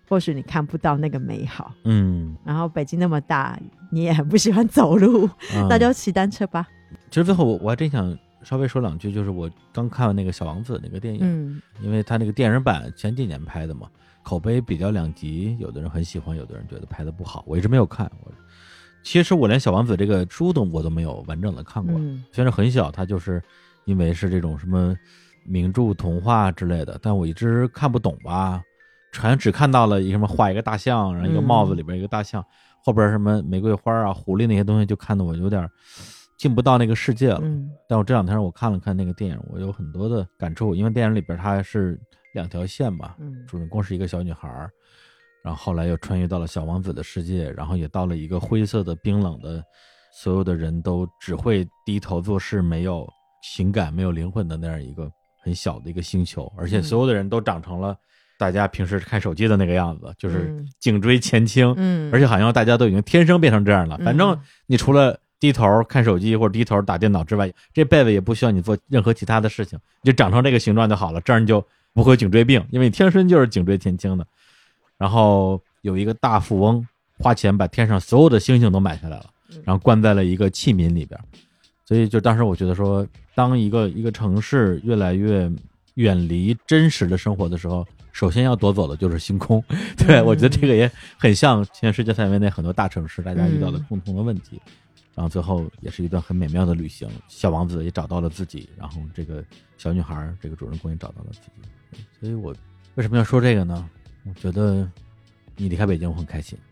或许你看不到那个美好。然后北京那么大，你也很不喜欢走路，那就骑单车吧。 其实最后我还真想稍微说两句，就是我刚看完那个小王子那个电影，因为他那个电影版前几年拍的嘛，口碑比较两极，有的人很喜欢，有的人觉得拍的不好，我一直没有看。其实我连小王子这个书我都没有完整的看过，虽然很小，他就是因为是这种什么名著童话之类的，但我一直看不懂吧，好像只看到了什么画一个大象，然后一个帽子里边一个大象，后边什么玫瑰花啊狐狸那些东西，就看得我有点进不到那个世界了。但我这两天我看了看那个电影，我有很多的感触，因为电影里边它是两条线吧，主人公是一个小女孩，然后后来又穿越到了小王子的世界，然后也到了一个灰色的冰冷的，所有的人都只会低头做事，没有情感没有灵魂的那样一个很小的一个星球，而且所有的人都长成了大家平时看手机的那个样子，就是颈椎前倾，而且好像大家都已经天生变成这样了，反正你除了低头看手机或者低头打电脑之外，这辈子也不需要你做任何其他的事情，你就长成这个形状就好了，这样你就不会有颈椎病，因为你天生就是颈椎前倾的。然后有一个大富翁花钱把天上所有的星星都买下来了，然后关在了一个器皿里边。所以就当时我觉得说，当一个城市越来越远离真实的生活的时候，首先要夺走的就是星空。对，我觉得这个也很像全世界范围内很多大城市大家遇到的共同的问题。然后最后也是一段很美妙的旅行，小王子也找到了自己，然后这个小女孩这个主人公也找到了自己。所以我为什么要说这个呢？我觉得你离开北京我很开心。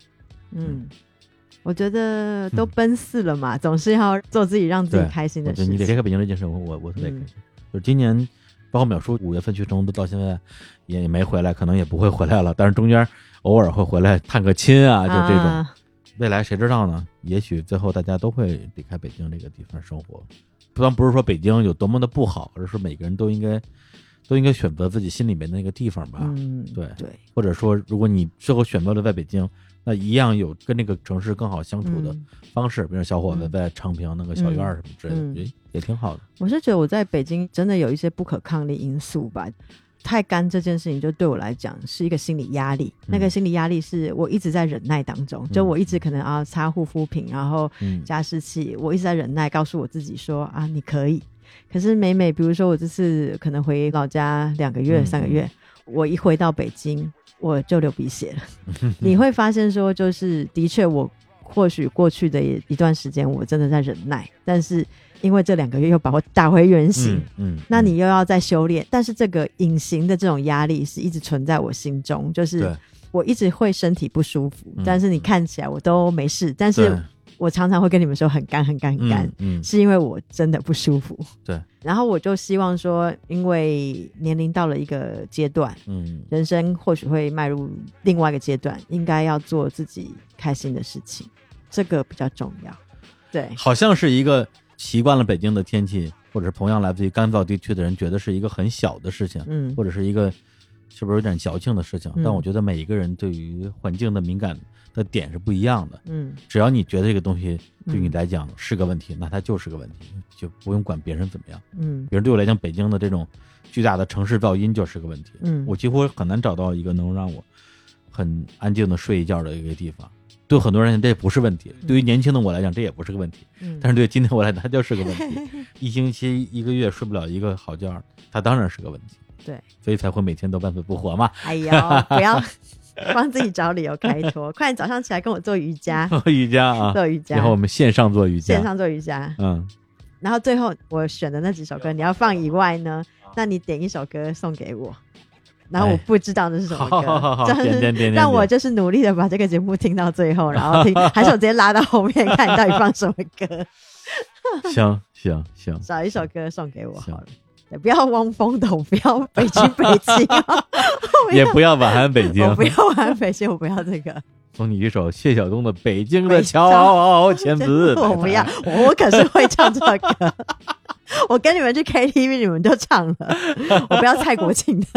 我觉得都奔四了嘛，总是要做自己让自己开心的事情。 你离开北京这件事我特别开心。就是今年包括淼叔5月份去成都，到现在也没回来，可能也不会回来了，但是中间偶尔会回来探个亲啊，就这种。未来谁知道呢？也许最后大家都会离开北京这个地方生活。不是说北京有多么的不好，而是每个人都应该选择自己心里面的那个地方吧。对，或者说如果你最后选择了在北京，那一样有跟这个城市更好相处的方式，比如小伙子在昌平弄个小院什么之类的，也挺好的。 我是觉得我在北京真的有一些不可抗力因素吧。太干这件事情就对我来讲是一个心理压力，那个心理压力是我一直在忍耐当中，就我一直可能要擦护肤品，然后加湿器，我一直在忍耐，告诉我自己说啊你可以。可是每比如说我这次可能回老家2个月3个月，我一回到北京我就流鼻血了。你会发现说就是的确我或许过去的一段时间我真的在忍耐，但是因为这2个月又把我打回原形，那你又要再修炼，但是这个隐形的这种压力是一直存在我心中，就是我一直会身体不舒服，但是你看起来我都没事，但是我常常会跟你们说很干很干很干，是因为我真的不舒服。 对， 然后我就希望说因为年龄到了一个阶段，人生或许会迈入另外一个阶段，应该要做自己开心的事情，这个比较重要。对， 好像是一个习惯了北京的天气，或者是同样来自于干燥地区的人觉得是一个很小的事情，或者是一个是不是有点矫情的事情，但我觉得每一个人对于环境的敏感的点是不一样的。只要你觉得这个东西对你来讲是个问题，那它就是个问题，就不用管别人怎么样。比如对我来讲，北京的这种巨大的城市噪音就是个问题。我几乎很难找到一个能让我很安静的睡一觉的一个地方。对很多人这不是问题，对于年轻的我来讲这也不是个问题，但是对今天我来讲它就是个问题。1星期1个月睡不了一个好觉，它当然是个问题。 对， 所以才会每天都半死不活嘛。 哎呦，不要帮自己找理由开脱，快点早上起来跟我做瑜伽。 瑜伽啊， 做瑜伽， 然后我们线上做瑜伽， 然后最后我选的那几首歌你要放以外呢，那你点一首歌送给我，然后我不知道那是什么歌，但我就是努力的把这个节目听到最后，然后听还是我直接拉到后面看你到底放什么歌。 行， 找一首歌送给我好了，不要汪峰的，我不要北京也不要晚安北京， 我不要晚安北京，我不要这个。 送你一首谢晓东的《北京的桥签字》。 我不要，我可是会唱这个歌。我跟你们去 KTV 你们就唱了，我不要蔡国庆的。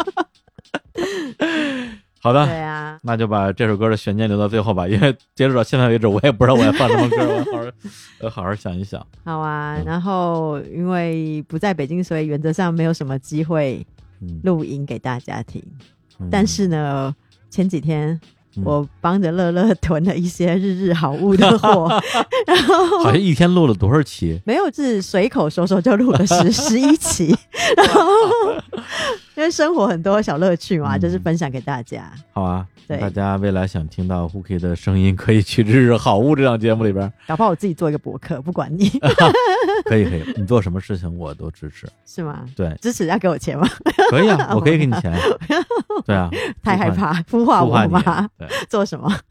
好的， 对啊， 那就把这首歌的悬念留到最后吧，因为截止到现在为止我也不知道我要放什么歌，我好好想一想。 好啊，然后因为不在北京，所以原则上没有什么机会录音给大家听，但是呢前几天我帮着乐乐囤了一些日好物的货，然后好像一天录了多少期？ 没有，是随口说说就录了11期，然后因为生活很多小乐趣嘛，就是分享给大家。 好啊，对，大家未来想听到 Huki 的声音，可以去日好物这档节目里边。 搞不好我自己做一个博客，不管你。 可以，你做什么事情我都支持。 是吗？ 对， 支持要给我钱吗？ 可以啊，我可以给你钱。对啊， 太害怕孵化我吗？做什么？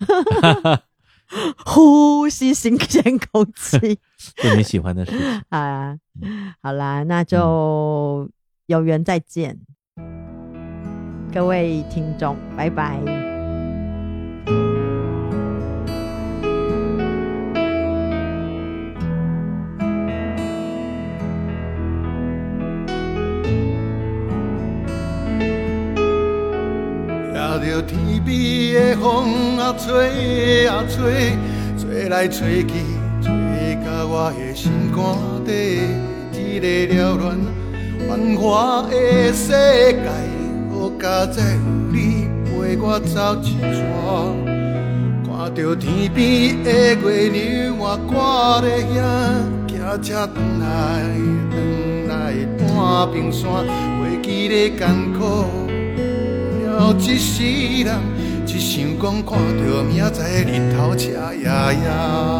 呼吸新鲜空气， 做你喜欢的事情啊。好啦，那就有缘再见，各位听众，拜拜。 着天边的风啊吹啊吹，吹来吹去，吹到我的心肝底。这个缭乱繁华的世界，好佳哉有你陪我走一撮。看着天边的月亮，我挂在遐，骑车转来半屏山，过去的艰苦。一世人，只想讲看到明仔日头赤夜夜，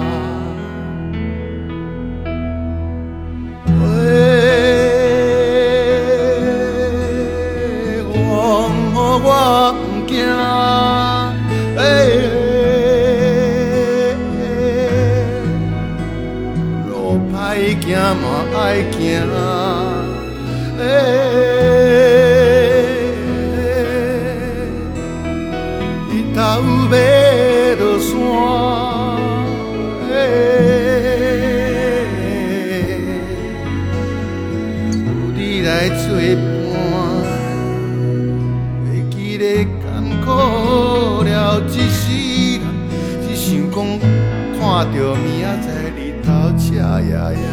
我不惊，路歹行嘛爱行，头要落山，有你来作伴，袂记得艰苦了一世人，只想讲看到明仔日头赤夜夜。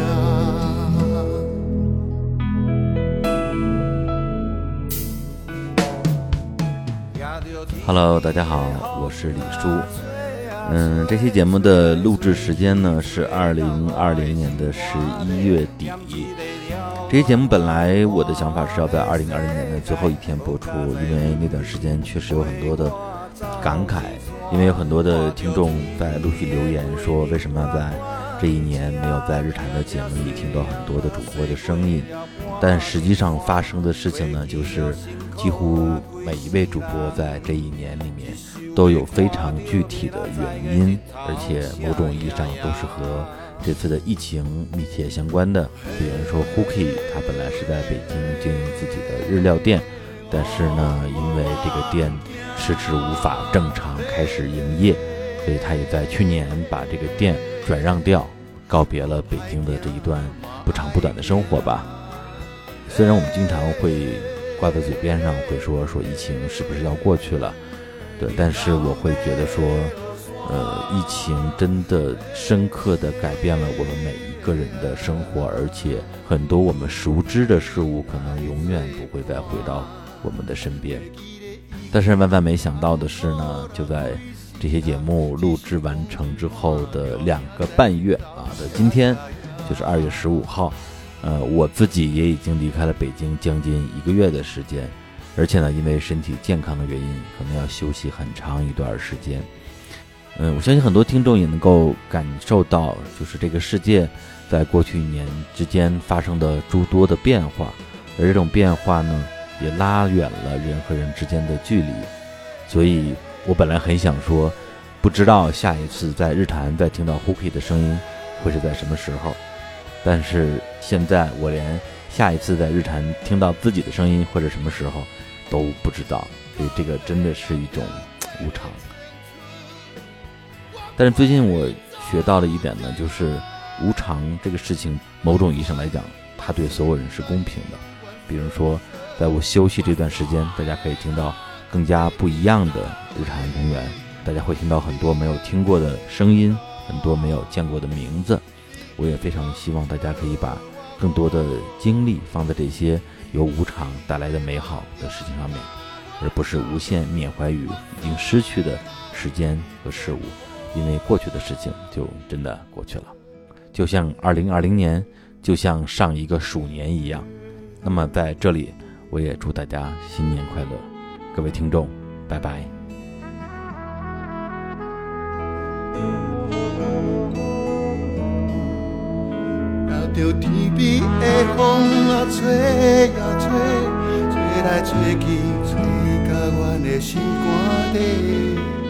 Hello， 大家好，我是李叔。这期节目的录制时间呢是2020年的11月底。这期节目本来我的想法是要在2020年的最后一天播出，因为那段时间确实有很多的感慨，因为有很多的听众在陆续留言说，为什么在这一年没有在日坛的节目里听到很多的主播的声音。但实际上发生的事情呢，就是几乎每一位主播在这一年里面都有非常具体的原因，而且某种意义上都是和这次的疫情密切相关的。比如说 Huki 他本来是在北京经营自己的日料店，但是呢因为这个店迟迟无法正常开始营业，所以他也在去年把这个店转让掉，告别了北京的这一段不长不短的生活吧。虽然我们经常会挂在嘴边上会说疫情是不是要过去了，对，但是我会觉得说疫情真的深刻地改变了我们每一个人的生活，而且很多我们熟知的事物可能永远不会再回到我们的身边。但是万万没想到的是呢，就在这些节目录制完成之后的2个半月的今天，就是2月15号，我自己也已经离开了北京将近1个月的时间，而且呢，因为身体健康的原因，可能要休息很长一段时间。我相信很多听众也能够感受到，就是这个世界在过去1年之间发生的诸多的变化，而这种变化呢，也拉远了人和人之间的距离。所以我本来很想说，不知道下一次在日坛再听到 Huki 的声音会是在什么时候，但是现在我连下一次在日坛听到自己的声音或者什么时候都不知道，所以这个真的是一种无常。但是最近我学到了一点呢，就是无常这个事情某种意义上来讲，它对所有人是公平的。比如说在我休息这段时间，大家可以听到更加不一样的日坛公园，大家会听到很多没有听过的声音，很多没有见过的名字。我也非常希望大家可以把更多的精力放在这些由无常带来的美好的事情上面。 而不是无限缅怀于已经失去的时间和事物，因为过去的事情就真的过去了，就像2020年，就像上一个鼠年一样。那么在这里，我也祝大家新年快乐，各位听众，拜拜。 着天边的风啊，吹啊吹，吹来吹去，吹到阮的心肝底。